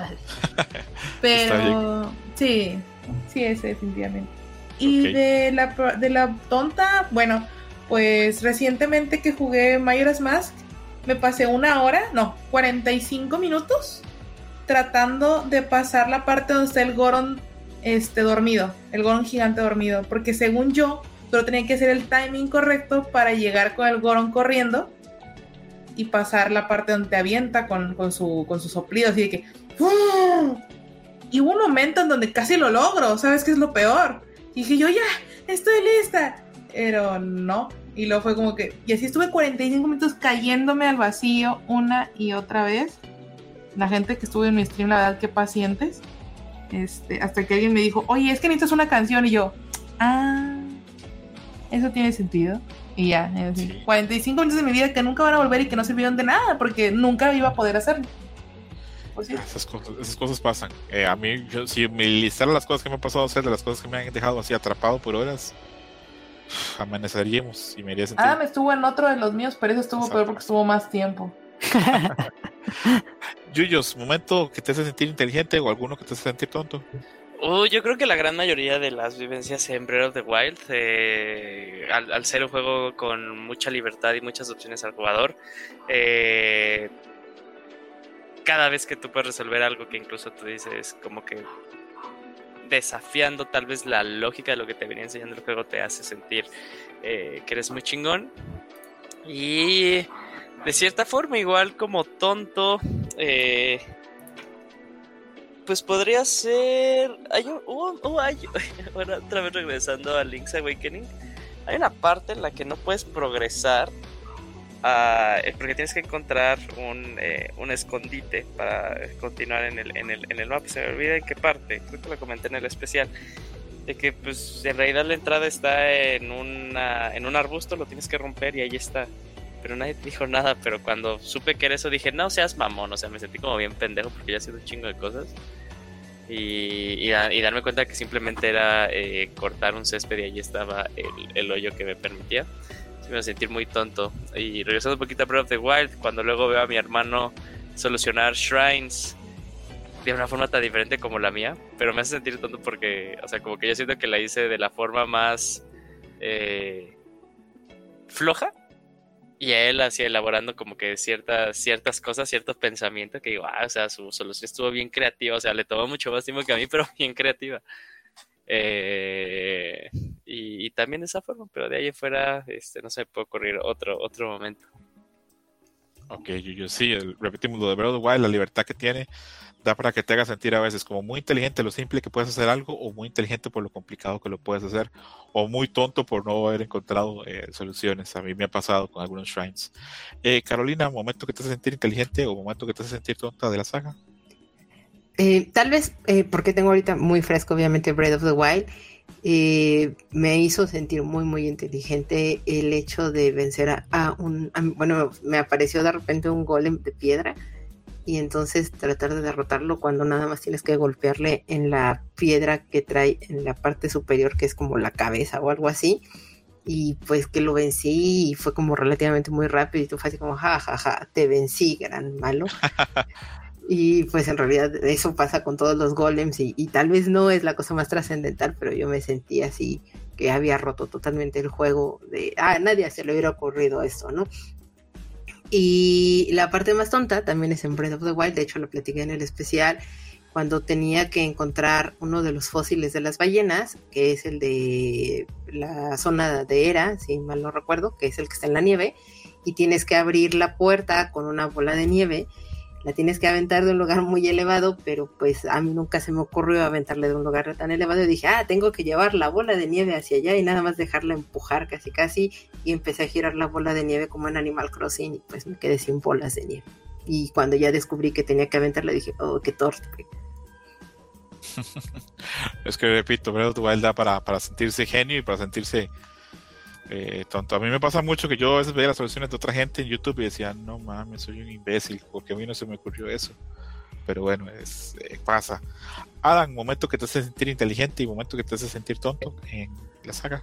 Pero sí, ese definitivamente. Y de la tonta, bueno, pues recientemente que jugué Majora's Mask, me pasé 45 minutos tratando de pasar la parte donde está el Goron dormido, el Goron gigante dormido, porque según yo solo tenía que hacer el timing correcto para llegar con el Goron corriendo y pasar la parte donde te avienta con su soplido, así de que ¡fum! Y hubo un momento en donde casi lo logro, ¿sabes qué es lo peor? Y dije yo, ya, estoy lista, pero no, y luego fue como que, y así estuve 45 minutos cayéndome al vacío una y otra vez. La gente que estuvo en mi stream, la verdad, qué pacientes, hasta que alguien me dijo, oye, es que necesitas una canción, y yo, eso tiene sentido. Y ya, 45 minutos de mi vida que nunca van a volver y que no sirvieron de nada porque nunca iba a poder hacerlo. Esas cosas pasan. A mí, si me listaran las cosas que me han pasado a hacer, de las cosas que me han dejado así atrapado por horas, amaneceríamos y me iría a sentir. Me estuvo en otro de los míos, pero eso estuvo peor porque estuvo más tiempo. Yuyos, momento que te hace sentir inteligente o alguno que te hace sentir tonto. Yo creo que la gran mayoría de las vivencias en Breath of the Wild, al ser un juego con mucha libertad y muchas opciones al jugador, cada vez que tú puedes resolver algo que incluso tú dices como que desafiando tal vez la lógica de lo que te venía enseñando el juego, te hace sentir que eres muy chingón. Y de cierta forma, igual como tonto, pues podría ser. Bueno, otra vez regresando a Link's Awakening, hay una parte en la que no puedes progresar porque tienes que encontrar un escondite para continuar en el mapa. Se me olvida en qué parte, creo que lo comenté en el especial, de que pues en realidad la entrada está en un arbusto, lo tienes que romper y ahí está. Pero nadie te dijo nada, pero cuando supe que era eso dije, no seas mamón, o sea, me sentí como bien pendejo porque ya he sido un chingo de cosas. Y darme cuenta que simplemente era cortar un césped y ahí estaba el hoyo que me permitía. Me iba a sentir muy tonto. Y regresando un poquito a Breath of the Wild, cuando luego veo a mi hermano solucionar shrines de una forma tan diferente como la mía, pero me hace sentir tonto porque, o sea, como que yo siento que la hice de la forma más floja Y a él así elaborando como que ciertas cosas, ciertos pensamientos que digo, o sea, su solución estuvo bien creativa, o sea, le tomó mucho más tiempo que a mí, pero bien creativa. Y también de esa forma, pero de ahí en fuera no se me puede ocurrir otro momento. Ok, yo sí, repetimos lo de Breath of the Wild, la libertad que tiene da para que te haga sentir a veces como muy inteligente lo simple que puedes hacer algo, o muy inteligente por lo complicado que lo puedes hacer, o muy tonto por no haber encontrado soluciones. A mí me ha pasado con algunos shrines. Carolina, ¿momento que te hace sentir inteligente o momento que te hace sentir tonta de la saga? Tal vez porque tengo ahorita muy fresco obviamente Breath of the Wild, me hizo sentir muy muy inteligente el hecho de vencer bueno, me apareció de repente un golem de piedra y entonces tratar de derrotarlo cuando nada más tienes que golpearle en la piedra que trae en la parte superior, que es como la cabeza o algo así, y pues que lo vencí y fue como relativamente muy rápido y tú fue así como ja, te vencí, gran malo. Y pues en realidad eso pasa con todos los golems y tal vez no es la cosa más trascendental, pero yo me sentí así que había roto totalmente el juego de, a nadie se le hubiera ocurrido esto, ¿no? Y la parte más tonta también es en Breath of the Wild, de hecho lo platiqué en el especial, cuando tenía que encontrar uno de los fósiles de las ballenas, que es el de la zona de Hera, si mal no recuerdo, que es el que está en la nieve, y tienes que abrir la puerta con una bola de nieve. La tienes que aventar de un lugar muy elevado, pero pues a mí nunca se me ocurrió aventarle de un lugar tan elevado. Y dije, tengo que llevar la bola de nieve hacia allá y nada más dejarla empujar casi. Y empecé a girar la bola de nieve como en Animal Crossing y pues me quedé sin bolas de nieve. Y cuando ya descubrí que tenía que aventarla dije, oh, qué torpe. Es que repito, Breath of the Wild da para sentirse genio y para sentirse tonto. A mí me pasa mucho que yo a veces veía las soluciones de otra gente en YouTube y decía, no mames, soy un imbécil, porque a mí no se me ocurrió eso. Pero bueno, pasa. Adam, momento que te hace sentir inteligente y momento que te hace sentir tonto en la saga.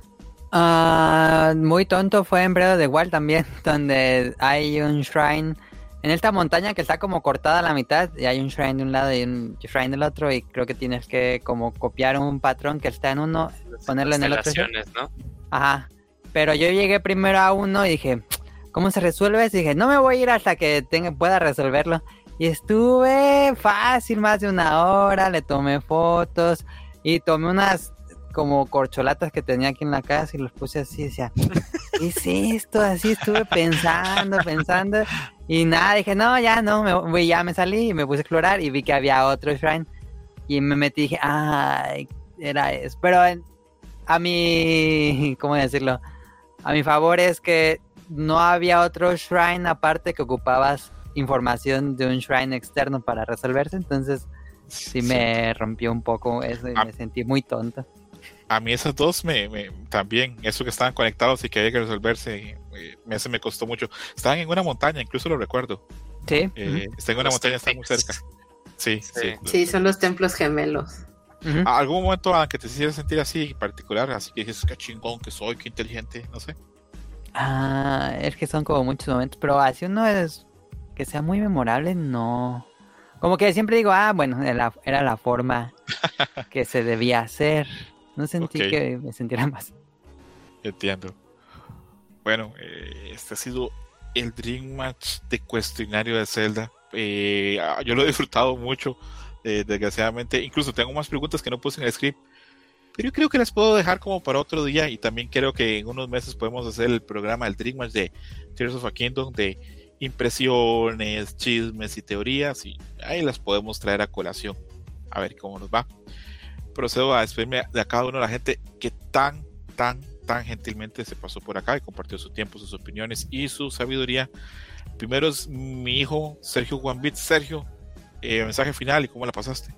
Muy tonto fue en Breath of the Wild también, donde hay un shrine en esta montaña que está como cortada a la mitad y hay un shrine de un lado y un shrine del otro y creo que tienes que como copiar un patrón que está en uno, ponerlo en el otro. ¿No? Ajá. Pero yo llegué primero a uno y dije, ¿cómo se resuelve eso? Y dije, no me voy a ir hasta que pueda resolverlo. Y estuve fácil, más de una hora, le tomé fotos y tomé unas como corcholatas que tenía aquí en la casa y los puse así, decía, ¿qué es esto? Así estuve pensando y nada, dije, no, ya no, ya me salí y me puse a explorar y vi que había otro shrine y me metí y dije, era eso. Pero a mi, ¿cómo decirlo? A mi favor es que no había otro shrine aparte que ocupabas información de un shrine externo para resolverse, entonces sí me rompió un poco eso y me sentí muy tonto. A mí esos dos también, eso que estaban conectados y que había que resolverse, me costó mucho. Estaban en una montaña, incluso lo recuerdo. Sí. Está en una montaña, está muy cerca. Sí, son los templos gemelos. Uh-huh. ¿Algún momento que te hiciera sentir así en particular? Así que dices, qué chingón que soy, qué inteligente, no sé. Es que son como muchos momentos, pero así uno es que sea muy memorable, no. Como que siempre digo, bueno, era la forma que se debía hacer. No sentí que me sintiera más. Entiendo. Bueno, este ha sido el Dream Match de cuestionario de Zelda. Yo lo he disfrutado mucho. Desgraciadamente, incluso tengo más preguntas que no puse en el script, pero yo creo que las puedo dejar como para otro día y también creo que en unos meses podemos hacer el programa del Dream Match de Tears of a Kingdom de impresiones, chismes y teorías y ahí las podemos traer a colación a ver cómo nos va. Procedo a despedirme de cada una de la gente que tan gentilmente se pasó por acá y compartió su tiempo, sus opiniones y su sabiduría. Primero es mi hijo Sergio Juanbit. Sergio, mensaje final y cómo la pasaste.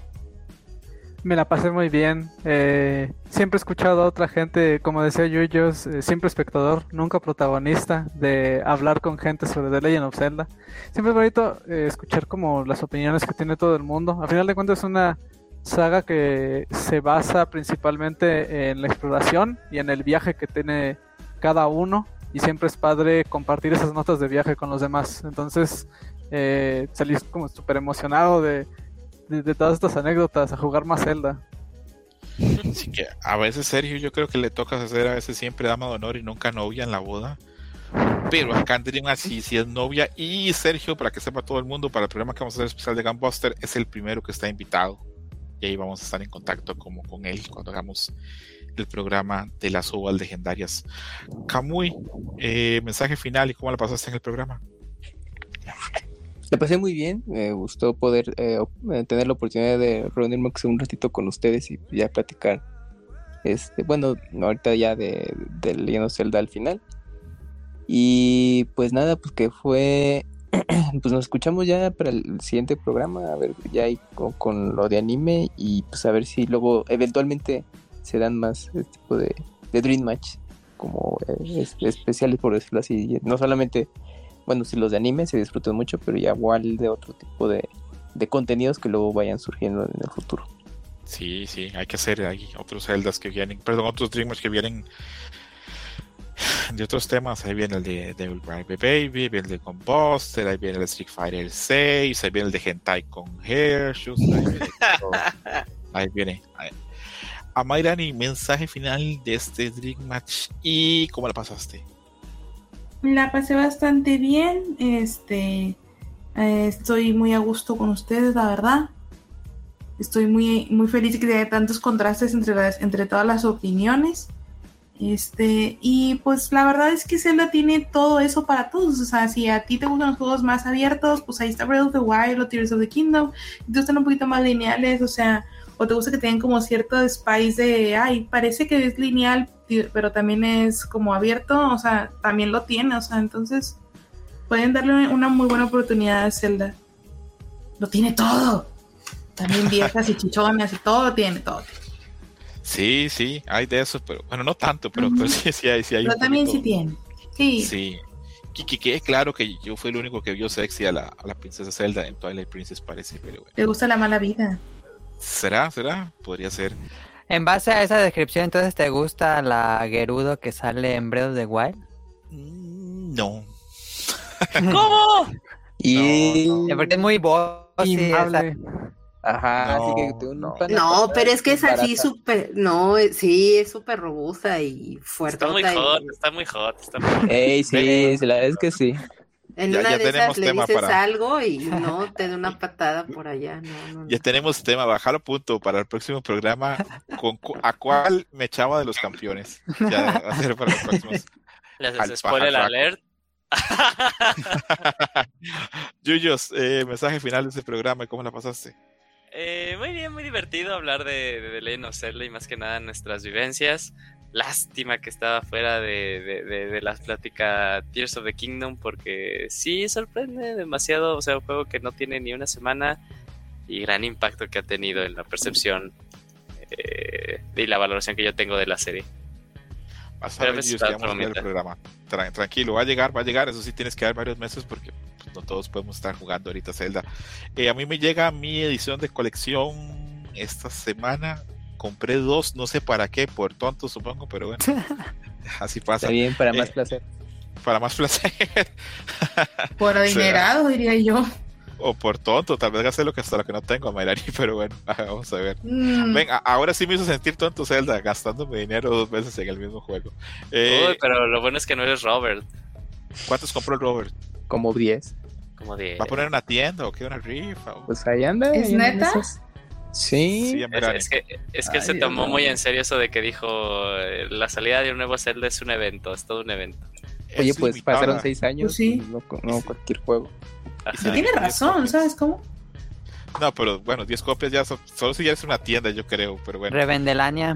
Me la pasé muy bien. Siempre he escuchado a otra gente, como decía yo, siempre espectador, nunca protagonista, de hablar con gente sobre The Legend of Zelda. Siempre es bonito escuchar como las opiniones que tiene todo el mundo. A final de cuentas es una saga que se basa principalmente en la exploración y en el viaje que tiene cada uno. Y siempre es padre compartir esas notas de viaje con los demás. Entonces salí como súper emocionado de todas estas anécdotas, a jugar más Zelda. Así que a veces Sergio yo creo que le toca hacer a veces siempre dama de honor y nunca novia en la boda, Pero acá en Dream Match sí es novia. Y Sergio, para que sepa todo el mundo, para el programa que vamos a hacer especial de Gunbuster, es el primero que está invitado. Y ahí vamos a estar en contacto como con él cuando hagamos el programa de las ovas legendarias. Kamui, mensaje final y cómo la pasaste en el programa. La pasé muy bien, me gustó poder tener la oportunidad de reunirme un ratito con ustedes y ya platicar. Bueno, ahorita ya de Legend of Zelda al final. Y pues nada, pues que fue, pues nos escuchamos ya para el siguiente programa, a ver ya ahí con lo de anime y pues a ver si luego eventualmente se dan más este tipo de Dream Match como especiales, por decirlo así, no solamente, bueno, si los de anime se disfrutan mucho, pero ya igual de otro tipo de contenidos que luego vayan surgiendo en el futuro. Sí, hay que hacer ahí otros Zeldas que vienen, otros Dream Match que vienen de otros temas. Ahí viene el de Devil May Cry Baby, viene el de Gunbuster, ahí viene el de Street Fighter 6, ahí viene el de Hentai con Hershus, ahí viene. Amairani, mensaje final de este Dream Match y ¿cómo la pasaste? La pasé bastante bien, estoy muy a gusto con ustedes, la verdad. Estoy muy, muy feliz de que haya tantos contrastes entre todas las opiniones. Y pues la verdad es que Zelda tiene todo eso para todos. O sea, si a ti te gustan los juegos más abiertos, pues ahí está Breath of the Wild o Tears of the Kingdom. Si te gustan un poquito más lineales, o sea, o te gusta que tengan como cierto spice de, parece que es lineal, pero también es como abierto, o sea, también lo tiene, o sea, entonces pueden darle una muy buena oportunidad a Zelda. Lo tiene todo. También viejas y chichonas y todo tiene, todo. Sí, hay de eso, pero bueno, no tanto, pero sí hay. Pero también sí tiene. Sí. Que quede claro que yo fui el único que vio sexy a la princesa Zelda en Twilight Princess, parece, pero bueno. ¿Te gusta la mala vida? ¿Será? Podría ser. En base a esa descripción, entonces, ¿te gusta la Gerudo que sale en Breath of the Wild? No. ¿Cómo? Y... Porque es muy bossy. Ajá, No, así que no, pero es que es así súper, no, sí, es súper robusta y fuerte. Está muy hot. Ey, sí, la verdad es que sí. En ya, una ya de esas le dices para... algo y no te da una patada por allá. No. Ya tenemos tema, bajarlo punto para el próximo programa. ¿A cuál me echaba de los campeones? Ya va a ser para los próximos. Les spoiler alert. Yuyos, mensaje final de este programa, ¿cómo la pasaste? Muy bien, muy divertido hablar de Legend of Zelda y más que nada nuestras vivencias. Lástima que estaba fuera de la plática Tears of the Kingdom porque sí sorprende demasiado, o sea, un juego que no tiene ni una semana y gran impacto que ha tenido en la percepción y la valoración que yo tengo de la serie. Vas a ver, el programa. Tranquilo, va a llegar, eso sí tienes que dar varios meses porque pues, no todos podemos estar jugando ahorita Zelda. A mí me llega mi edición de colección esta semana. Compré 2, no sé para qué, por tonto supongo, pero bueno, así pasa. Está bien, para más placer. Para más placer. Por adinerado, diría yo. O por tonto, tal vez hacer lo que hasta lo que no tengo, Mayrani, pero bueno, vamos a ver. Venga, ahora sí me hizo sentir tonto Zelda, gastándome dinero 2 veces en el mismo juego. Uy, pero lo bueno es que no eres Robert. ¿Cuántos compró el Robert? Como 10. ¿Va a poner una tienda o qué? ¿Una rifa? Pues ahí anda. ¿Es neta? Sí. Es que él se tomó muy en serio eso de que dijo la salida de un nuevo Zelda es un evento, es todo un evento. Oye, pues limitada. Pasaron 6 años, pues sí. No cualquier juego. Sí, tiene razón, ¿sabes cómo? No, pero bueno, 10 copias ya solo si ya es una tienda, yo creo, pero bueno. Revendelania.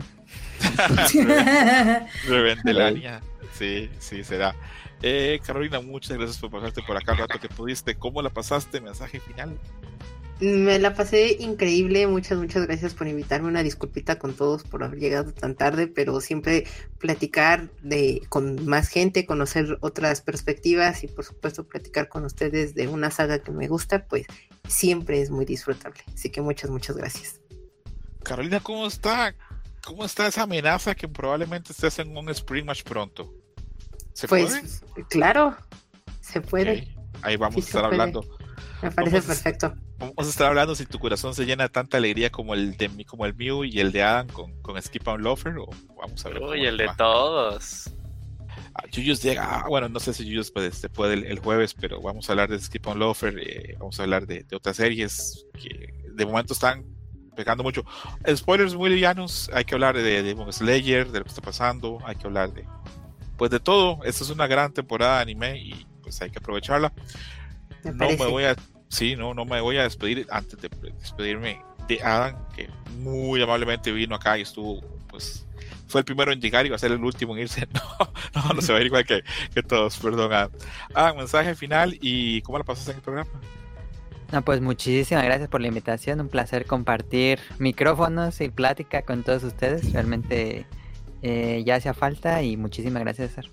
Revendelania. Sí, será. Carolina, muchas gracias por pasarte por acá el rato que pudiste. ¿Cómo la pasaste? Mensaje final. Me la pasé increíble, muchas gracias por invitarme, una disculpita con todos por haber llegado tan tarde, pero siempre platicar con más gente, conocer otras perspectivas y por supuesto platicar con ustedes de una saga que me gusta, pues siempre es muy disfrutable, así que muchas gracias. Carolina, ¿cómo está esa amenaza que probablemente estés en un Spring Match pronto? ¿Se puede? Claro, se puede. Okay. Ahí vamos a estar hablando. Me parece perfecto. Vamos a estar hablando si tu corazón se llena de tanta alegría como el mío y el de Adam con Skip and Loafer, o vamos a ver. Uy, el de todos. Yuyus llega, bueno, no sé si Yuyus puede el jueves, pero vamos a hablar de Skip on Loafer, vamos a hablar de otras series que de momento están pegando mucho. Spoilers muy livianos, hay que hablar de Demon Slayer, de lo que está pasando, hay que hablar de todo. Esta es una gran temporada de anime y pues hay que aprovecharla. No me voy a despedir antes de despedirme de Adam, que muy amablemente vino acá y estuvo, pues fue el primero en llegar y va a ser el último en irse. No se va a ir igual que todos, perdón. Adam, mensaje final y ¿cómo la pasaste en el programa? No, pues muchísimas gracias por la invitación, un placer compartir micrófonos y plática con todos ustedes, realmente ya hacía falta y muchísimas gracias, César.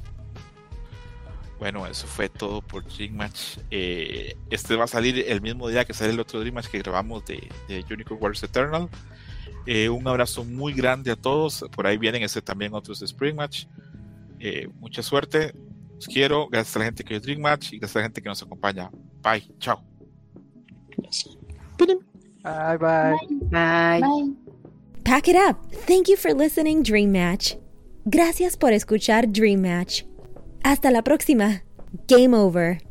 Bueno, eso fue todo por Dream Match. Este va a salir el mismo día que sale el otro Dream Match que grabamos de Unicorn Wars Eternal. Un abrazo muy grande a todos. Por ahí vienen también otros de Spring Match. Mucha suerte. Los quiero. Gracias a la gente que vio Dream Match y gracias a la gente que nos acompaña. Bye. Chao. Bye, bye. Bye. Bye. Pack it up. Thank you for listening, Dream Match. Gracias por escuchar Dream Match. Hasta la próxima. Game over.